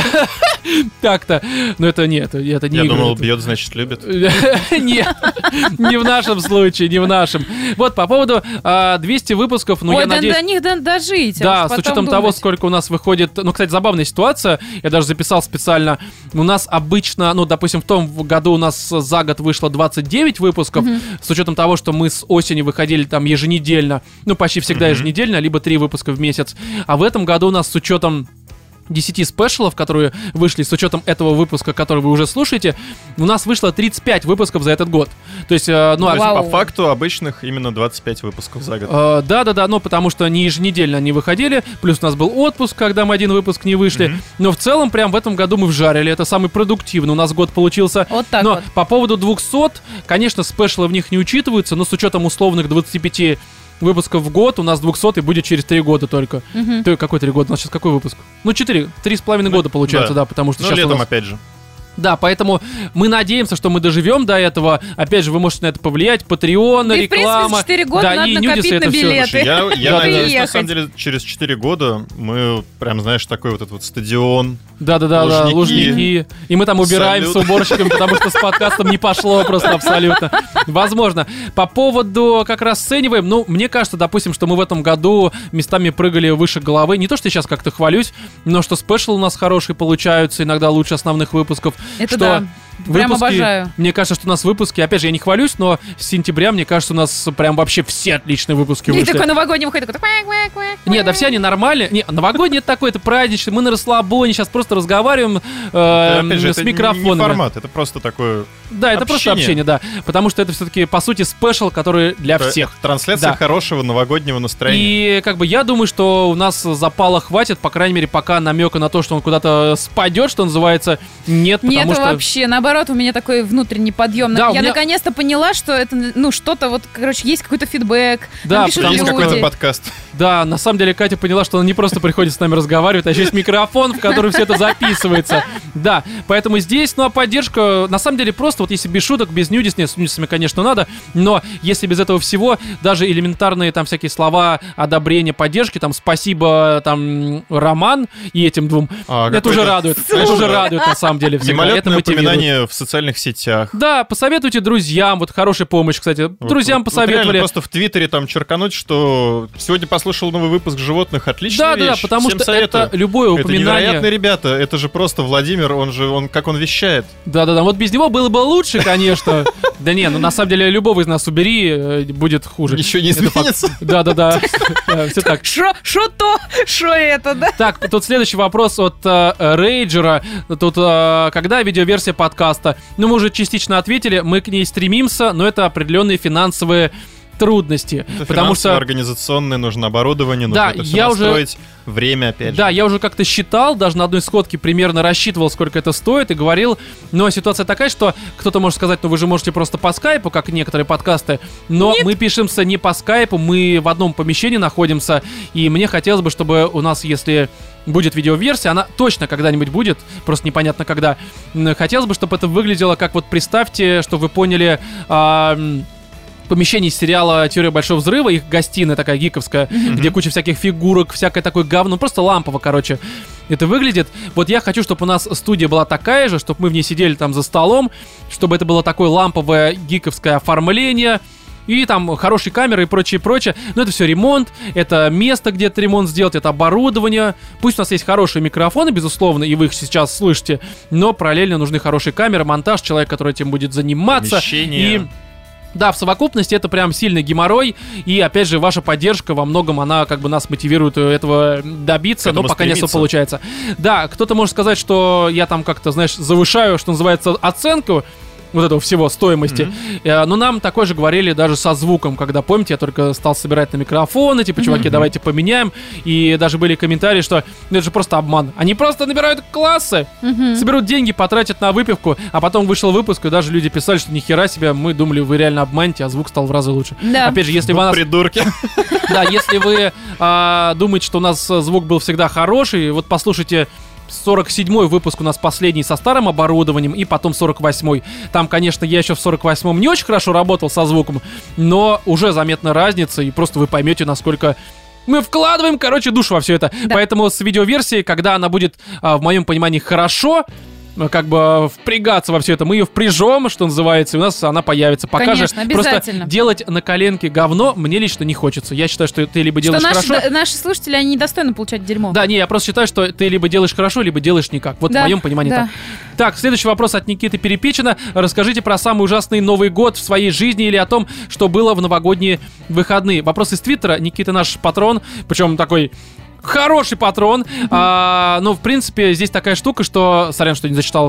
Так-то. Но это нет, это не Я игра. думал, бьет, значит, любит. Нет, не в нашем случае, не в нашем. Вот, по поводу 200 выпусков, ну я надеюсь... до них дожить. Да, с учетом того, сколько у нас выходит... Ну, кстати, забавная ситуация, я даже записал специально. У нас обычно, ну, допустим, в том году у нас за год вышло 29 выпусков, с учетом того, что мы с осени выходили там еженедельно, ну, почти всегда еженедельно, либо 3 выпуска в месяц. А в этом году у нас с учетом 10 спешалов, которые вышли с учетом этого выпуска, который вы уже слушаете, у нас вышло 35 выпусков за этот год. То есть, по факту обычных именно 25 выпусков за год. Да, ну потому что не еженедельно они выходили, плюс у нас был отпуск, когда мы один выпуск не вышли, но в целом прям в этом году мы вжарили, это самый продуктивный у нас год получился. Вот так но вот. По поводу 200, конечно, спешалы в них не учитываются, но с учетом условных 25 выпусков в год, у нас 200 будет через 3 года только. Какой 3 года? У нас сейчас какой выпуск? Ну, 3,5 года получается, да, потому что сейчас летом у нас... опять же. Да, поэтому мы надеемся, что мы доживем до этого. Опять же, вы можете на это повлиять. Патреон, реклама. В принципе, 4 года надо накопить на билеты. Слушай, я надеюсь, на самом деле, через 4 года мы прям, знаешь, такой вот этот вот стадион. Да, Лужники. И мы там убираем с уборщиками, потому что с подкастом не пошло просто абсолютно. Возможно. По поводу как раз оцениваем, ну, мне кажется, допустим, что мы в этом году местами прыгали выше головы. Не то, что я сейчас как-то хвалюсь, но что спешл у нас хорошие получаются, иногда лучше основных выпусков. Это что да. Прям обожаю. Мне кажется, что у нас выпуски, опять же, я не хвалюсь, но с сентября, мне кажется, у нас прям вообще все отличные выпуски вышли. И такой новогодний выходит, такой... Нет, да все они нормальные. Не, новогодний это такой, это праздничный, мы на расслабоне, сейчас просто разговариваем с микрофонами. Это не формат, это просто такое Да, это просто общение, да. Потому что это все-таки, по сути, спешл, который для всех. Трансляция хорошего новогоднего настроения. И как бы я думаю, что у нас запала хватит, по крайней мере, пока намека на то, что он куда-то спадет, что называется, нет, потому нет, что... вообще, наоборот, у меня такой внутренний подъем. Да, я наконец-то поняла, что это, ну, что-то вот, короче, есть какой-то фидбэк. Да, есть какой-то подкаст. Да, на самом деле Катя поняла, что она не просто приходит с нами разговаривать, а еще есть микрофон, в который все это записывается. Да, поэтому здесь, ну, а поддержка, на самом деле, просто вот если без шуток, без нюдис, нет, с нюдисами, конечно, надо, но если без этого всего, даже элементарные там всякие слова одобрения, поддержки, там, спасибо, там, Роман и этим двум, это уже радует. Это уже радует, на самом деле. Мимолетное упоминание в социальных сетях. Да, посоветуйте друзьям, вот хорошая помощь, кстати. Друзьям посоветовали. Просто в Твиттере там черкануть, что сегодня послушал новый выпуск «Животных», отличная вещь. Да, потому всем что советую. это любое упоминание. Это невероятные ребята, это же просто Владимир, он как он вещает. Да, вот без него было бы лучше, конечно. Да не, ну на самом деле любого из нас убери, будет хуже. Ничего не изменится. Да. Все так. Шо то, шо это, да? Так, тут следующий вопрос от Рейджера. Тут, когда видеоверсия подкаста? Ну, мы уже частично ответили, мы к ней стремимся, но это определенные финансовые трудности. Это потому что организационное, нужно оборудование, нужно это все настроить, время опять же. Да, я уже как-то считал, даже на одной сходке примерно рассчитывал, сколько это стоит, и говорил, но ситуация такая, что кто-то может сказать, ну вы же можете просто по скайпу, как некоторые подкасты, но мы пишемся не по скайпу, мы в одном помещении находимся, и мне хотелось бы, чтобы у нас, если будет видеоверсия, она точно когда-нибудь будет, просто непонятно когда, хотелось бы, чтобы это выглядело как вот, представьте, что вы поняли... помещении сериала «Теория большого взрыва», их гостиная такая гиковская, где куча всяких фигурок, всякое такое говно, просто лампово, короче, это выглядит. Вот я хочу, чтобы у нас студия была такая же, чтобы мы в ней сидели там за столом, чтобы это было такое ламповое гиковское оформление, и там хорошие камеры и прочее. Но это все ремонт, это место, где этот ремонт сделать, это оборудование. Пусть у нас есть хорошие микрофоны, безусловно, и вы их сейчас слышите, но параллельно нужны хорошие камеры, монтаж, человек, который этим будет заниматься. Помещение. И... да, в совокупности это прям сильный геморрой, и опять же ваша поддержка во многом, она как бы нас мотивирует этого добиться, но пока не особо получается. Да, кто-то может сказать, что я там как-то, знаешь, завышаю, что называется, оценку вот этого всего, стоимости. Но нам такое же говорили даже со звуком, когда, помните, я только стал собирать на микрофоны, типа, чуваки, давайте поменяем. И даже были комментарии, что это же просто обман. Они просто набирают классы, соберут деньги, потратят на выпивку, а потом вышел выпуск, и даже люди писали, что нихера себе, мы думали, вы реально обманете, а звук стал в разы лучше. Да. Опять же, если вы нас... придурки. Да, если вы думаете, что у нас звук был всегда хороший, вот послушайте 47-й выпуск у нас последний со старым оборудованием, и потом 48-й. Там, конечно, я еще в 48-м не очень хорошо работал со звуком, но уже заметна разница, и просто вы поймете, насколько мы вкладываем, короче, душу во все это. Да. Поэтому с видеоверсией, когда она будет, в моем понимании, хорошо, как бы впрягаться во все это, мы ее впряжем, что называется, и у нас она появится. Пока конечно, же просто делать на коленке говно мне лично не хочется. Я считаю, что ты либо делаешь хорошо... Наши слушатели, они недостойны получать дерьмо. Да, не, я просто считаю, что ты либо делаешь хорошо, либо делаешь никак. Вот в моем понимании так. Так, следующий вопрос от Никиты Перепечина. Расскажите про самый ужасный Новый год в своей жизни или о том, что было в новогодние выходные. Вопрос из Твиттера. Никита наш патрон, причем такой... хороший патрон. Но, в принципе, здесь такая штука, что... Сорян, что не зачитал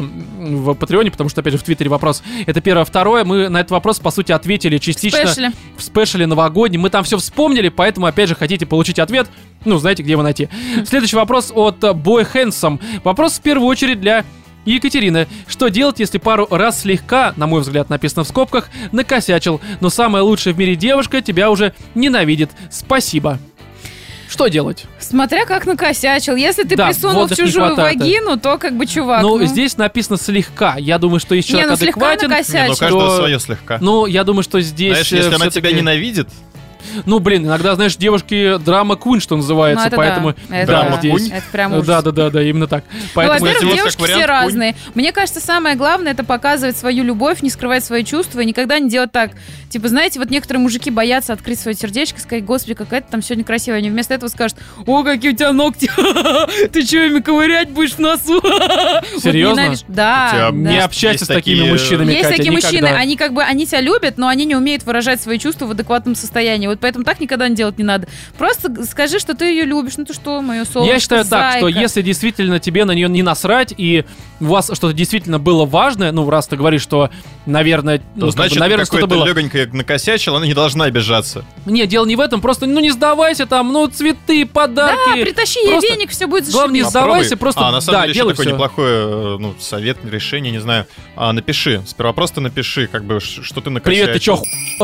в Патреоне, потому что, опять же, в Твиттере вопрос. Это первое. Второе, мы на этот вопрос, по сути, ответили частично в спешле новогоднем. Мы там все вспомнили, поэтому, опять же, хотите получить ответ, ну, знаете, где его найти. Следующий вопрос от Boy Handsome. Вопрос, в первую очередь, для Екатерина, что делать, если пару раз слегка, на мой взгляд, написано в скобках, накосячил, но самая лучшая в мире девушка тебя уже ненавидит? Спасибо. Что делать? Смотря как накосячил. Если ты присунул в чужую вагину, то как бы чувак. Ну, здесь написано слегка. Я думаю, что если человек адекватен... у каждого свое слегка. Ну, я думаю, что здесь... Знаешь, если она тебя ненавидит... Ну, блин, иногда, знаешь, девушки драма-квин, что называется, поэтому... Драма-квин? Это прям ужас. Да, именно так. Поэтому... Ну, во-первых, девушки все разные. Мне кажется, самое главное — это показывать свою любовь, не скрывать свои чувства и никогда не делать так. Типа, знаете, вот некоторые мужики боятся открыть свое сердечко, сказать: господи, какая ты там сегодня красивая. Они вместо этого скажут: о, какие у тебя ногти, ты что, ими ковырять будешь в носу? Серьезно? Да. Не общайся с такими мужчинами, Есть такие мужчины, они как бы, они тебя любят, но они не умеют выражать свои чувства в адекватном состоянии. Вот поэтому так никогда не делать не надо. Просто скажи, что ты ее любишь. Ну ты что, мое солнышко, я считаю так, что если действительно тебе на нее не насрать, и у вас что-то действительно было важное, ну, раз ты говоришь, что, наверное, ну, значит, наверное, что-то было. Легонько накосячил, она не должна обижаться. Не, дело не в этом, просто, ну, не сдавайся там, ну, цветы, подарки. Да, притащи ей веник, все будет зашибись. Главное, не сдавайся, просто, на самом деле, еще такое неплохое, ну, совет, решение, не знаю. Напиши, сперва просто напиши, как бы, что ты накосячил. Привет, ты чё,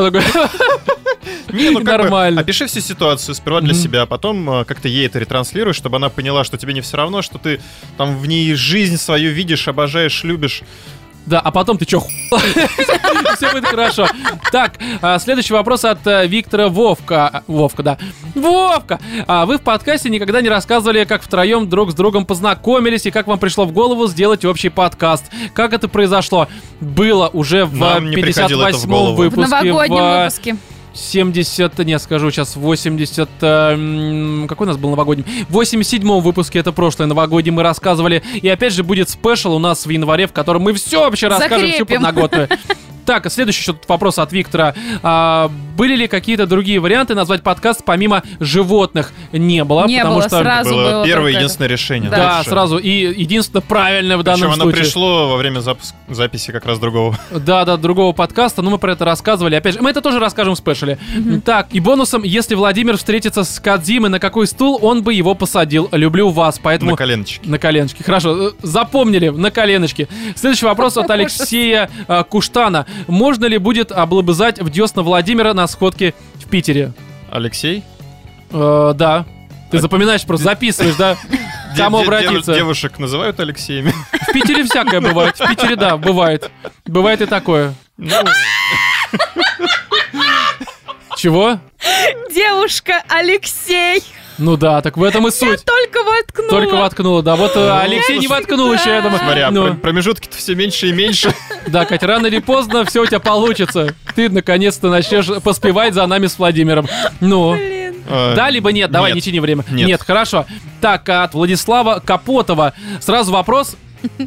Не, ну нормально. Опиши всю ситуацию сперва для себя, а потом как-то ей это ретранслируешь, чтобы она поняла, что тебе не все равно, что ты там в ней жизнь свою видишь, обожаешь, любишь. Да, а потом ты чё, все будет хорошо. Так, следующий вопрос от Виктора Вовка. Вовка. Вы в подкасте никогда не рассказывали, как втроем друг с другом познакомились и как вам пришло в голову сделать общий подкаст. Как это произошло? Было уже в 58-м выпуске. В новогоднем выпуске. 70, не скажу сейчас, 80, какой у нас был новогодний? В 87-м выпуске, это прошлое новогоднее, мы рассказывали. И опять же будет спешл у нас в январе, в котором мы все вообще расскажем, всю подноготную. Так, следующий еще вопрос от Виктора. Были ли какие-то другие варианты назвать подкаст помимо животных? Не было. Не потому было, что сразу было первое единственное решение. Да, сразу. И единственное правильное в данном случае. Оно пришло во время записи как раз другого. Да, другого подкаста. Но мы про это рассказывали. Опять же, мы это тоже расскажем в спешле. Так, и бонусом, если Владимир встретится с Кодзимой, на какой стул он бы его посадил? Люблю вас, поэтому... На коленочки. На коленочки. Хорошо, запомнили, на коленочки. Следующий вопрос от Алексея Куштана. Можно ли будет облобызать в десна Владимира на сходке в Питере? Алексей? Да. Ты запоминаешь, просто записываешь, да? Кому обратиться? Девушек называют Алексеями? В Питере всякое бывает. В Питере, да, бывает. Бывает и такое. Чего? Девушка Алексей. Ну да, так в этом и суть. Я только воткнула. Только воткнула, да. Вот Алексей не воткнул еще, я думаю. Смотри, промежутки-то все меньше и меньше. Да, Катя, рано или поздно все у тебя получится. Ты наконец-то начнешь поспевать за нами с Владимиром. Ну. Да, либо нет, давай, не тяни время. Нет, хорошо. Так, от Владислава Капотова. Сразу вопрос.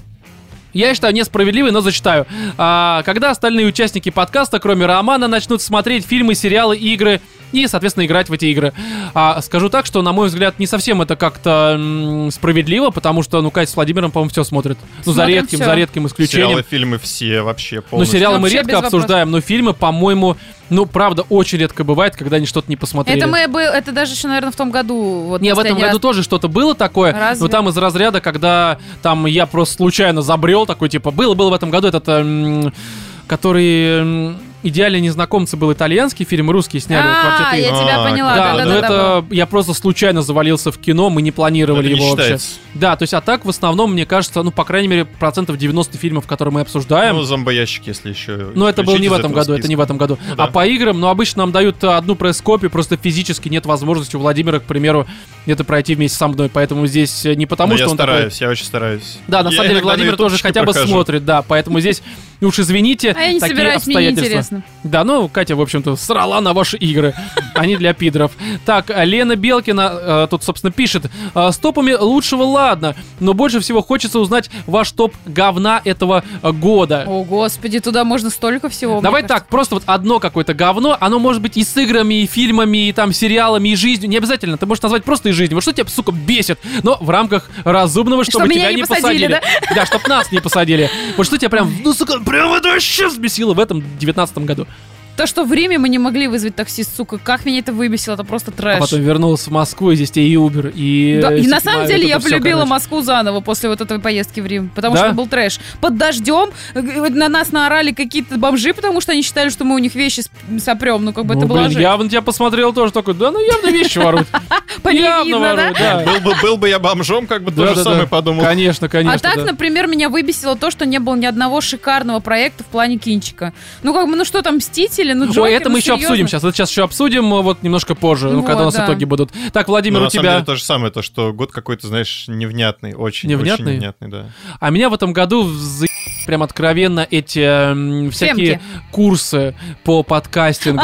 Я считаю, несправедливый, но зачитаю. Когда остальные участники подкаста, кроме Романа, начнут смотреть фильмы, сериалы, игры и, соответственно, играть в эти игры? Скажу так, что, на мой взгляд, не совсем это как-то справедливо, потому что, Катя с Владимиром, по-моему, все смотрят. За редким исключением. Сериалы, фильмы все вообще полностью. Сериалы мы редко обсуждаем, но фильмы, по-моему, правда, очень редко бывает, когда они что-то не посмотрели. Это даже еще, наверное, в том году. Не, в этом году тоже что-то было такое. Разве? Но там из разряда, когда там я просто случайно забрел, такой, типа, было в этом году этот, который... «Идеальные незнакомцы» был итальянский фильм, русские сняли. Я тебя поняла. Да, но это я просто случайно завалился в кино, мы не планировали его вообще. Да, то есть, а так, в основном, мне кажется, по крайней мере, 90% фильмов, которые мы обсуждаем. Зомбоящик, если еще. Но это было не в этом году, это не в этом году. Да. А по играм, обычно нам дают одну пресс-копию, просто физически нет возможности у Владимира, к примеру, это пройти вместе со мной, поэтому здесь не потому, что он я очень стараюсь. Да, на самом деле, Владимир тоже хотя бы смотрит, да, поэтому здесь, уж извините, я не такие обстоятельства. Мне неинтересно. Да, Катя, в общем-то, срала на ваши игры. Они для пидоров. Так, Лена Белкина тут, собственно, пишет. С топами лучшего ладно, но больше всего хочется узнать ваш топ говна этого года. О, господи, туда можно столько всего. Давай так, просто одно какое-то говно, оно может быть и с играми, и фильмами, и там сериалами, и жизнью. Не обязательно, ты можешь назвать просто и жизнью. Вот что тебя, сука, бесит, но в рамках разумного, чтобы тебя не посадили. Да, чтоб нас не посадили. Вот что тебя прям, сука, прям это вообще взбесило в этом 19 году. То, что в Риме мы не могли вызвать такси, сука, как меня это выбесило, это просто трэш. А потом вернулся в Москву, и здесь тебе и Uber, и... Да, и на самом деле я полюбила Москву заново после вот этой поездки в Рим, потому что это был трэш. Под дождем на нас наорали какие-то бомжи, потому что они считали, что мы у них вещи сопрем, это было жесть. Явно тебя посмотрел тоже такой, явно вещи воруют. Явно воруют, да. Был бы я бомжом, то же самое подумал. Конечно. А так, например, меня выбесило то, что не было ни одного шикарного проекта в плане кинчика. Что там, «Мстители», Джокер, ой, это мы еще обсудим сейчас. Это сейчас еще обсудим, вот немножко позже, когда у нас итоги будут. Так, Владимир, у тебя... На самом деле то же самое, то, что год какой-то, знаешь, невнятный, очень невнятный, да. А меня в этом году прям откровенно эти всякие курсы по подкастингу.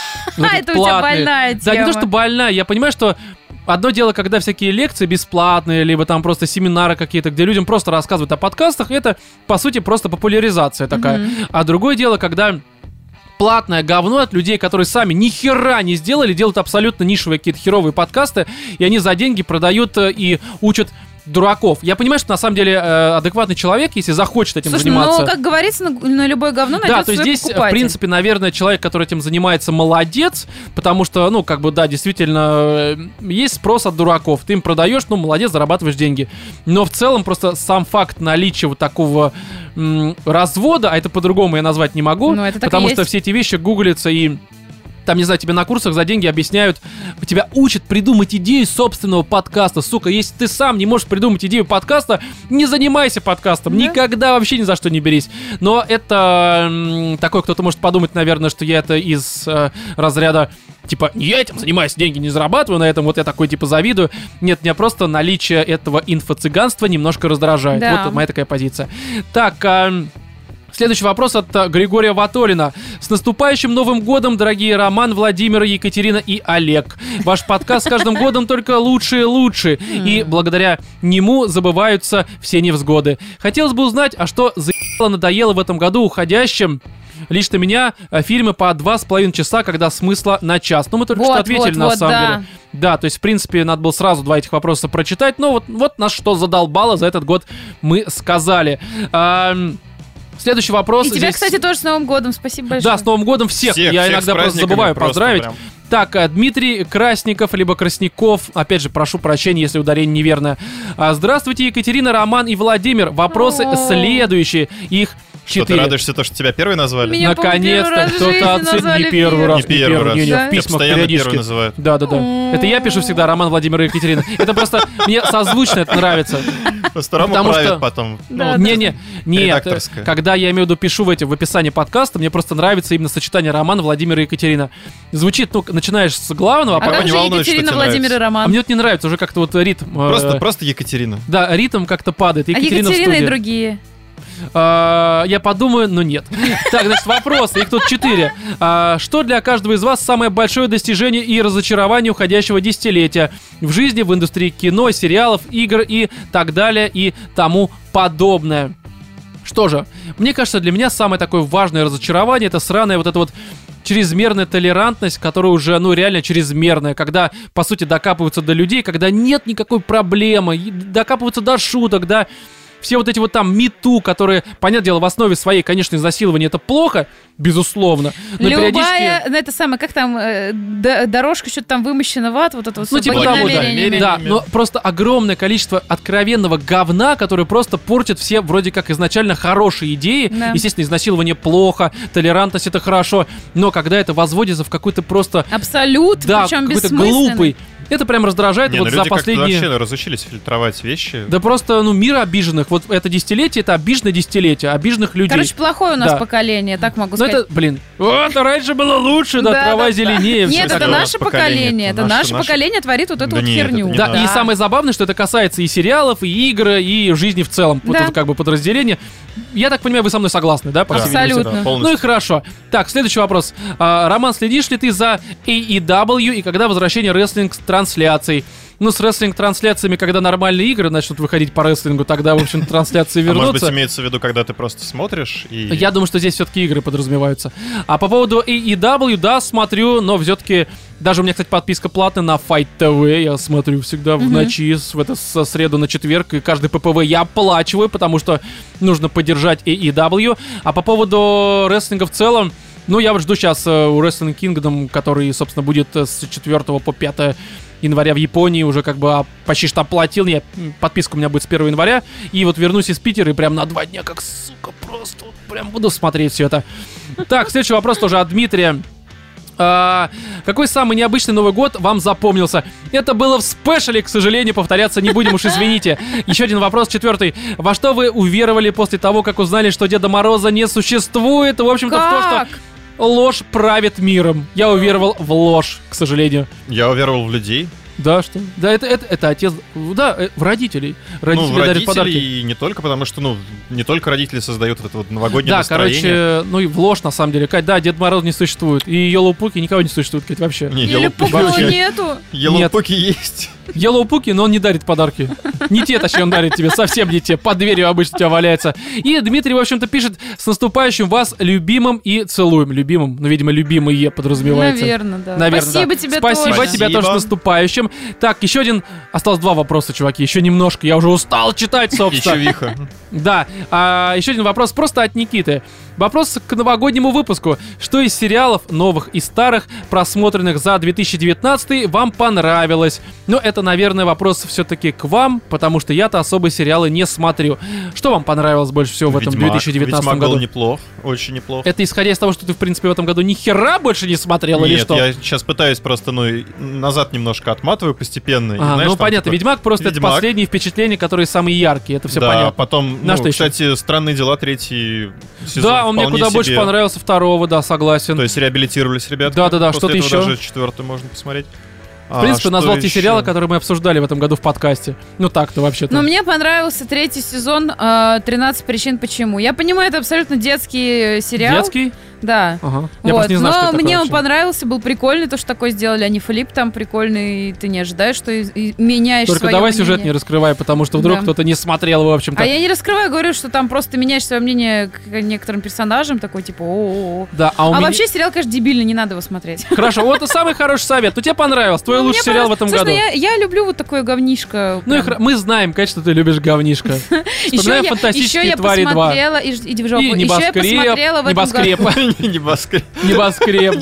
Это у тебя больная тема. Да, не то, что больная, я понимаю, что одно дело, когда всякие лекции бесплатные, либо там просто семинары какие-то, где людям просто рассказывают о подкастах, это, по сути, просто популяризация такая. А другое дело, когда платное говно от людей, которые сами ни хера не сделали, делают абсолютно нишевые какие-то херовые подкасты, и они за деньги продают и учат дураков. Я понимаю, что на самом деле адекватный человек, если захочет этим заниматься... Ну, как говорится, на любое говно найдется. Да, то есть здесь, в принципе, наверное, человек, который этим занимается, молодец, потому что, действительно, есть спрос от дураков. Ты им продаешь, молодец, зарабатываешь деньги. Но в целом просто сам факт наличия вот такого развода, а это по-другому я назвать не могу, потому что все эти вещи гуглятся и... Там, не знаю, тебе на курсах за деньги объясняют, тебя учат придумать идею собственного подкаста. Сука, если ты сам не можешь придумать идею подкаста, не занимайся подкастом. Никогда вообще ни за что не берись. Но это такой, кто-то может подумать, наверное, что я это из разряда, я этим занимаюсь, деньги не зарабатываю на этом, вот я такой, завидую. Нет, меня просто наличие этого инфо-цыганства немножко раздражает. Да. Вот моя такая позиция. Так, следующий вопрос от Григория Ватолина. С наступающим Новым годом, дорогие Роман, Владимир, Екатерина и Олег. Ваш подкаст с каждым годом только лучше и лучше. И благодаря нему забываются все невзгоды. Хотелось бы узнать, а что надоело в этом году уходящим? Лично меня фильмы по 2,5 часа, когда смысла на час. Ну, мы только что ответили, на самом деле. Да, то есть, в принципе, надо было сразу 2 этих вопроса прочитать, но вот нас что задолбало за этот год мы сказали. Следующий вопрос. И тебя, кстати, тоже с Новым годом. Спасибо большое. Да, с Новым годом всех. Я иногда просто забываю поздравить. Прям. Так, Дмитрий Красников, либо Красников. Опять же, прошу прощения, если ударение неверное. Здравствуйте, Екатерина, Роман и Владимир. Вопросы следующие. Их 4. Что, ты радуешься, то, что тебя первый назвали? Меня, наконец-то кто-то оценил. Не первый раз. Не первый раз. В письмах периодически называют. Да. Это я пишу всегда Роман, Владимир и Екатерина. Это просто мне созвучно это нравится. Просто Рома правит потом. Нет. Когда я имею в виду пишу в описании подкаста, мне просто нравится именно сочетание Роман, Владимир и Екатерина. Звучит, начинаешь с главного, а потом не волнуешь, Екатерина, Владимир и Роман. А мне это не нравится, уже как-то вот ритм. Просто Екатерина. Да, ритм как-то падает. Екатерина и другие. Я подумаю, но нет. Так, значит, вопросы, их тут 4. Что для каждого из вас самое большое достижение и разочарование уходящего десятилетия в жизни, в индустрии кино, сериалов, игр и так далее и тому подобное? Что же, мне кажется, для меня самое такое важное разочарование — это сраная вот эта вот чрезмерная толерантность, которая уже, реально чрезмерная, когда, по сути, докапываются до людей, когда нет никакой проблемы, докапываются до шуток, да. Все вот эти вот там МИТУ, которые, понятное дело, в основе своей, конечно, изнасилование — это плохо, безусловно. Но любая, периодически... это самое, как там, дорожка что-то там вымощена в ад, вот это вот. Типа того, да, но просто огромное количество откровенного говна, которое просто портит все вроде как изначально хорошие идеи. Да. Естественно, изнасилование плохо, толерантность — это хорошо, но когда это возводится в какой-то просто... Абсолют, причем какой-то глупый. Это прям раздражает. Вот за последние... вообще разучились фильтровать вещи. Да просто, мир обиженных. Вот это десятилетие, это обиженное десятилетие, обиженных людей. Короче, плохое у нас поколение, так могу сказать. Это, раньше было лучше, трава зеленее. Нет, это наше поколение. Это наше поколение творит вот эту вот херню. Да, и самое забавное, что это касается и сериалов, и игр, и жизни в целом. Вот это как бы подразделение. Я так понимаю, вы со мной согласны, да? Абсолютно. Ну и хорошо. Так, следующий вопрос. Роман, следишь ли ты за AEW и когда возвращение рестлинг-трансляций? С рестлинг-трансляциями, когда нормальные игры начнут выходить по рестлингу, тогда, в общем, трансляции вернутся. Может быть, имеется в виду, когда ты просто смотришь и... Я думаю, что здесь все-таки игры подразумеваются. А по поводу AEW, да, смотрю, но все-таки... Даже у меня, кстати, подписка платная на Fight TV. Я смотрю всегда в ночи, со среду на четверг, и каждый ППВ я оплачиваю, потому что нужно поддержать AEW. А по поводу рестлинга в целом, я вот жду сейчас у Wrestling Kingdom, который, собственно, будет с 4 по 5 января в Японии, уже как бы почти что оплатил. Подписка у меня будет с 1 января. И вот вернусь из Питера и прям на 2 дня, как, сука, просто прям буду смотреть все это. Так, следующий вопрос тоже от Дмитрия. Какой самый необычный Новый год вам запомнился? Это было в спешле, к сожалению, повторяться не будем, уж извините. Еще один вопрос, 4. Во что вы уверовали после того, как узнали, что Деда Мороза не существует? В общем-то, в то, что ложь правит миром. Я уверовал в ложь, к сожалению. Я уверовал в людей. Да, что? Да, это отец. Да, в родителей. Родители дарят подарки. И не только, потому что, не только родители создают это вот новогоднее настроение. Да, короче, и в ложь, на самом деле. Кать, да, Дед Мороз не существует. И Йеллоу-Пуки никого не существует, Кать, вообще. Йеллоу-Пуки нету. Йеллоу-Пуки есть. Йеллоу-Пуки, но он не дарит подарки. Не те, точнее, он дарит тебе, совсем не те. Под дверью обычно у тебя валяется. И Дмитрий, в общем-то, пишет: с наступающим вас, любимым, и целуем. Любимым, видимо, любимые подразумевается. Наверное, да. Спасибо тебе тоже. Спасибо тебе тоже с наступающим. Так, еще один. Осталось 2 вопроса, чуваки. Еще немножко. Я уже устал читать, собственно. Еще виха. Да. Еще один вопрос просто от Никиты. Вопрос к новогоднему выпуску. Что из сериалов, новых и старых, просмотренных за 2019, вам понравилось? Но это, наверное, вопрос все-таки к вам, потому что я-то особо сериалы не смотрю. Что вам понравилось больше всего в этом 2019 году? Ведьмак был неплох, очень неплох. Это исходя из того, что ты, в принципе, в этом году ни хера больше не смотрел, или что? Нет, я сейчас пытаюсь просто, назад немножко отматываю постепенно. Понятно, Ведьмак просто это последние впечатления, которые самые яркие, это все понятно. Да, потом, кстати, «Странные дела», 3-й сезон. Да, он мне куда больше понравился 2-го, да, согласен. То есть реабилитировались ребята. Да, что-то еще. Даже 4-й можно посмотреть. В принципе, назвал те сериалы, которые мы обсуждали в этом году в подкасте. Так-то вообще-то. Но мне понравился 3-й сезон «13 причин почему». Я понимаю, это абсолютно детский сериал. Детский? Да. Ага. Я просто не знаю, но что мне он понравился, был прикольный, то, что такое сделали. Они Филипп там прикольный, и ты не ожидаешь, что меняешь Только давай мнение. Сюжет не раскрывай, потому что вдруг кто-то не смотрел, в общем-то. А я не раскрываю, говорю, что там просто меняешь свое мнение к некоторым персонажам, такой типа о-о-о. Да, вообще сериал, конечно, дебильный, не надо его смотреть. Хорошо, вот это самый хороший совет. Ну, тебе понравился, твой лучший сериал в этом году. Я люблю вот такое говнишко. Ну, мы знаем, конечно, ты любишь говнишко. Вспоминаем «Фантастические твари 2». И Небоскреб. Небоскреб,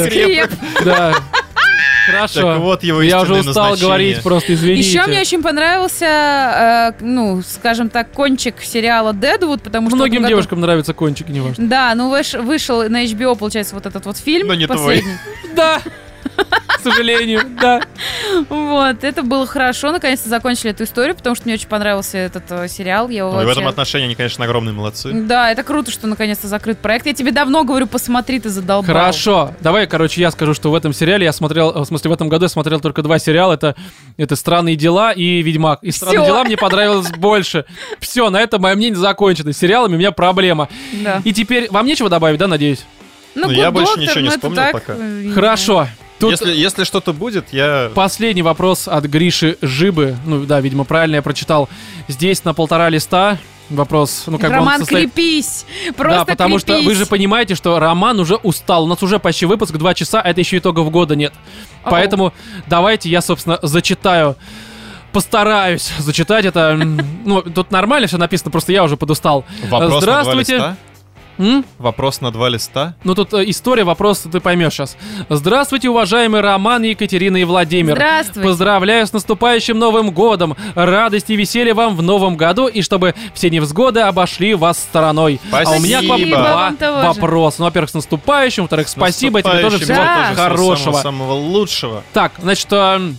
да. Хорошо. Так вот его я уже устал говорить, просто извините. Еще мне очень понравился, скажем так, кончик сериала «Дэдвуд», потому что... Многим девушкам нравится кончик, неважно. Да, вышел на HBO, получается, вот этот вот фильм. Но не последний. Да. К сожалению, да. Вот, это было хорошо. Наконец-то закончили эту историю, потому что мне очень понравился этот сериал. И в этом отношении они, конечно, огромные молодцы. Да, это круто, что наконец-то закрыт проект. Я тебе давно говорю, посмотри, ты задолбал. Хорошо. Давай, я скажу, что в этом сериале я смотрел, в смысле, в этом году я смотрел только 2 сериала. Это «Странные дела» и «Ведьмак». И «Странные дела» мне понравилось больше. Все, на этом мое мнение закончено. С сериалами у меня проблема. Да. И теперь вам нечего добавить, да, надеюсь? Я больше ничего не вспомнил пока. Хорошо. Если что-то будет, я... Последний вопрос от Гриши Жибы. Ну да, видимо, правильно я прочитал. Здесь на 1,5 листа вопрос. Роман, крепись! Просто да, потому крепись. что вы же понимаете, что Роман уже устал. У нас уже почти выпуск 2 часа, а это еще итогов года нет. Поэтому давайте я, собственно, зачитаю. Постараюсь зачитать это. Тут нормально все написано, просто я уже подустал. Вопрос Здравствуйте. На 2 листа? Вопрос на 2 листа? Тут история, вопрос ты поймешь сейчас. Здравствуйте, уважаемый Роман, Екатерина и Владимир. Здравствуйте. Поздравляю с наступающим Новым годом. Радости и веселья вам в Новом году, и чтобы все невзгоды обошли вас стороной. Спасибо. А у меня к вам 2 вопроса. Во-первых, с наступающим, во-вторых, спасибо, тебе тоже всего хорошего. Самого лучшего. Так, значит,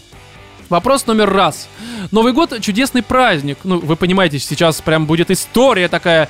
вопрос номер 1. Новый год — чудесный праздник. Вы понимаете, сейчас прям будет история такая.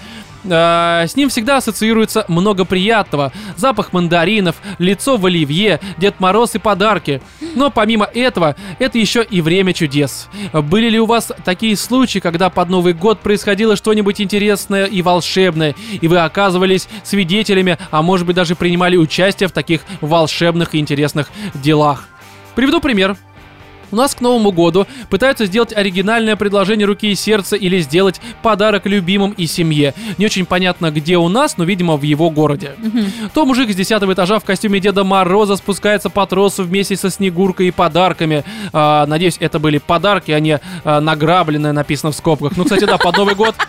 С ним всегда ассоциируется много приятного. Запах мандаринов, лицо в оливье, Дед Мороз и подарки. Но помимо этого, это еще и время чудес. Были ли у вас такие случаи, когда под Новый год происходило что-нибудь интересное и волшебное, и вы оказывались свидетелями, а может быть даже принимали участие в таких волшебных и интересных делах? Приведу пример. У нас к Новому году пытаются сделать оригинальное предложение руки и сердца или сделать подарок любимым и семье. Не очень понятно, где у нас, но, видимо, в его городе. То мужик с 10-го этажа в костюме Деда Мороза спускается по тросу вместе со Снегуркой и подарками. Надеюсь, это были подарки, а не награбленное, написано в скобках. Кстати, да, под Новый год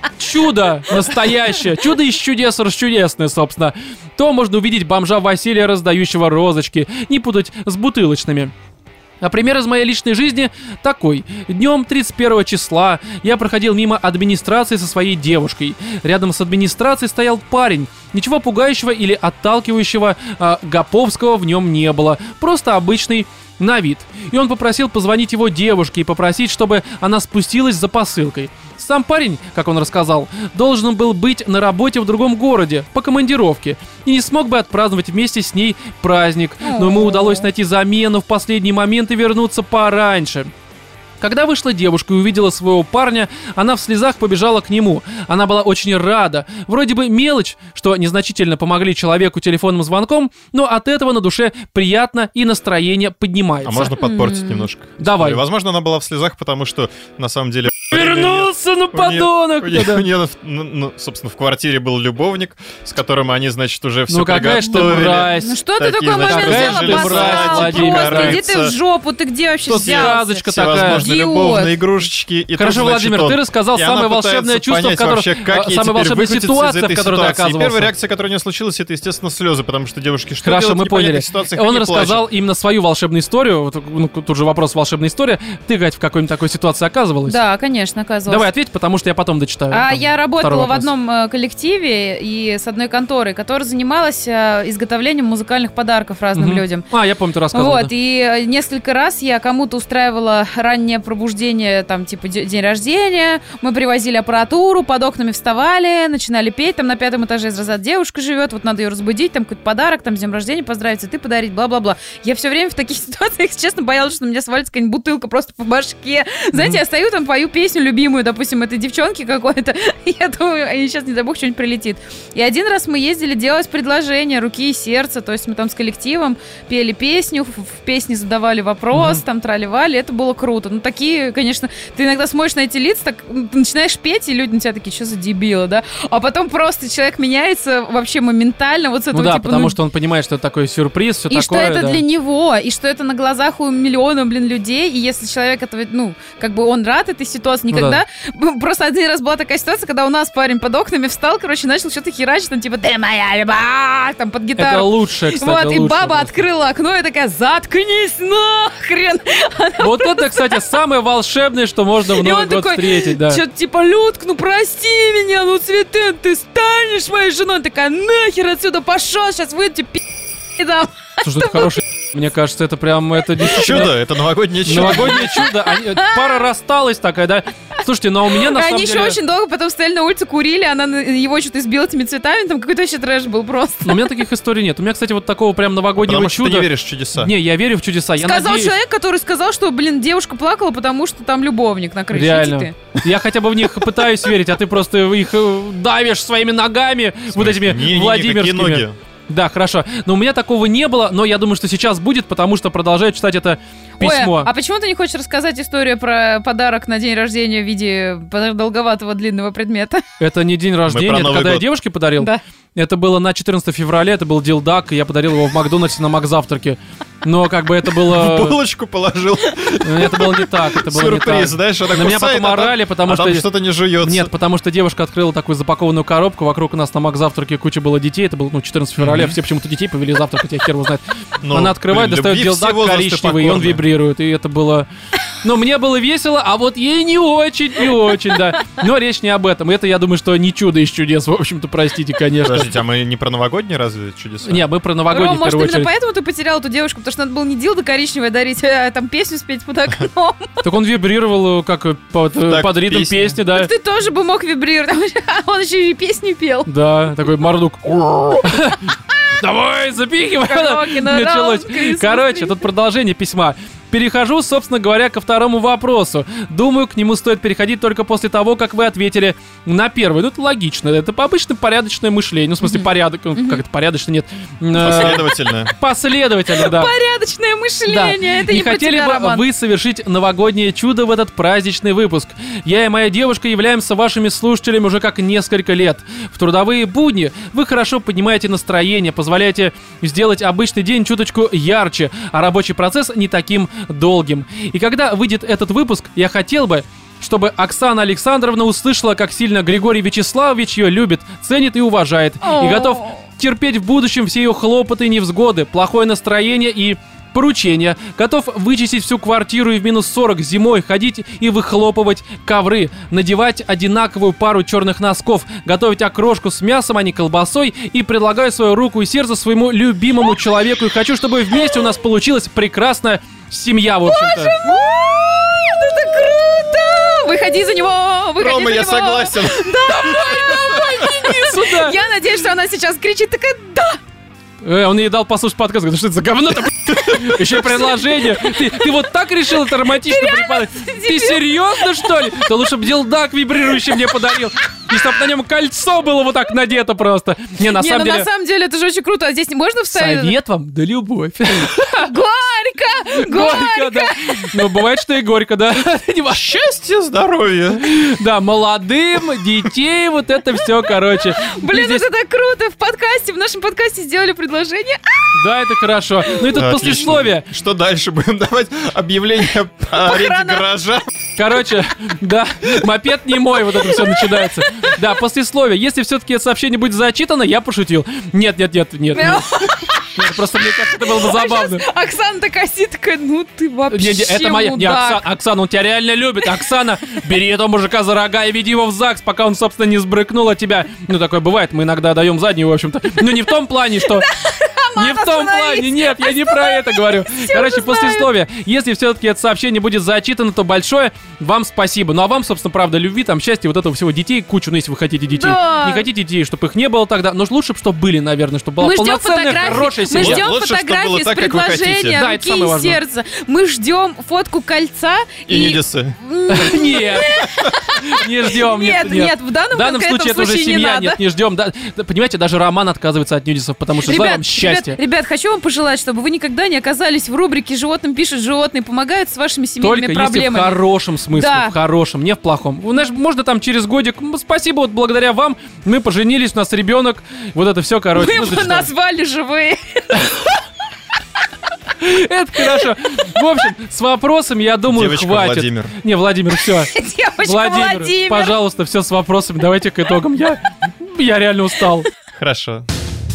чудо настоящее, чудо из чудес расчудесное, собственно. То можно увидеть бомжа Василия, раздающего розочки, не путать с бутылочными. А пример из моей личной жизни такой. Днем 31 числа я проходил мимо администрации со своей девушкой. Рядом с администрацией стоял парень. Ничего пугающего или отталкивающего Гоповского в нем не было. Просто обычный на вид. И он попросил позвонить его девушке и попросить, чтобы она спустилась за посылкой. Сам парень, как он рассказал, должен был быть на работе в другом городе, по командировке, и не смог бы отпраздновать вместе с ней праздник, но ему удалось найти замену в последний момент и вернуться пораньше. Когда вышла девушка и увидела своего парня, она в слезах побежала к нему. Она была очень рада. Вроде бы мелочь, что незначительно помогли человеку телефонным звонком, но от этого на душе приятно и настроение поднимается. А можно подпортить немножко? Давай. Возможно, она была в слезах, потому что на самом деле... Вернулся, подонок! У нее, собственно, в квартире был любовник, с которым они, значит, уже все приготовили. Какая ж ты мразь! Ну что ты такой момент взял, обоссал просто? Иди ты в жопу, ты где вообще взялся? Такая. Любовные игрушечки. И хорошо, тут, значит, Владимир, ты рассказал самое волшебное чувство, в котором... Самая волшебная ситуация, в которой ты оказывался. И первая реакция, которая у нее случилась, это, естественно, слезы, потому что девушки что хорошо, делать, мы поняли. Он рассказал плачут. именно свою волшебную историю. Тут же вопрос волшебной истории. Ты, Кать, в какой-нибудь такой ситуации оказывалась? Да, конечно, оказывалась. Давай ответь, потому что я потом дочитаю. Я работала в одном коллективе и с одной конторой, которая занималась изготовлением музыкальных подарков разным людям. Я помню, ты рассказывала. Вот, и несколько раз я кому-то устраивала раннее пробуждение, там, типа, день рождения, мы привозили аппаратуру, под окнами вставали, начинали петь, там, на 5-м этаже из разряда девушка живет, вот надо ее разбудить, там, какой-то подарок, там, с днем рождения поздравить, цветы подарить, бла-бла-бла. Я все время в таких ситуациях, честно, боялась, что на меня свалится какая-нибудь бутылка просто по башке. Знаете, я стою там, пою песню песню любимую, допустим, этой девчонки какой-то. Я думаю, и сейчас, не дай бог, что-нибудь прилетит. И один раз мы ездили делать предложение «Руки и сердце», то есть мы там с коллективом пели песню, в песне задавали вопрос, там трали-вали, это было круто. Ну, такие, конечно, ты иногда смотришь на эти лица, так, ты начинаешь петь, и люди на тебя такие, что за дебилы, да? А потом просто человек меняется вообще моментально, вот с этого типа, потому что он понимает, что это такой сюрприз, все и такое. И что это для него, и что это на глазах у миллиона, людей, и если человек этого, как бы он рад этой ситуации, никогда... Просто один раз была такая ситуация, когда у нас парень под окнами встал, начал что-то херачить, там типа «Ты моя любовь!» там под гитару. Это лучше, кстати, и баба открыла окно и такая «Заткнись нахрен!» Вот это, кстати, самое волшебное, что можно в Новый год встретить, да. Что-то типа «Людк, прости меня, Цветен, ты станешь моей женой!» Такая «Нахер отсюда пошел, сейчас выйдете, пи***там!» Слушай, это хороший. Мне кажется, это прям... Это чудо, это новогоднее чудо. Новогоднее чудо. Пара рассталась такая, да? Слушайте, но у меня на самом деле... Они еще очень долго потом стояли на улице, курили, она его что-то избила этими цветами, там какой-то вообще трэш был просто. Но у меня таких историй нет. У меня, кстати, вот такого прям новогоднего чуда... Потому что ты не веришь в чудеса. Не, я верю в чудеса. Сказал человек, который сказал, что, девушка плакала, потому что там любовник на крыше. Реально. Я хотя бы в них пытаюсь верить, а ты просто их давишь своими ногами, вот этими владимирскими. Да, хорошо. Но у меня такого не было, но я думаю, что сейчас будет, потому что продолжаю читать это письмо. Ой, а почему ты не хочешь рассказать историю про подарок на день рождения в виде долговатого длинного предмета? Это не день рождения, это когда я девушке подарил? Да. Это было на 14 февраля, это был дилдак, и я подарил его в Макдональдсе на Макзавтраке. Но как бы это было... В булочку положил. Это было не так, это было сюрприз, не так. знаешь, она на меня потом орали, потому что... что-то не жуется. Нет, потому что девушка открыла такую запакованную коробку, вокруг у нас на Макзавтраке куча было детей, это было, 14 февраля, все почему-то детей повели завтракать, я хер его знает. Она открывает, достает дилдак коричневый, и он вибрирует, и это было... мне было весело, а вот ей не очень, да. Но речь не об этом. Это, я думаю, что не чудо из чудес, в общем-то, простите, конечно. Подождите, а мы не про новогодние разве чудеса? Не, мы про новогодние, в первую очередь. Может, именно поэтому ты потерял эту девушку, потому что надо было не дилдо коричневое дарить, а там песню спеть под окном. Так он вибрировал, как под ритм песни, да. Так ты тоже бы мог вибрировать, он еще и песню пел. Да, такой мордук. Давай, запихивай. Началось. Короче, тут продолжение письма. Перехожу, собственно говоря, ко второму вопросу. Думаю, к нему стоит переходить только после того, как вы ответили на первый. Это логично. Это обычно порядочное мышление. В смысле, порядок. Как это порядочно? Нет. Последовательное. Последовательно, да. Порядочное мышление. Это не хотели бы вы совершить новогоднее чудо в этот праздничный выпуск? Я и моя девушка являемся вашими слушателями уже как несколько лет. В трудовые будни вы хорошо поднимаете настроение, позволяете сделать обычный день чуточку ярче, а рабочий процесс не таким долгим. И когда выйдет этот выпуск, я хотел бы, чтобы Оксана Александровна услышала, как сильно Григорий Вячеславович ее любит, ценит и уважает, и готов терпеть в будущем все ее хлопоты и невзгоды, плохое настроение и поручения, готов вычистить всю квартиру и в минус 40 зимой ходить и выхлопывать ковры, надевать одинаковую пару черных носков, готовить окрошку с мясом, а не колбасой, и предлагаю свою руку и сердце своему любимому человеку, и хочу, чтобы вместе у нас получилась прекрасная семья, в общем-то. Боже мой, это круто! Выходи за него! Рома, я согласен. Давай, Денис! Сюда! Я надеюсь, что она сейчас кричит такая «да!» Он ей дал послушать подкаст, говорит, что это за говно-то? Еще и предложение. Ты вот так решил это романтично преподать? Ты серьезно, что ли? Ты лучше бы дилдак вибрирующий мне подарил. И чтоб на нем кольцо было вот так надето просто. Не, на самом деле это же очень круто. А здесь можно вставить? Совет вам да любовь. Горько, да. Ну, бывает, что и горько, да. Счастье, здоровье. Да, молодым, детей, вот это все, короче. Блин, это так круто. В нашем подкасте сделали предложение. Да, это хорошо. Ну и тут послесловие. Что дальше? Будем давать объявление по аренде гаража? Короче, да, мопед не мой, вот это все начинается. Да, послесловие. Если все-таки это сообщение будет зачитано, я пошутил. Нет. Просто мне кажется, это было бы забавно. Оксана такая сидит, такая, ты вообще это моя. Не, Оксана, он тебя реально любит. Оксана, бери этого мужика за рога и веди его в ЗАГС, пока он, собственно, не сбрыкнул от тебя. Такое бывает, мы иногда даем заднюю, в общем-то. Не в том плане, что... Не в том плане, нет, я не про это говорю. Короче, послесловие. Если все-таки это сообщение будет зачитано, то большое вам спасибо. Ну а вам, собственно, правда, любви, там, счастья, вот этого всего, детей кучу, ну если вы хотите детей. Да. Не хотите детей, чтобы их не было тогда, но лучше, чтобы были, наверное, чтобы была полноценная, хорошая семья. Мы ждем фотографии с предложением руки и сердца. Мы ждем фотку кольца и недисы. Нет. Не ждем. Нет, в данном случае это уже семья. Нет, не ждем. Понимаете, даже Роман отказывается от нюдисов, потому что желаю вам счастья. Ребят, хочу вам пожелать, чтобы вы никогда не оказались в рубрике «Животным пишут животные», помогают с вашими семейными проблемами. Только если в хорошем смысле, в хорошем, не в плохом. Знаешь, можно там через годик, спасибо, вот благодаря вам мы поженились, у нас ребенок, вот это все, короче. Вы бы назвали живые. Это хорошо. В общем, с вопросами, я думаю, девочка хватит. Владимир. Не, Владимир, все. Девочка Владимир. Пожалуйста, все с вопросами. Давайте к итогам. Я реально устал. Хорошо.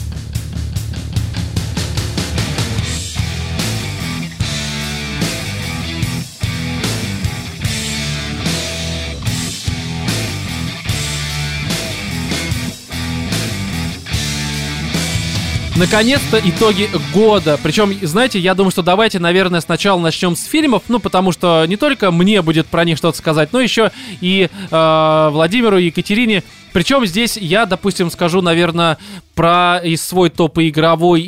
Наконец-то итоги года. Причем, знаете, я думаю, что давайте, наверное, сначала начнем с фильмов, ну, потому что не только мне будет про них что-то сказать, но еще и Владимиру и Екатерине. Причем здесь я, допустим, скажу, наверное, про и свой топ и игровой,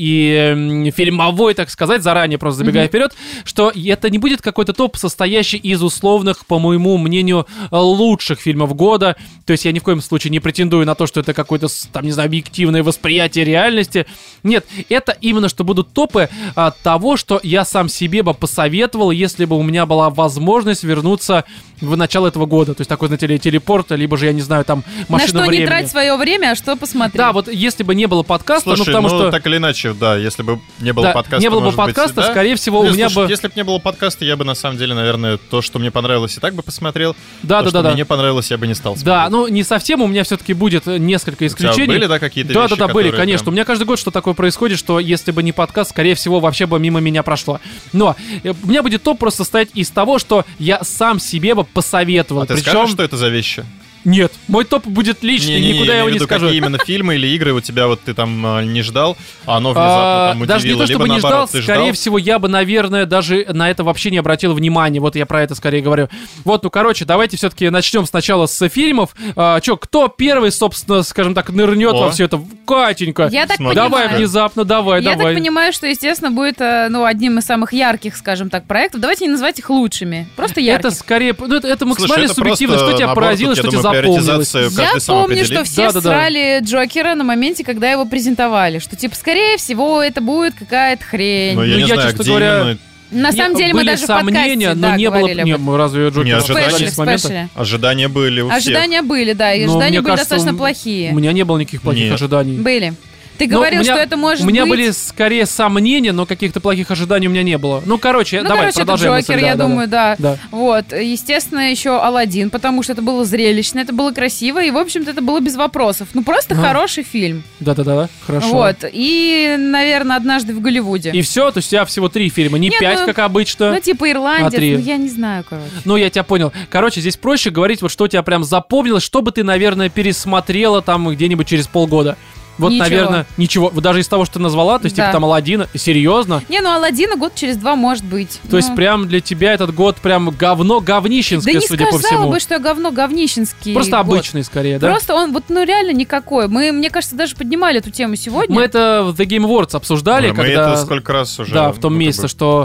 и фильмовой, так сказать, заранее просто забегая вперед, что это не будет какой-то топ, состоящий из условных, по моему мнению, лучших фильмов года. То есть я ни в коем случае не претендую на то, что это какое-то, там, не знаю, объективное восприятие реальности. Нет, это именно что будут топы того, что я сам себе бы посоветовал, если бы у меня была возможность вернуться в начало этого года. То есть такой, знаете ли, телепорт, либо же, я не знаю, там, машина времени. На что не трать свое время, а что посмотреть. Да, вот если бы не было подкаста, слушай, потому что... так или иначе, да, если бы не было подкаста, не было бы подкаста, скорее всего, у меня бы... Если бы не было подкаста, я бы, на самом деле, наверное, то, что мне понравилось, и так бы посмотрел. Да. Что мне не понравилось, я бы не стал смотреть. Да, ну, не совсем, у меня все-таки будет несколько исключений. У тебя были, да, какие-то вещи, Да, были, конечно. У меня каждый год что такое происходит, что если бы не подкаст, скорее всего, вообще бы мимо меня прошло. Но у меня будет топ просто состоять из того, что я сам себе бы посоветовал. А ты скажешь, что это за вещи? Нет, мой топ будет личный, никуда я его не скажу. Какие именно фильмы или игры у тебя вот ты там не ждал, а оно внезапно там удивило, даже не то, чтобы либо, не ждал, ты скорее всего, я бы, наверное, даже на это вообще не обратил внимания. Вот я про это скорее говорю. Вот, ну, короче, давайте все-таки начнем сначала с фильмов. Кто первый, собственно, скажем так, нырнет во все это? Катенька. Я так понимаю. Давай внезапно, давай. Я так понимаю, что, естественно, будет, одним из самых ярких, скажем так, проектов. Давайте не называть их лучшими, просто ярких. Это скорее, это максимально субъективно. Что тебя поразило, что тебя запомнилось? Я помню, что все срали Джокера на моменте, когда его презентовали. Что, типа, скорее всего, это будет какая-то хрень. Но я не знаю, честно говоря... На самом деле мы даже сомнения, в подкасте, но не было... Нет, мы разве Джокера... Ожидания были у всех. Ожидания были, да, и ожидания были достаточно плохие. У меня не было никаких плохих ожиданий. Были. Ты говорил, что это может быть... У меня были скорее сомнения, но каких-то плохих ожиданий у меня не было. Ну, короче, давай, продолжаем. Это Джокер, я думаю, да. Вот. Естественно, еще Аладдин, потому что это было зрелищно, это было красиво, и, в общем-то, это было без вопросов. Ну, просто хороший фильм. Да, хорошо. Вот. И, наверное, «Однажды в Голливуде». И все? То есть у тебя всего 3 фильма, не 5, как обычно? Ну, типа «Ирландец», я не знаю, короче. Ну, я тебя понял. Короче, здесь проще говорить, вот что у тебя прям запомнилось, что бы ты, наверное, пересмотрела там где-нибудь через полгода. Вот, ничего. Наверное, ничего. Даже из того, что ты назвала, то есть, типа, там Аладдина, серьезно? Не, ну Аладдина год через 2 может быть. То есть, прям для тебя этот год прям говнищенский, судя по всему. Да не сказала бы, что говнищенский просто год. Обычный, скорее, да? Просто он, вот, реально никакой. Мы, мне кажется, даже поднимали эту тему сегодня. Мы это в The Game Awards обсуждали, мы это сколько раз уже. Да, в том месяце,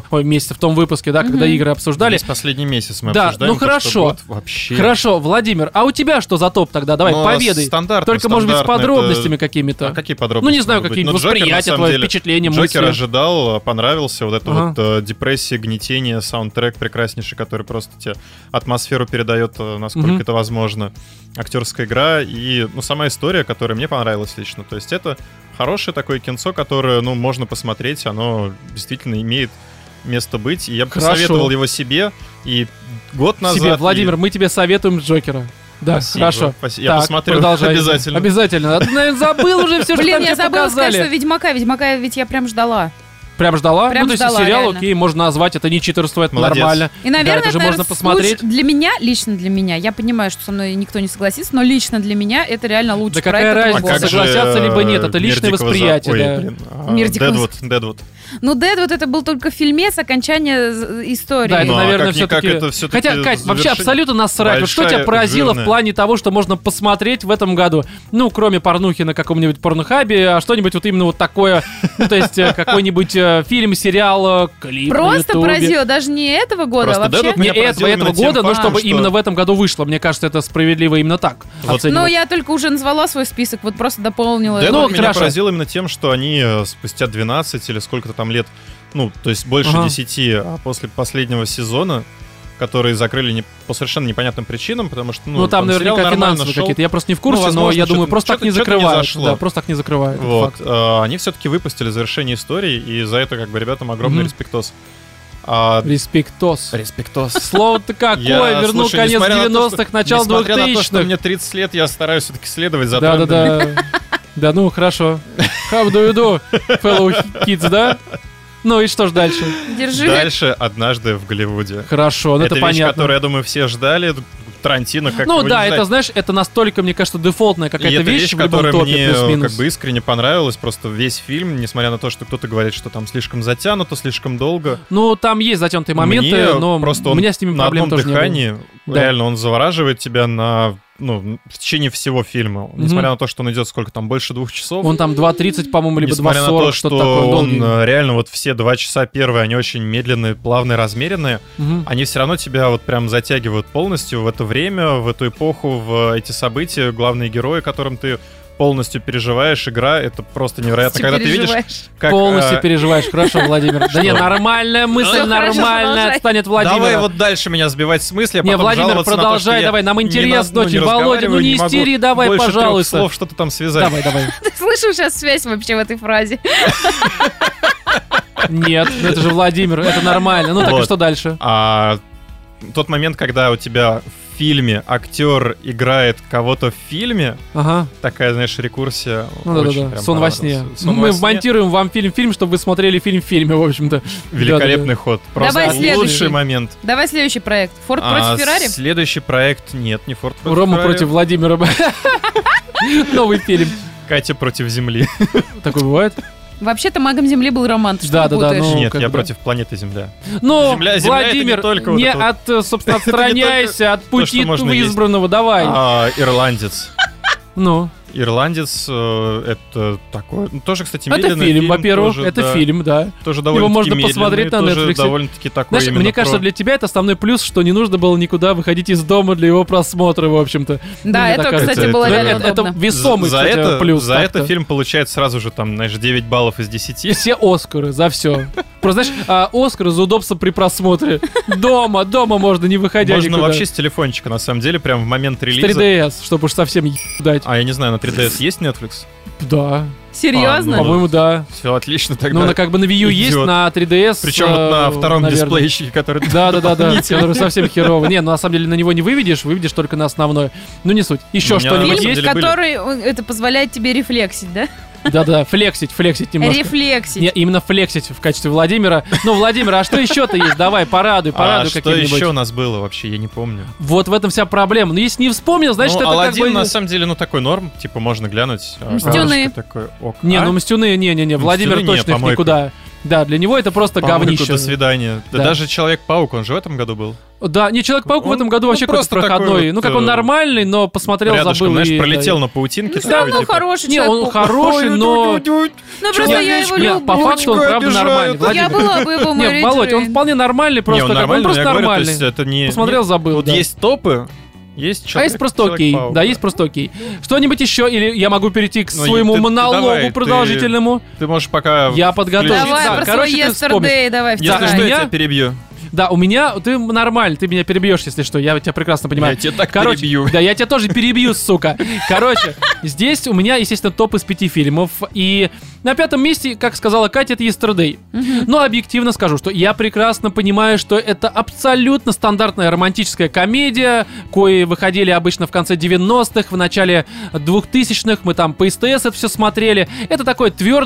в том выпуске, да, когда игры обсуждали. Весь последний месяц мы обсуждаем. Ну, хорошо. Вообще. Хорошо, Владимир, а у тебя что за топ тогда? Давай, поведай. Только, может быть, с подробностями какими-то. А какие подробности? Ну, не знаю, какие восприятия, твои впечатления, мысли. Джокер ожидал, понравился. Вот это вот депрессия, гнетение, саундтрек прекраснейший, который просто тебе атмосферу передает, насколько это возможно. Актерская игра и, сама история, которая мне понравилась лично. То есть это хорошее такое кинцо, которое, можно посмотреть. Оно действительно имеет место быть. И я бы посоветовал его себе. И год назад... Себе, Владимир, мы тебе советуем Джокера. Да, спасибо, хорошо. Спасибо. Я посмотрю обязательно. Ты, наверное, забыл уже все, что там тебе показали. Блин, я забыла сказать, что Ведьмака ведь я прям ждала. Прям ждала? Прям то ждала, есть сериал, реально. окей, можно назвать, это не читерство, это Молодец. нормально. И, наверное, это же это можно посмотреть. Для меня, лично для меня, я понимаю, что со мной никто не согласится, но лично для меня это реально лучший Да проект какая этого разница, года. согласятся либо нет, это Мир личное Дикого восприятие. Запада. Да. Ой, блин. Мир Дикого Дэдвуд. Ну, Дэдвуд это был только фильмец, окончание истории. Да, это, Ну, а наверное, как-никак все-таки... это всё-таки Хотя, Кать, вообще завершение абсолютно насрать. Вот что тебя большая, поразило жирная. в плане того, что можно посмотреть в этом году? Ну, кроме порнухи на каком-нибудь порнохабе, а что-нибудь вот именно вот такое, ну, то есть какой-нибудь фильм, сериал, клип на Просто Ютубе. поразило, даже не этого года, Просто а вообще. Дэдвуд Не меня поразил этого именно тем года, но фактом, чтобы что- именно в этом году вышло. Мне кажется, это справедливо именно так Вот. оценивать. Ну, я только уже назвала свой список, вот просто дополнила. Дэдвуд Ну, меня хорошо. поразил именно тем, что они спустя 12 или сколько-то там лет, ну, то есть больше Ага. 10, а после последнего сезона, который закрыли по совершенно непонятным причинам, потому что, Ну, там сериал наверняка нормально финансовые шел. какие-то. Я просто не в курсе, Ну, но возможно, я думаю, что-то- просто так не что-то не закрывают. зашло. Да, просто так не закрывают. это Вот. факт. Они все-таки выпустили завершение истории, и за это, как бы, ребятам огромный Мгм. респектос. Респектос. Респектос. Слово-то какое, вернул слушай, конец несмотря на то, 90-х, начало несмотря на то, что 2000-х. мне 30 лет, я стараюсь все-таки следовать за трендами. Да-да-да. Да, ну, хорошо. How do you do, fellow kids, да? Ну и что ж дальше? Держи. Дальше «Однажды в Голливуде». Хорошо, ну это вещь, понятно. которую, я думаю, все ждали. Тарантино, как Ну его да, не это, ждать. знаешь, это настолько, мне кажется, дефолтная И какая-то это вещь, в любом которая топе, мне плюс-минус. как бы искренне понравилась. Просто весь фильм, несмотря на то, что кто-то говорит, что там слишком затянуто, слишком долго. Ну, там есть затянутые моменты, Мне но просто у он меня с ними на проблем одном тоже не было. дыхании, Да. реально, он завораживает тебя в течение всего фильма. Несмотря на то, что он идет сколько там, больше 2 часов. Он там 2.30, по-моему, либо Несмотря на 2.40, то, что-то что такое он долгий. реально вот все 2 часа первые, они очень медленные, плавные, размеренные, Мгм. они все равно тебя вот прям затягивают полностью в это время, в эту эпоху, в эти события, главные герои, которым ты полностью переживаешь. Игра — это просто невероятно. Когда ты видишь, как... Полностью переживаешь. Хорошо, Владимир. Да не, Что? нормальная мысль, Всё хорошо, нормальная. продолжай. Отстанет Владимир. Давай вот дальше меня сбивать с мысли, а Не, потом Владимир, жаловаться на то, продолжай, что я давай, нам не интересно на- очень. не Володя, ну разговариваю, не могу истери, давай, больше 3 пожалуйста. слов что-то там связать. Давай, давай. Ты слышал сейчас связь вообще в этой фразе? Нет, ну это же Владимир, это нормально. Ну так и Вот. что дальше? А тот момент, когда у тебя в фильме актер играет кого-то в фильме, Ага. такая, знаешь, рекурсия. Ну очень да-да-да. прям Сон во понравилась. сне. «Сон Мы во сне» вмонтируем вам фильм, чтобы вы смотрели фильм в фильме, в общем-то. Великолепный ход. Просто Давай следующий. лучший момент. Давай следующий проект. Форд против Феррари? Следующий проект нет, не Форд против Рома Феррари. против Владимира. Новый фильм. Катя против Земли. Такой бывает? Вообще-то магом Земли был Роман, ты что Да-да-да, путаешь? ну, Нет, как я бы. против планеты Земля. Ну, Земля это Владимир, не только вот не это вот. от, собственно, Это не отстраняйся от то, пути что можно есть. избранного, давай. Ирландец. Ну, Ирландец это такое. Ну, тоже, кстати, это медленный фильм, во-первых, тоже, это да. фильм, да. Тоже Его довольно-таки можно медленный, посмотреть на тоже Netflix. довольно-таки такой Знаешь, именно мне кажется, про- для тебя это основной плюс, что не нужно было никуда выходить из дома для его просмотра, в общем-то. Да, мне это, так кажется. кстати, было Это- реально Это удобно. весомый, за кстати, это, плюс. За так-то. это фильм получает сразу же там, знаешь, 9 баллов из 10. Все Оскары за все. Просто, знаешь, Оскары за удобство при просмотре. Дома можно, не выходя Можно никуда. вообще с телефончика, на самом деле, прям в момент С релиза. 3DS, чтобы уж совсем дать. А я не знаю, на 3DS есть Netflix? Да. Серьезно? ну, По-моему, да. Все отлично тогда. Ну, как бы на Wii U есть, идёт. на 3DS. Причем вот на втором наверное. дисплейчике, который... Да, дополнительный. который совсем херовый. Не, ну на самом деле на него не выведешь только на основной. Ну не суть. Еще У меня что-нибудь на самом есть? деле были. Который это позволяет тебе рефлексить, да? Да, флексить немножко. Рефлексить. Не, именно флексить в качестве Владимира. Ну, Владимир, а что еще-то есть? Давай, порадуй А что каким-нибудь. еще у нас было вообще, я не помню. Вот в этом вся проблема. Ну, если не вспомнил, значит, Ну, это Аладдин, как бы... на самом деле, такой норм, типа можно глянуть. Мстюны. Такой, ок. Не, А? ну Мстюны, не, Владимир Мстюны не, точно их помойка. никуда. Да, для него это просто Помойку, говнище. до свидания. Да Да. даже Человек-паук, он же в этом году был. Да, не, Человек-паук в этом году Он вообще какой-то просто такой проходной. вот, Ну, как он нормальный, но посмотрел, Рядышком, забыл. знаешь, и- пролетел да. на паутинке. Все равно такой, типа, хороший Не, человек. он хороший, но... Ну, просто я его Не, люблю. по факту он правда обижают. нормальный. Я Владимир. была бы его Не, Мэри Володь, он Джейн. вполне нормальный, Не, просто он как он нормальный, просто я говорю, то нормальный. есть это не... Посмотрел, забыл, Вот да. есть топы, есть А есть просто окей. Человек-паук, Да, есть просто окей. Что-нибудь еще? Или я могу перейти к Ну, своему ты монологу давай, продолжительному? Ты можешь пока... Я подготовился. Давай Да, про короче, свой ты вспомнишь. Yesterday, давай Если Да, втирай. что, я меня- тебя перебью. Да, у меня... Ты нормально, ты меня перебьешь, если что. Я тебя прекрасно понимаю. Я тебя так Короче, перебью. Да, я тебя тоже перебью, сука. Короче, здесь у меня, естественно, топ из 5 фильмов. И на 5-м месте, как сказала Катя, это Yesterday. Но объективно скажу, что я прекрасно понимаю, что это абсолютно стандартная романтическая комедия, кои выходили обычно в конце 90-х, в начале 2000-х. Мы там по СТС это все смотрели. Это такое твердо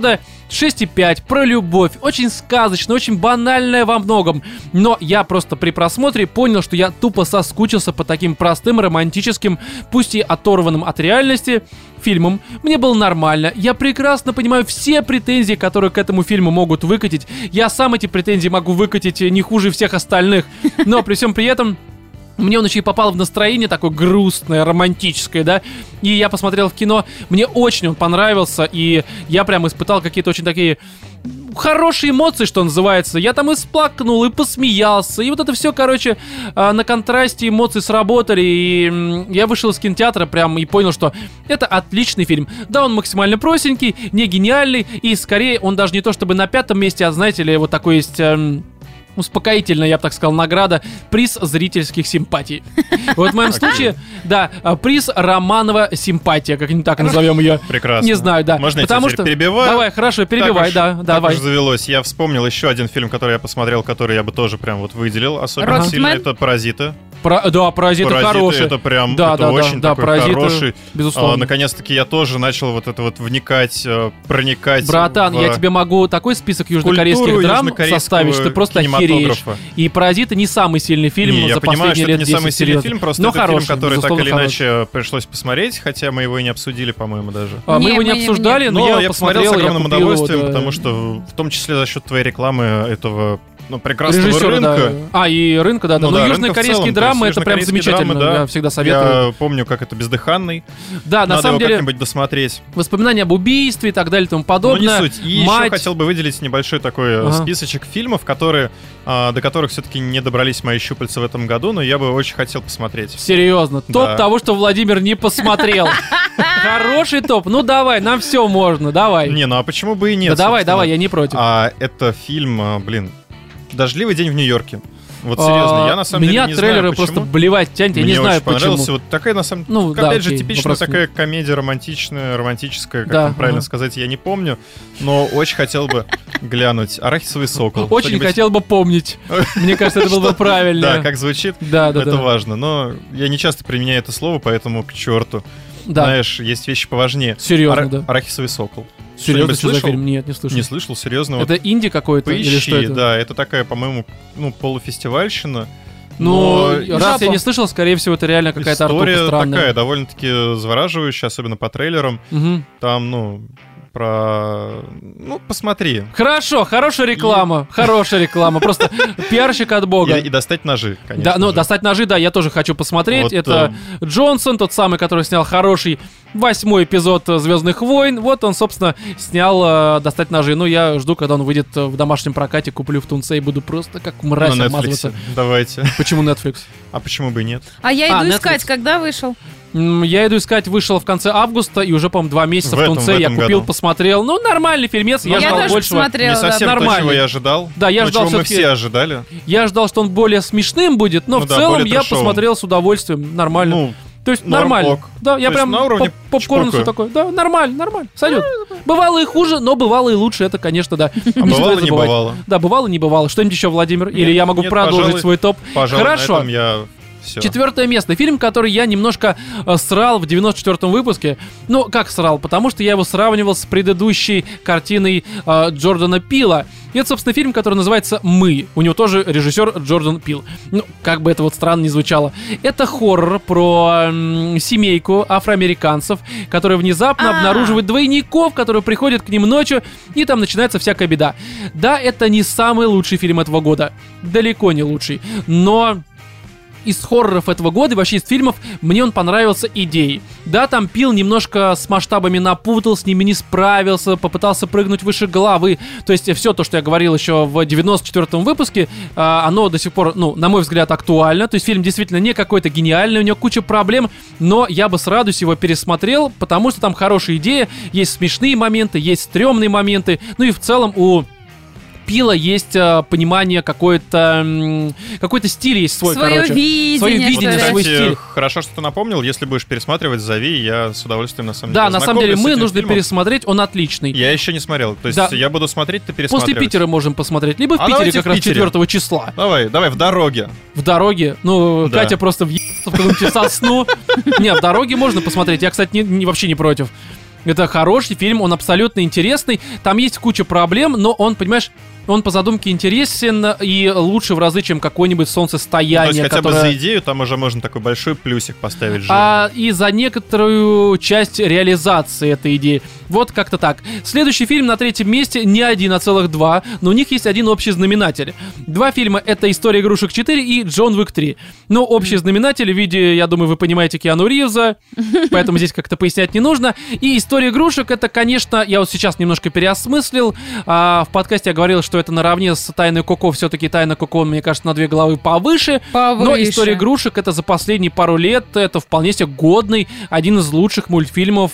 6,5, про любовь, очень сказочно, очень банальная во многом. Но я просто при просмотре понял, что я тупо соскучился по таким простым, романтическим, пусть и оторванным от реальности фильмам. Мне было нормально. Я прекрасно понимаю все претензии, которые к этому фильму могут выкатить. Я сам эти претензии могу выкатить не хуже всех остальных. Но при всем при этом мне он еще и попал в настроение такое грустное, романтическое, да, и я посмотрел в кино, мне очень он понравился, и я прям испытал какие-то очень такие хорошие эмоции, что называется. Я там и сплакнул, и посмеялся, и вот это все, короче, на контрасте эмоций сработали, и я вышел из кинотеатра прям и понял, что это отличный фильм. Да, он максимально простенький, не гениальный, и скорее он даже не то чтобы на 5-м месте, а знаете ли, вот такой есть... успокоительная, я бы так сказал, награда, приз зрительских симпатий. Вот в моем случае, да, приз Романова симпатия, как-нибудь так назовем ее. Прекрасно. Не знаю, да. Можно я тебя перебиваю? Давай, хорошо, перебивай, да, давай. Так уж завелось. Я вспомнил еще один фильм, который я посмотрел, который я бы тоже прям вот выделил особенно сильно. Это «Паразиты». Да, «Паразиты» хороший. Это прям, это очень такой хороший. Безусловно. Наконец-таки я тоже начал вот это вот вникать, проникать. Братан, я тебе могу такой список южнокорейских драм составить, что ты просто охереешь. И «Паразиты» не самый сильный фильм за последние лет 10. Я понимаю, что это не самый сильный фильм, просто это фильм, который так или иначе пришлось посмотреть, хотя мы его и не обсудили, по-моему, даже. Мы его не обсуждали, но я посмотрел с огромным удовольствием, потому что в том числе за счет твоей рекламы этого... прекрасного режиссера, рынка. Да. И рынка, да. Но южнокорейские драмы, это прям замечательно. Драмы, да. Я всегда советую. Я помню, как это «Бездыханный». Да, на самом деле. Надо его как-нибудь досмотреть. Воспоминания об убийстве и так далее и тому подобное. Ну, не суть. И еще хотел бы выделить небольшой такой списочек фильмов, которые, до которых все-таки не добрались мои щупальца в этом году, но я бы очень хотел посмотреть. Серьезно. Топ того, что Владимир не посмотрел. Хороший топ. Ну, давай, нам все можно, давай. Не, ну а почему бы и нет? Да давай, я не против. Это фильм, «Дождливый день в Нью-Йорке». Вот серьезно, я на самом деле не знаю, трейлеры просто блевать тянет, я не знаю почему. Мне очень понравился. Вот такая, на самом деле, опять же, типичная такая комедия романтическая, как там правильно сказать, я не помню, но очень хотел бы глянуть. «Арахисовый сокол». Очень хотел бы помнить. Мне кажется, это было бы правильно. Да, как звучит, это важно. Но я не часто применяю это слово, поэтому к черту. Знаешь, есть вещи поважнее. Серьезно, да. «Арахисовый сокол». Серьезно, что за фильм? Нет, не слышал. Не слышал, серьезно. Это инди какой-то? Поищи, или что это? Да, это такая, по-моему, полуфестивальщина. Но раз я не слышал, скорее всего, это реально какая-то артуха странная. История такая, довольно-таки завораживающая, особенно по трейлерам. Там, посмотри. Хорошо, хорошая реклама. Хорошая реклама. Просто пиарщик от бога. И достать ножи, конечно. Да, достать ножи, да, я тоже хочу посмотреть. Вот, это Джонсон, тот самый, который снял хороший 8-й эпизод «Звездных войн». Вот он, собственно, снял «Достать ножи». Ну, я жду, когда он выйдет в домашнем прокате, куплю в Тунце и буду просто как мразь обмазываться. Давайте. Почему Netflix? А почему бы и нет? А я иду искать, когда вышел? Я иду искать, вышел в конце августа, и уже, по-моему, 2 месяца в Тунце я купил, посмотрел. Ну, нормальный фильмец, я ждал большего. Не совсем то, чего я ожидал. Да, я ждал мы все ожидали. Я ждал, что он более смешным будет, но в целом я посмотрел с удовольствием, нормально. То есть нормально. Да, я прям попкорн все такое. Да, нормально, сойдет. Бывало и хуже, но бывало и лучше, это, конечно, да. А бывало не бывало. Да, бывало не бывало. Что-нибудь еще, Владимир? Или я могу продолжить свой топ? Хорошо. Все. 4-е место. Фильм, который я немножко срал в 94-м выпуске. Ну, как срал? Потому что я его сравнивал с предыдущей картиной Джордана Пила. И это, собственно, фильм, который называется «Мы». У него тоже режиссер Джордан Пил. Ну, как бы это вот странно не звучало. Это хоррор про семейку афроамериканцев, которые внезапно обнаруживают двойников, которые приходят к ним ночью, и там начинается всякая беда. Да, это не самый лучший фильм этого года. Далеко не лучший. Но из хорроров этого года, вообще из фильмов, мне он понравился идеей. Да, там Пил немножко с масштабами напутал, с ними не справился, попытался прыгнуть выше головы. То есть все то, что я говорил еще в 94-м выпуске, оно до сих пор, на мой взгляд, актуально. То есть фильм действительно не какой-то гениальный, у него куча проблем, но я бы с радостью его пересмотрел, потому что там хорошая идея, есть смешные моменты, есть стрёмные моменты, ну и в целом у Пила есть понимание какой-то стиль есть свой, свое видение, свой стиль. Хорошо, что ты напомнил. Если будешь пересматривать, зови, я с удовольствием на самом деле. Да, на самом деле мы нужно пересмотреть, он отличный. Я еще не смотрел, то есть я буду смотреть, ты пересматривать. После Питера можем посмотреть, либо в Питере как раз 4 числа. Давай, в дороге. В дороге? Катя просто в какую-нибудь сосну. Не, в дороге можно посмотреть, я, кстати, вообще не против. Это хороший фильм, он абсолютно интересный. Там есть куча проблем, но он, понимаешь, он по задумке интересен и лучше в разы, чем какое-нибудь «Солнцестояние». То есть хотя бы за идею там уже можно такой большой плюсик поставить. И за некоторую часть реализации этой идеи. Вот как-то так. Следующий фильм на третьем месте не один, а целых два, но у них есть один общий знаменатель. Два фильма — это «История игрушек 4» и «Джон Уик 3». Но общий знаменатель в виде, я думаю, вы понимаете, Киану Ривза, поэтому здесь как-то пояснять не нужно. И «История игрушек» — это, конечно, я вот сейчас немножко переосмыслил. В подкасте я говорил, что это наравне с «Тайной Коко». Все-таки «Тайна Коко», мне кажется, на 2 головы повыше. Но «История игрушек» — это за последние пару лет, это вполне себе годный, один из лучших мультфильмов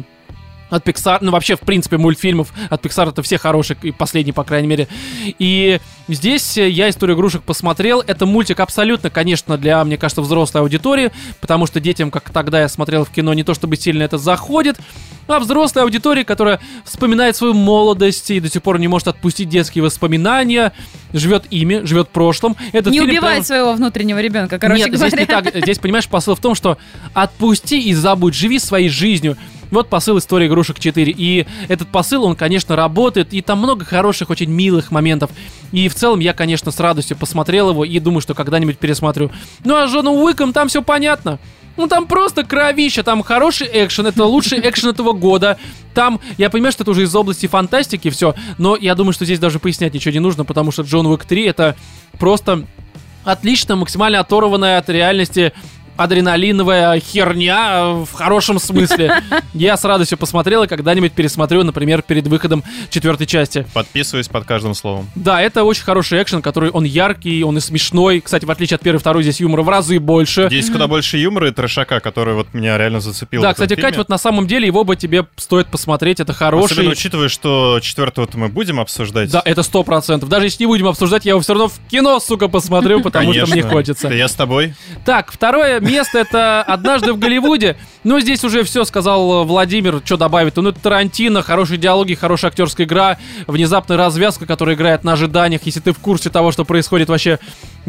от Pixar, ну вообще, в принципе, мультфильмов от Pixar это все хорошие, и последний, по крайней мере. И здесь я «Историю игрушек» посмотрел. Это мультик абсолютно, конечно, для, мне кажется, взрослой аудитории, потому что детям, как тогда я смотрел в кино, не то чтобы сильно это заходит, а взрослая аудитория, которая вспоминает свою молодость и до сих пор не может отпустить детские воспоминания, живет ими, живет прошлым. Этот не убивает своего внутреннего ребенка, короче говоря. Здесь не так. Здесь, понимаешь, посыл в том, что отпусти и забудь, живи своей жизнью. Вот посыл «Истории игрушек 4». И этот посыл, он, конечно, работает. И там много хороших, очень милых моментов. И в целом я, конечно, с радостью посмотрел его и думаю, что когда-нибудь пересмотрю. Ну а с Джоном Уиком там все понятно. Ну там просто кровища, там хороший экшен, это лучший экшен этого года. Там, я понимаю, что это уже из области фантастики все, но я думаю, что здесь даже пояснять ничего не нужно, потому что Джон Уик 3 это просто отлично, максимально оторванная от реальности адреналиновая херня в хорошем смысле. Я с радостью посмотрел и когда-нибудь пересмотрю, например, перед выходом 4-й части. Подписываюсь под каждым словом. Да, это очень хороший экшен, который он яркий, он и смешной. Кстати, в отличие от 1-й и 2-й, здесь юмора в разы больше. Здесь куда больше юмора и трешака, который вот меня реально зацепил. Да, кстати, Кать, вот на самом деле его бы тебе стоит посмотреть, это хороший. Особенно учитывая, что 4-го-то мы будем обсуждать. Да, это 100%. Даже если не будем обсуждать, я его все равно в кино, сука, посмотрю, потому что мне хочется. Да я с тобой. Так, второе место — это «Однажды в Голливуде». Ну, здесь уже все сказал Владимир, что добавить. Ну, это Тарантино, хорошие диалоги, хорошая актерская игра, внезапная развязка, которая играет на ожиданиях, если ты в курсе того, что происходит вообще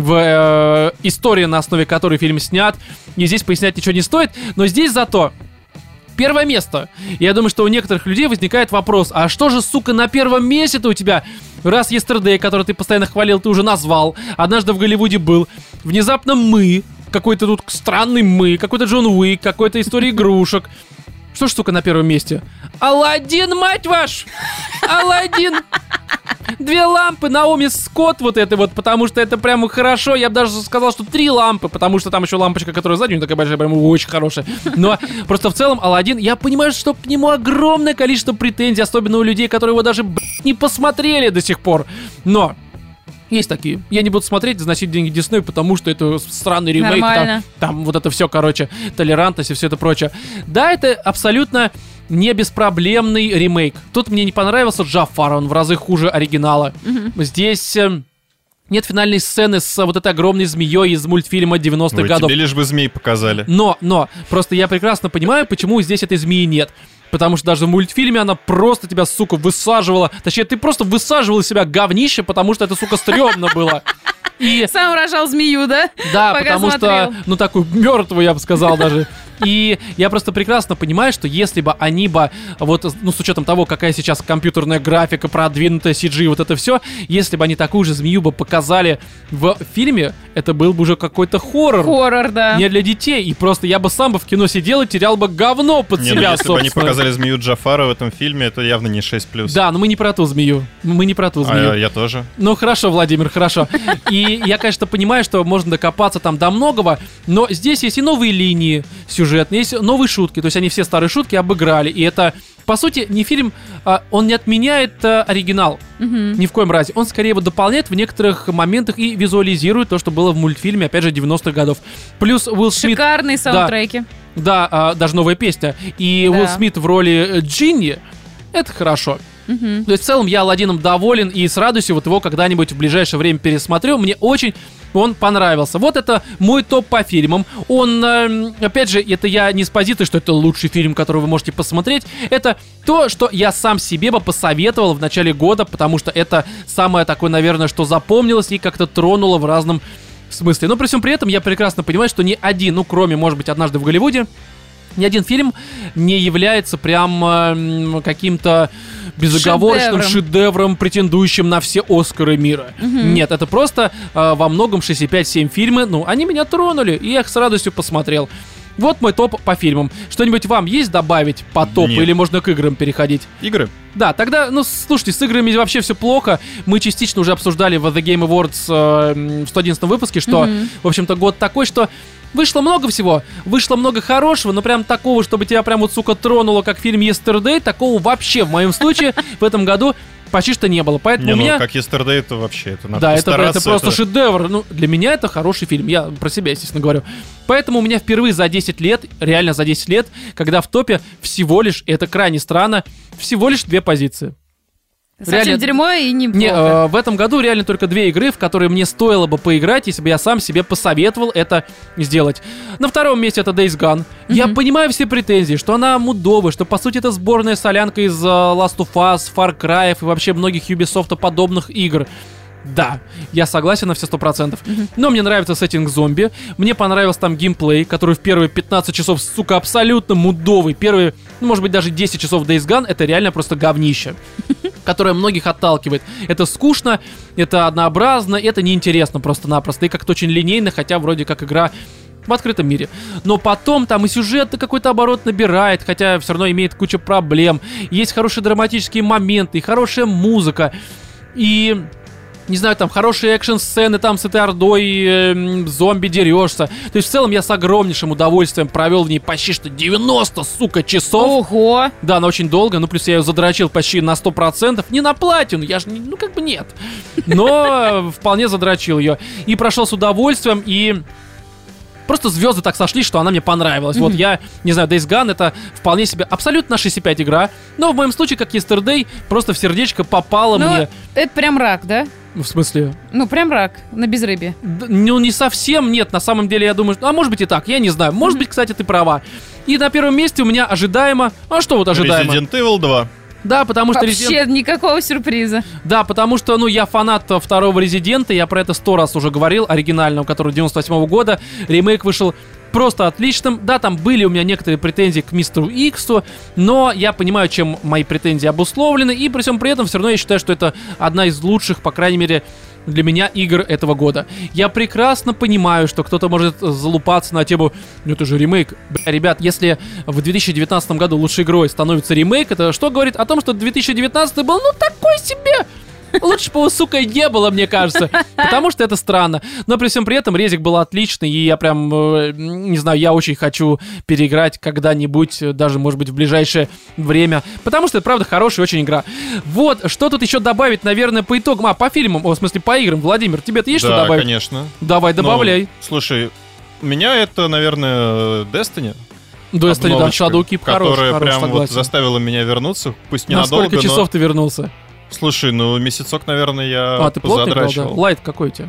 в истории, на основе которой фильм снят. И здесь пояснять ничего не стоит, но здесь зато первое место. Я думаю, что у некоторых людей возникает вопрос, а что же, сука, на первом месте-то у тебя? Раз «Yesterday», который ты постоянно хвалил, ты уже назвал. «Однажды в Голливуде» был. Внезапно «Мы». Какой-то тут странный «Мы», какой-то Джон Уик, какой-то «История игрушек». Что ж, сука, на первом месте? Аладдин, мать ваш! Аладдин! 2 лампы, Наоми Скотт вот это вот, потому что это прям хорошо. Я бы даже сказал, что 3 лампы, потому что там еще лампочка, которая сзади, у нее такая большая, прям очень хорошая. Но просто в целом Аладдин, я понимаю, что к нему огромное количество претензий, особенно у людей, которые его даже, не посмотрели до сих пор. Но есть такие. Я не буду смотреть, заносить деньги Диснею, потому что это странный ремейк. Там вот это все, короче, толерантность и все это прочее. Да, это абсолютно не беспроблемный ремейк. Тут мне не понравился Джафар, он в разы хуже оригинала. Здесь нет финальной сцены с вот этой огромной змеей из мультфильма 90-х годов. Тебе лишь бы змей показали. Но, просто я прекрасно понимаю, почему здесь этой змеи нет. Потому что даже в мультфильме она просто тебя, сука, высаживала. Точнее, ты просто высаживал из себя говнище, потому что это, сука, стрёмно было. И... Сам рожал змею, да? Да, потому что, ну, такую мертвую, я бы сказал даже. И я просто прекрасно понимаю, что если бы они бы, вот, ну, с учетом того, какая сейчас компьютерная графика, продвинутая CG, вот это все, если бы они такую же змею бы показали в фильме, это был бы уже какой-то хоррор. Хоррор, да. Не для детей. И просто я бы сам бы в кино сидел и терял бы говно под себя, если бы они показали змею Джафара в этом фильме, это явно не 6+. Да, но мы не про ту змею. Мы не про ту змею. А я тоже. Ну, хорошо, Владимир, хорошо. И я, конечно, понимаю, что можно докопаться там до многого, но здесь есть и новые линии сюжетные, есть новые шутки, то есть они все старые шутки обыграли, и это, по сути, не фильм, он не отменяет оригинал, ни в коем разе, он скорее его дополняет в некоторых моментах и визуализирует то, что было в мультфильме, опять же, 90-х годов. Плюс Уилл Смит... Шикарные саундтреки. Да, даже новая песня. И Уилл Смит в роли Джинни, это хорошо. То есть в целом я Аладдином доволен и с радостью вот его когда-нибудь в ближайшее время пересмотрю. Мне очень он понравился. Вот это мой топ по фильмам. Он, опять же, это я не с позиции, что это лучший фильм, который вы можете посмотреть. Это то, что я сам себе бы посоветовал в начале года, потому что это самое такое, наверное, что запомнилось и как-то тронуло в разном смысле. Но при всем при этом я прекрасно понимаю, что ни один, ну кроме, может быть, «Однажды в Голливуде», ни один фильм не является прям каким-то безоговорочным шедевром, претендующим на все Оскары мира. Нет, это просто во многом 65-7 фильмы, ну, они меня тронули, и я их с радостью посмотрел. Вот мой топ по фильмам. Что-нибудь вам есть добавить по топу? Нет. Или можно к играм переходить? Игры? Да, тогда, ну, слушайте, с играми вообще все плохо. Мы частично уже обсуждали в The Game Awards в 111 выпуске, что, в общем-то, год такой, что вышло много всего, вышло много хорошего, но прям такого, чтобы тебя прям вот, сука, тронуло, как фильм Yesterday, такого вообще в моем случае в этом году почти что не было. Поэтому у меня... как Yesterday, это вообще, это надо да, это просто шедевр. Ну, для меня это хороший фильм. Я про себя, естественно, говорю. Поэтому у меня впервые за 10 лет, реально за 10 лет, когда в топе всего лишь, это крайне странно, всего лишь 2 позиции. Совсем реально, дерьмо и не в этом году реально только 2 игры, в которые мне стоило бы поиграть, если бы я сам себе посоветовал это сделать. На втором месте это Days Gone. Я понимаю все претензии, что она мудовая, что по сути это сборная солянка из Last of Us, Far Cry и вообще многих Ubisoft подобных игр. Да, я согласен на все 100%. Но мне нравится сеттинг зомби. Мне понравился там геймплей, который в первые 15 часов, сука, абсолютно мудовый. Первые, ну, может быть, даже 10 часов Days Gone — это реально просто говнище, которое многих отталкивает. Это скучно, это однообразно, это неинтересно просто-напросто. И как-то очень линейно, хотя вроде как игра в открытом мире. Но потом там и сюжет какой-то оборот набирает, хотя все равно имеет кучу проблем. Есть хорошие драматические моменты, и хорошая музыка, и... не знаю, там хорошие экшн-сцены, там с этой ордой зомби дерешься. То есть в целом я с огромнейшим удовольствием провел в ней почти что 90, сука, часов. Ого! Да, она очень долго, ну плюс я ее задрочил почти на 100%. Не на платину, я же, ну как бы нет. Но вполне задрочил ее. И прошел с удовольствием, и... просто звезды так сошлись, что она мне понравилась. Вот я, не знаю, Days Gone — это вполне себе абсолютно 65 игра. Но в моем случае, как Yesterday, просто в сердечко попала мне. Это прям рак, да? В смысле? Ну, прям рак на безрыбье. Ну, не совсем, нет. На самом деле, я думаю, а может быть и так, я не знаю. Может быть, кстати, ты права. И на первом месте у меня ожидаемо... А что вот ожидаемо? Resident Evil 2. Да, потому что... Вообще никакого сюрприза. Да, потому что, ну, я фанат второго Резидента, я про это 100 раз уже говорил, оригинального, который 98 года. Ремейк вышел просто отличным. Да, там были у меня некоторые претензии к Мистеру Иксу, но я понимаю, чем мои претензии обусловлены, и при всем при этом все равно я считаю, что это одна из лучших, по крайней мере, для меня игр этого года. Я прекрасно понимаю, что кто-то может залупаться на тему, ну это же ремейк. Бля, ребят, если в 2019 году лучшей игрой становится ремейк, это что говорит о том, что 2019 был, ну, такой себе. Лучше бы его, сука, не было, мне кажется. Потому что это странно. Но при всем при этом резик был отличный, и я прям, не знаю, я очень хочу переиграть когда-нибудь, даже, может быть, в ближайшее время. Потому что это, правда, хорошая очень игра. Вот, что тут еще добавить, наверное, по итогам? По фильмам, в смысле, по играм. Владимир, тебе-то есть что добавить? Да, конечно. Давай, добавляй. Ну, слушай, у меня это, наверное, Destiny. Destiny, да, Shadowkeep хорош, которая прям вот заставила меня вернуться, пусть ненадолго, на сколько часов ты вернулся? Слушай, ну месяцок, наверное, я ты плотно играл, да? Лайт какой у тебя?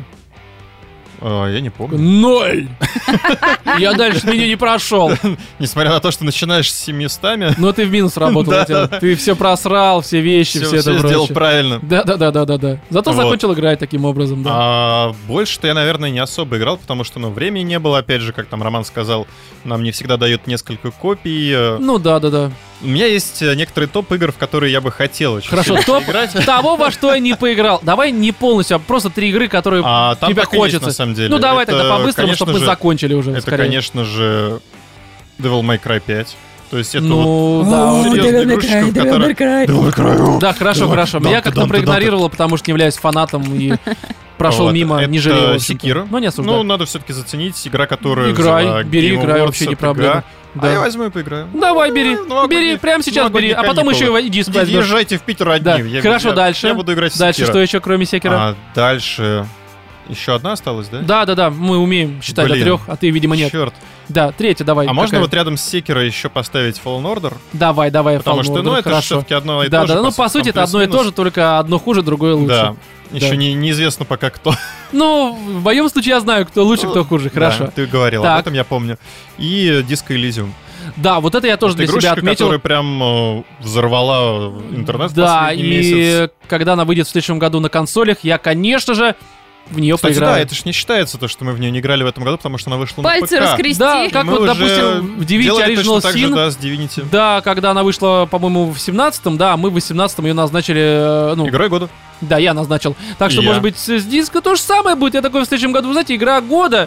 Я не помню. 0! Я дальше меню не прошел. Несмотря на то, что начинаешь с 700. Но ты в минус работал. Ты все просрал, все вещи, все это прочее. Все сделал правильно. Да. Зато закончил играть таким образом, да. Больше-то я, наверное, не особо играл, потому что, времени не было. Опять же, как там Роман сказал, нам не всегда дают несколько копий. Ну да. У меня есть некоторые топ-игр, в которые я бы хотел очень хорошо, топ играть. Того, во что я не поиграл. Давай не полностью, а просто 3 игры, которые тебе хочется. Есть, на самом деле. Ну давай тогда по-быстрому, чтобы мы закончили уже. Это, конечно же, Devil May Cry 5. То есть это серьезная игрушечка, которая... Devil May Cry. Да, хорошо. Я как-то проигнорировал, потому что не являюсь фанатом и... прошел мимо, не жалею. Это Sekiro. Но не осуждаю. Ну, надо все-таки заценить. Игра, которая... Играй, вообще не проблема. Да. Я возьму и поиграю. Давай, бери. Бери, прямо сейчас бери. А потом еще и диск возьмешь. Езжайте в Питер одни. Хорошо, дальше. Я буду играть в Sekiro. Дальше что еще, кроме Sekiro? Дальше... Еще одна осталась, да? Да, мы умеем считать до 3, а ты, видимо, нет. Черт. Да, 3, давай. А можно вот рядом с Sekiro еще поставить Fallen Order? Давай, потому Fallen что, Order, это все-таки одно и то же. Да, по сути, это одно и то же, только одно хуже, другое лучше. Да. Еще неизвестно пока кто. Ну, в моем случае я знаю, кто лучше, кто хуже. Хорошо. Да, ты говорил, об этом я помню. И Disco Elysium. Да, вот это я тоже для себя отметил. Которая прям взорвала интернет в последний месяц. Да, и когда она выйдет в следующем году на консолях, я, конечно же, в нее Кстати, поиграли. Да, это ж не считается, то, что мы в нее не играли в этом году, потому что она вышла Пальцы на ПК. раскрести. Да, как мы вот, допустим, в Divinity Original Sin. Да, с Divinity. Да, когда она вышла, по-моему, в 17-м, да, мы в 18-м ее назначили, Игрой года. Да, я назначил. Так что, может быть, с диска то же самое будет. Я такой в следующем году, вы знаете, игра года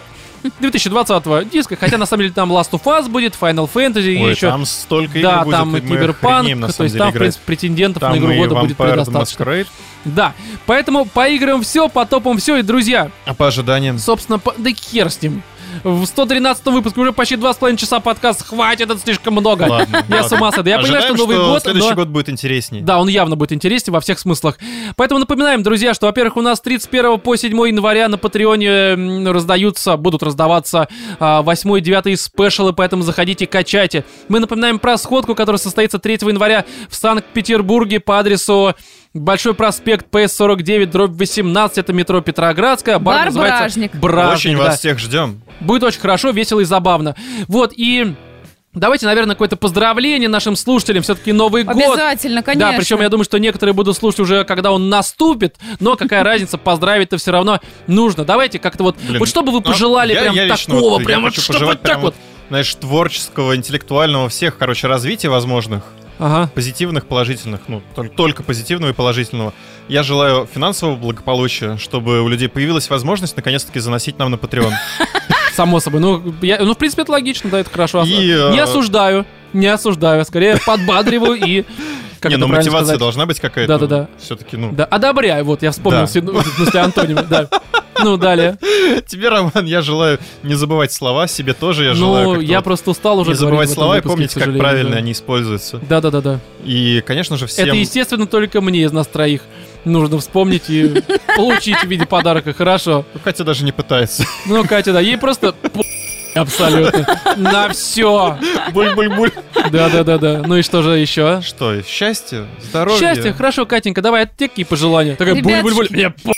2020 диска. Хотя, на самом деле, там Last of Us будет, Final Fantasy Ой, еще. там столько игр да, будет. там Киберпанк. То есть там, в принципе, претендентов там на игру года будет предостаточно. Да, поэтому поиграем все, потопом все. И, друзья... А по ожиданиям? Собственно, да хер с ним. В 113-м выпуске уже почти 2,5 часа подкаст. Хватит, это слишком много. Ладно, я с ума сойду. Я понимаю, что Новый год... следующий год будет интереснее. Да, он явно будет интереснее во всех смыслах. Поэтому напоминаем, друзья, что, во-первых, у нас 31 по 7 января на Патреоне будут раздаваться 8 и 9 спешалы, поэтому заходите, качайте. Мы напоминаем про сходку, которая состоится 3 января в Санкт-Петербурге по адресу Большой проспект ПС-49/18, это метро Петроградская. Бар Бражник. Очень вас всех ждем. Будет очень хорошо, весело и забавно. Вот, и... Давайте, наверное, какое-то поздравление нашим слушателям. Все-таки Новый год. Обязательно, конечно. Да, причем я думаю, что некоторые будут слушать уже, когда он наступит. Но какая разница, поздравить-то все равно нужно. Давайте как-то вот... Вот что бы вы пожелали прям такого, прям вот чтобы вот так вот. Знаешь, творческого, интеллектуального, всех, развития возможных. Ага. Позитивных, положительных, только позитивного и положительного. Я желаю финансового благополучия, чтобы у людей появилась возможность наконец-таки заносить нам на Patreon. Само собой. В принципе, это логично, да, это хорошо. Не осуждаю, скорее подбадриваю и... мотивация должна быть какая-то. Да. Все-таки, Да, одобряю, вот, я вспомнил, в смысле, антоним, да. Далее. Тебе, Роман, я желаю не забывать слова, себе тоже я желаю. Я просто устал уже. Не забывать слова и помнить, как правильно они используются. Да. И, конечно же, всем... Это, естественно, только мне из нас троих нужно вспомнить и получить в виде подарка, хорошо. Катя даже не пытается. Катя, да, ей просто... Абсолютно. На все. Буль-буль-буль. Да. Ну и что же еще? Что? Счастье? Здоровье? Счастье, хорошо, Катенька, давай, от тебя какие пожелания? Такая буль-буль-буль.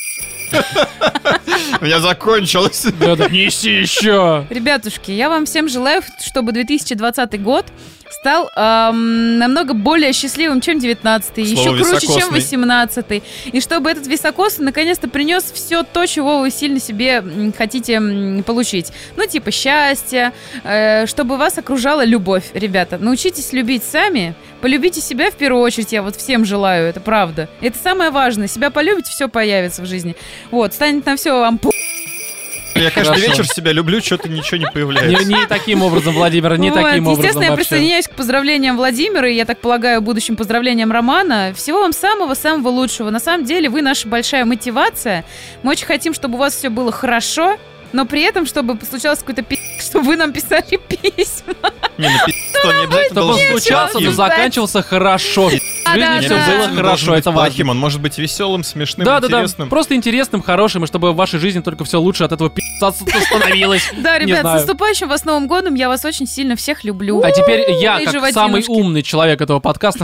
У меня закончилось. Да, неси еще. Ребятушки, я вам всем желаю, чтобы 2020 год стал намного более счастливым, чем 19-й, еще круче, чем 18-й. И чтобы этот високос наконец-то принес все то, чего вы сильно себе хотите получить. Типа счастья, чтобы вас окружала любовь. Ребята, научитесь любить сами, полюбите себя в первую очередь, я вот всем желаю, это правда. Это самое важное, себя полюбите, все появится в жизни. Вот, станет на все вам Я каждый вечер себя люблю, что-то ничего не появляется. Не таким образом, Владимир, не таким образом. Естественно, я присоединяюсь к поздравлениям Владимира, и я так полагаю, будущим поздравлениям Романа. Всего вам самого-самого лучшего. На самом деле, вы наша большая мотивация. Мы очень хотим, чтобы у вас все было хорошо, но при этом, чтобы случалось какой-то чтобы вы нам писали письма. Не обязательно чтобы он случался, но заканчивался хорошо. В жизни все было хорошо, это важно. Он может быть веселым, смешным, интересным. Да, просто интересным, хорошим, и чтобы в вашей жизни только все лучше от этого становилось. Да, ребят, с наступающим вас Новым годом, я вас очень сильно всех люблю. А теперь я, как самый умный человек этого подкаста,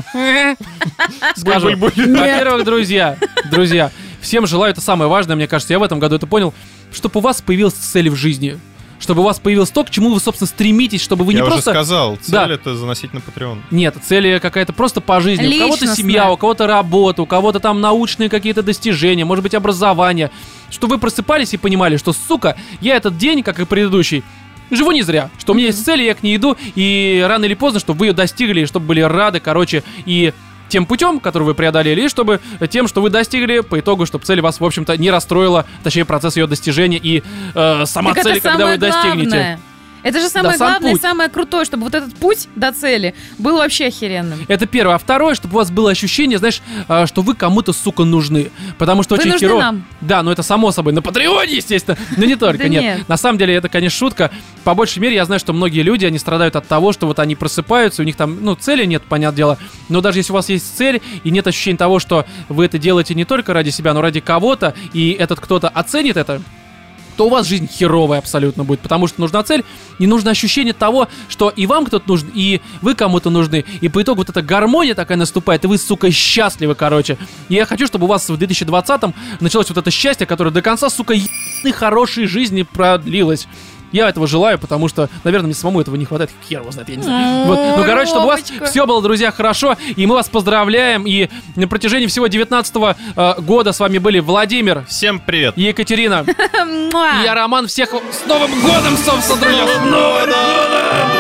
скажу. Во-первых, друзья, всем желаю, это самое важное, мне кажется, я в этом году это понял, чтобы у вас появилась цель в жизни. Чтобы у вас появилось то, к чему вы, собственно, стремитесь, чтобы вы не просто... Я уже сказал, цель это заносить на Patreon. Нет, цель какая-то просто по жизни. У кого-то семья, у кого-то работа, у кого-то там научные какие-то достижения, может быть, образование. Чтобы вы просыпались и понимали, что, сука, я этот день, как и предыдущий, живу не зря. Что у меня есть цель, я к ней иду, и рано или поздно, чтобы вы ее достигли, и чтобы были рады, и... тем путем, который вы преодолели, и чтобы тем, что вы достигли, по итогу, чтобы цель вас, в общем-то, не расстроила, точнее, процесс ее достижения и сама цель, когда вы достигнете. Это же самое главное и самое крутое, чтобы вот этот путь до цели был вообще охеренным. Это первое. А второе, чтобы у вас было ощущение, знаешь, что вы кому-то, сука, нужны. Потому что очень нужны нам. Да, это само собой. На Патреоне, естественно. Но не только, нет. На самом деле, это, конечно, шутка. По большей мере, я знаю, что многие люди, они страдают от того, что вот они просыпаются, у них там, цели нет, понятное дело. Но даже если у вас есть цель, и нет ощущения того, что вы это делаете не только ради себя, но ради кого-то, и этот кто-то оценит это, то у вас жизнь херовая абсолютно будет, потому что нужна цель, и нужно ощущение того, что и вам кто-то нужен, и вы кому-то нужны, и по итогу вот эта гармония такая наступает, и вы, сука, счастливы, короче. И я хочу, чтобы у вас в 2020-м началось вот это счастье, которое до конца, сука, хорошей жизни продлилось. Я этого желаю, потому что, наверное, мне самому этого не хватает. Хер его знает, я не знаю. Вот. Ну, короче, чтобы у вас все было, друзья, хорошо. И мы вас поздравляем. И на протяжении всего 19 года с вами были Владимир. Всем привет. Екатерина. И я, Роман. Всех с Новым годом, собственно, друзья. С Новым годом!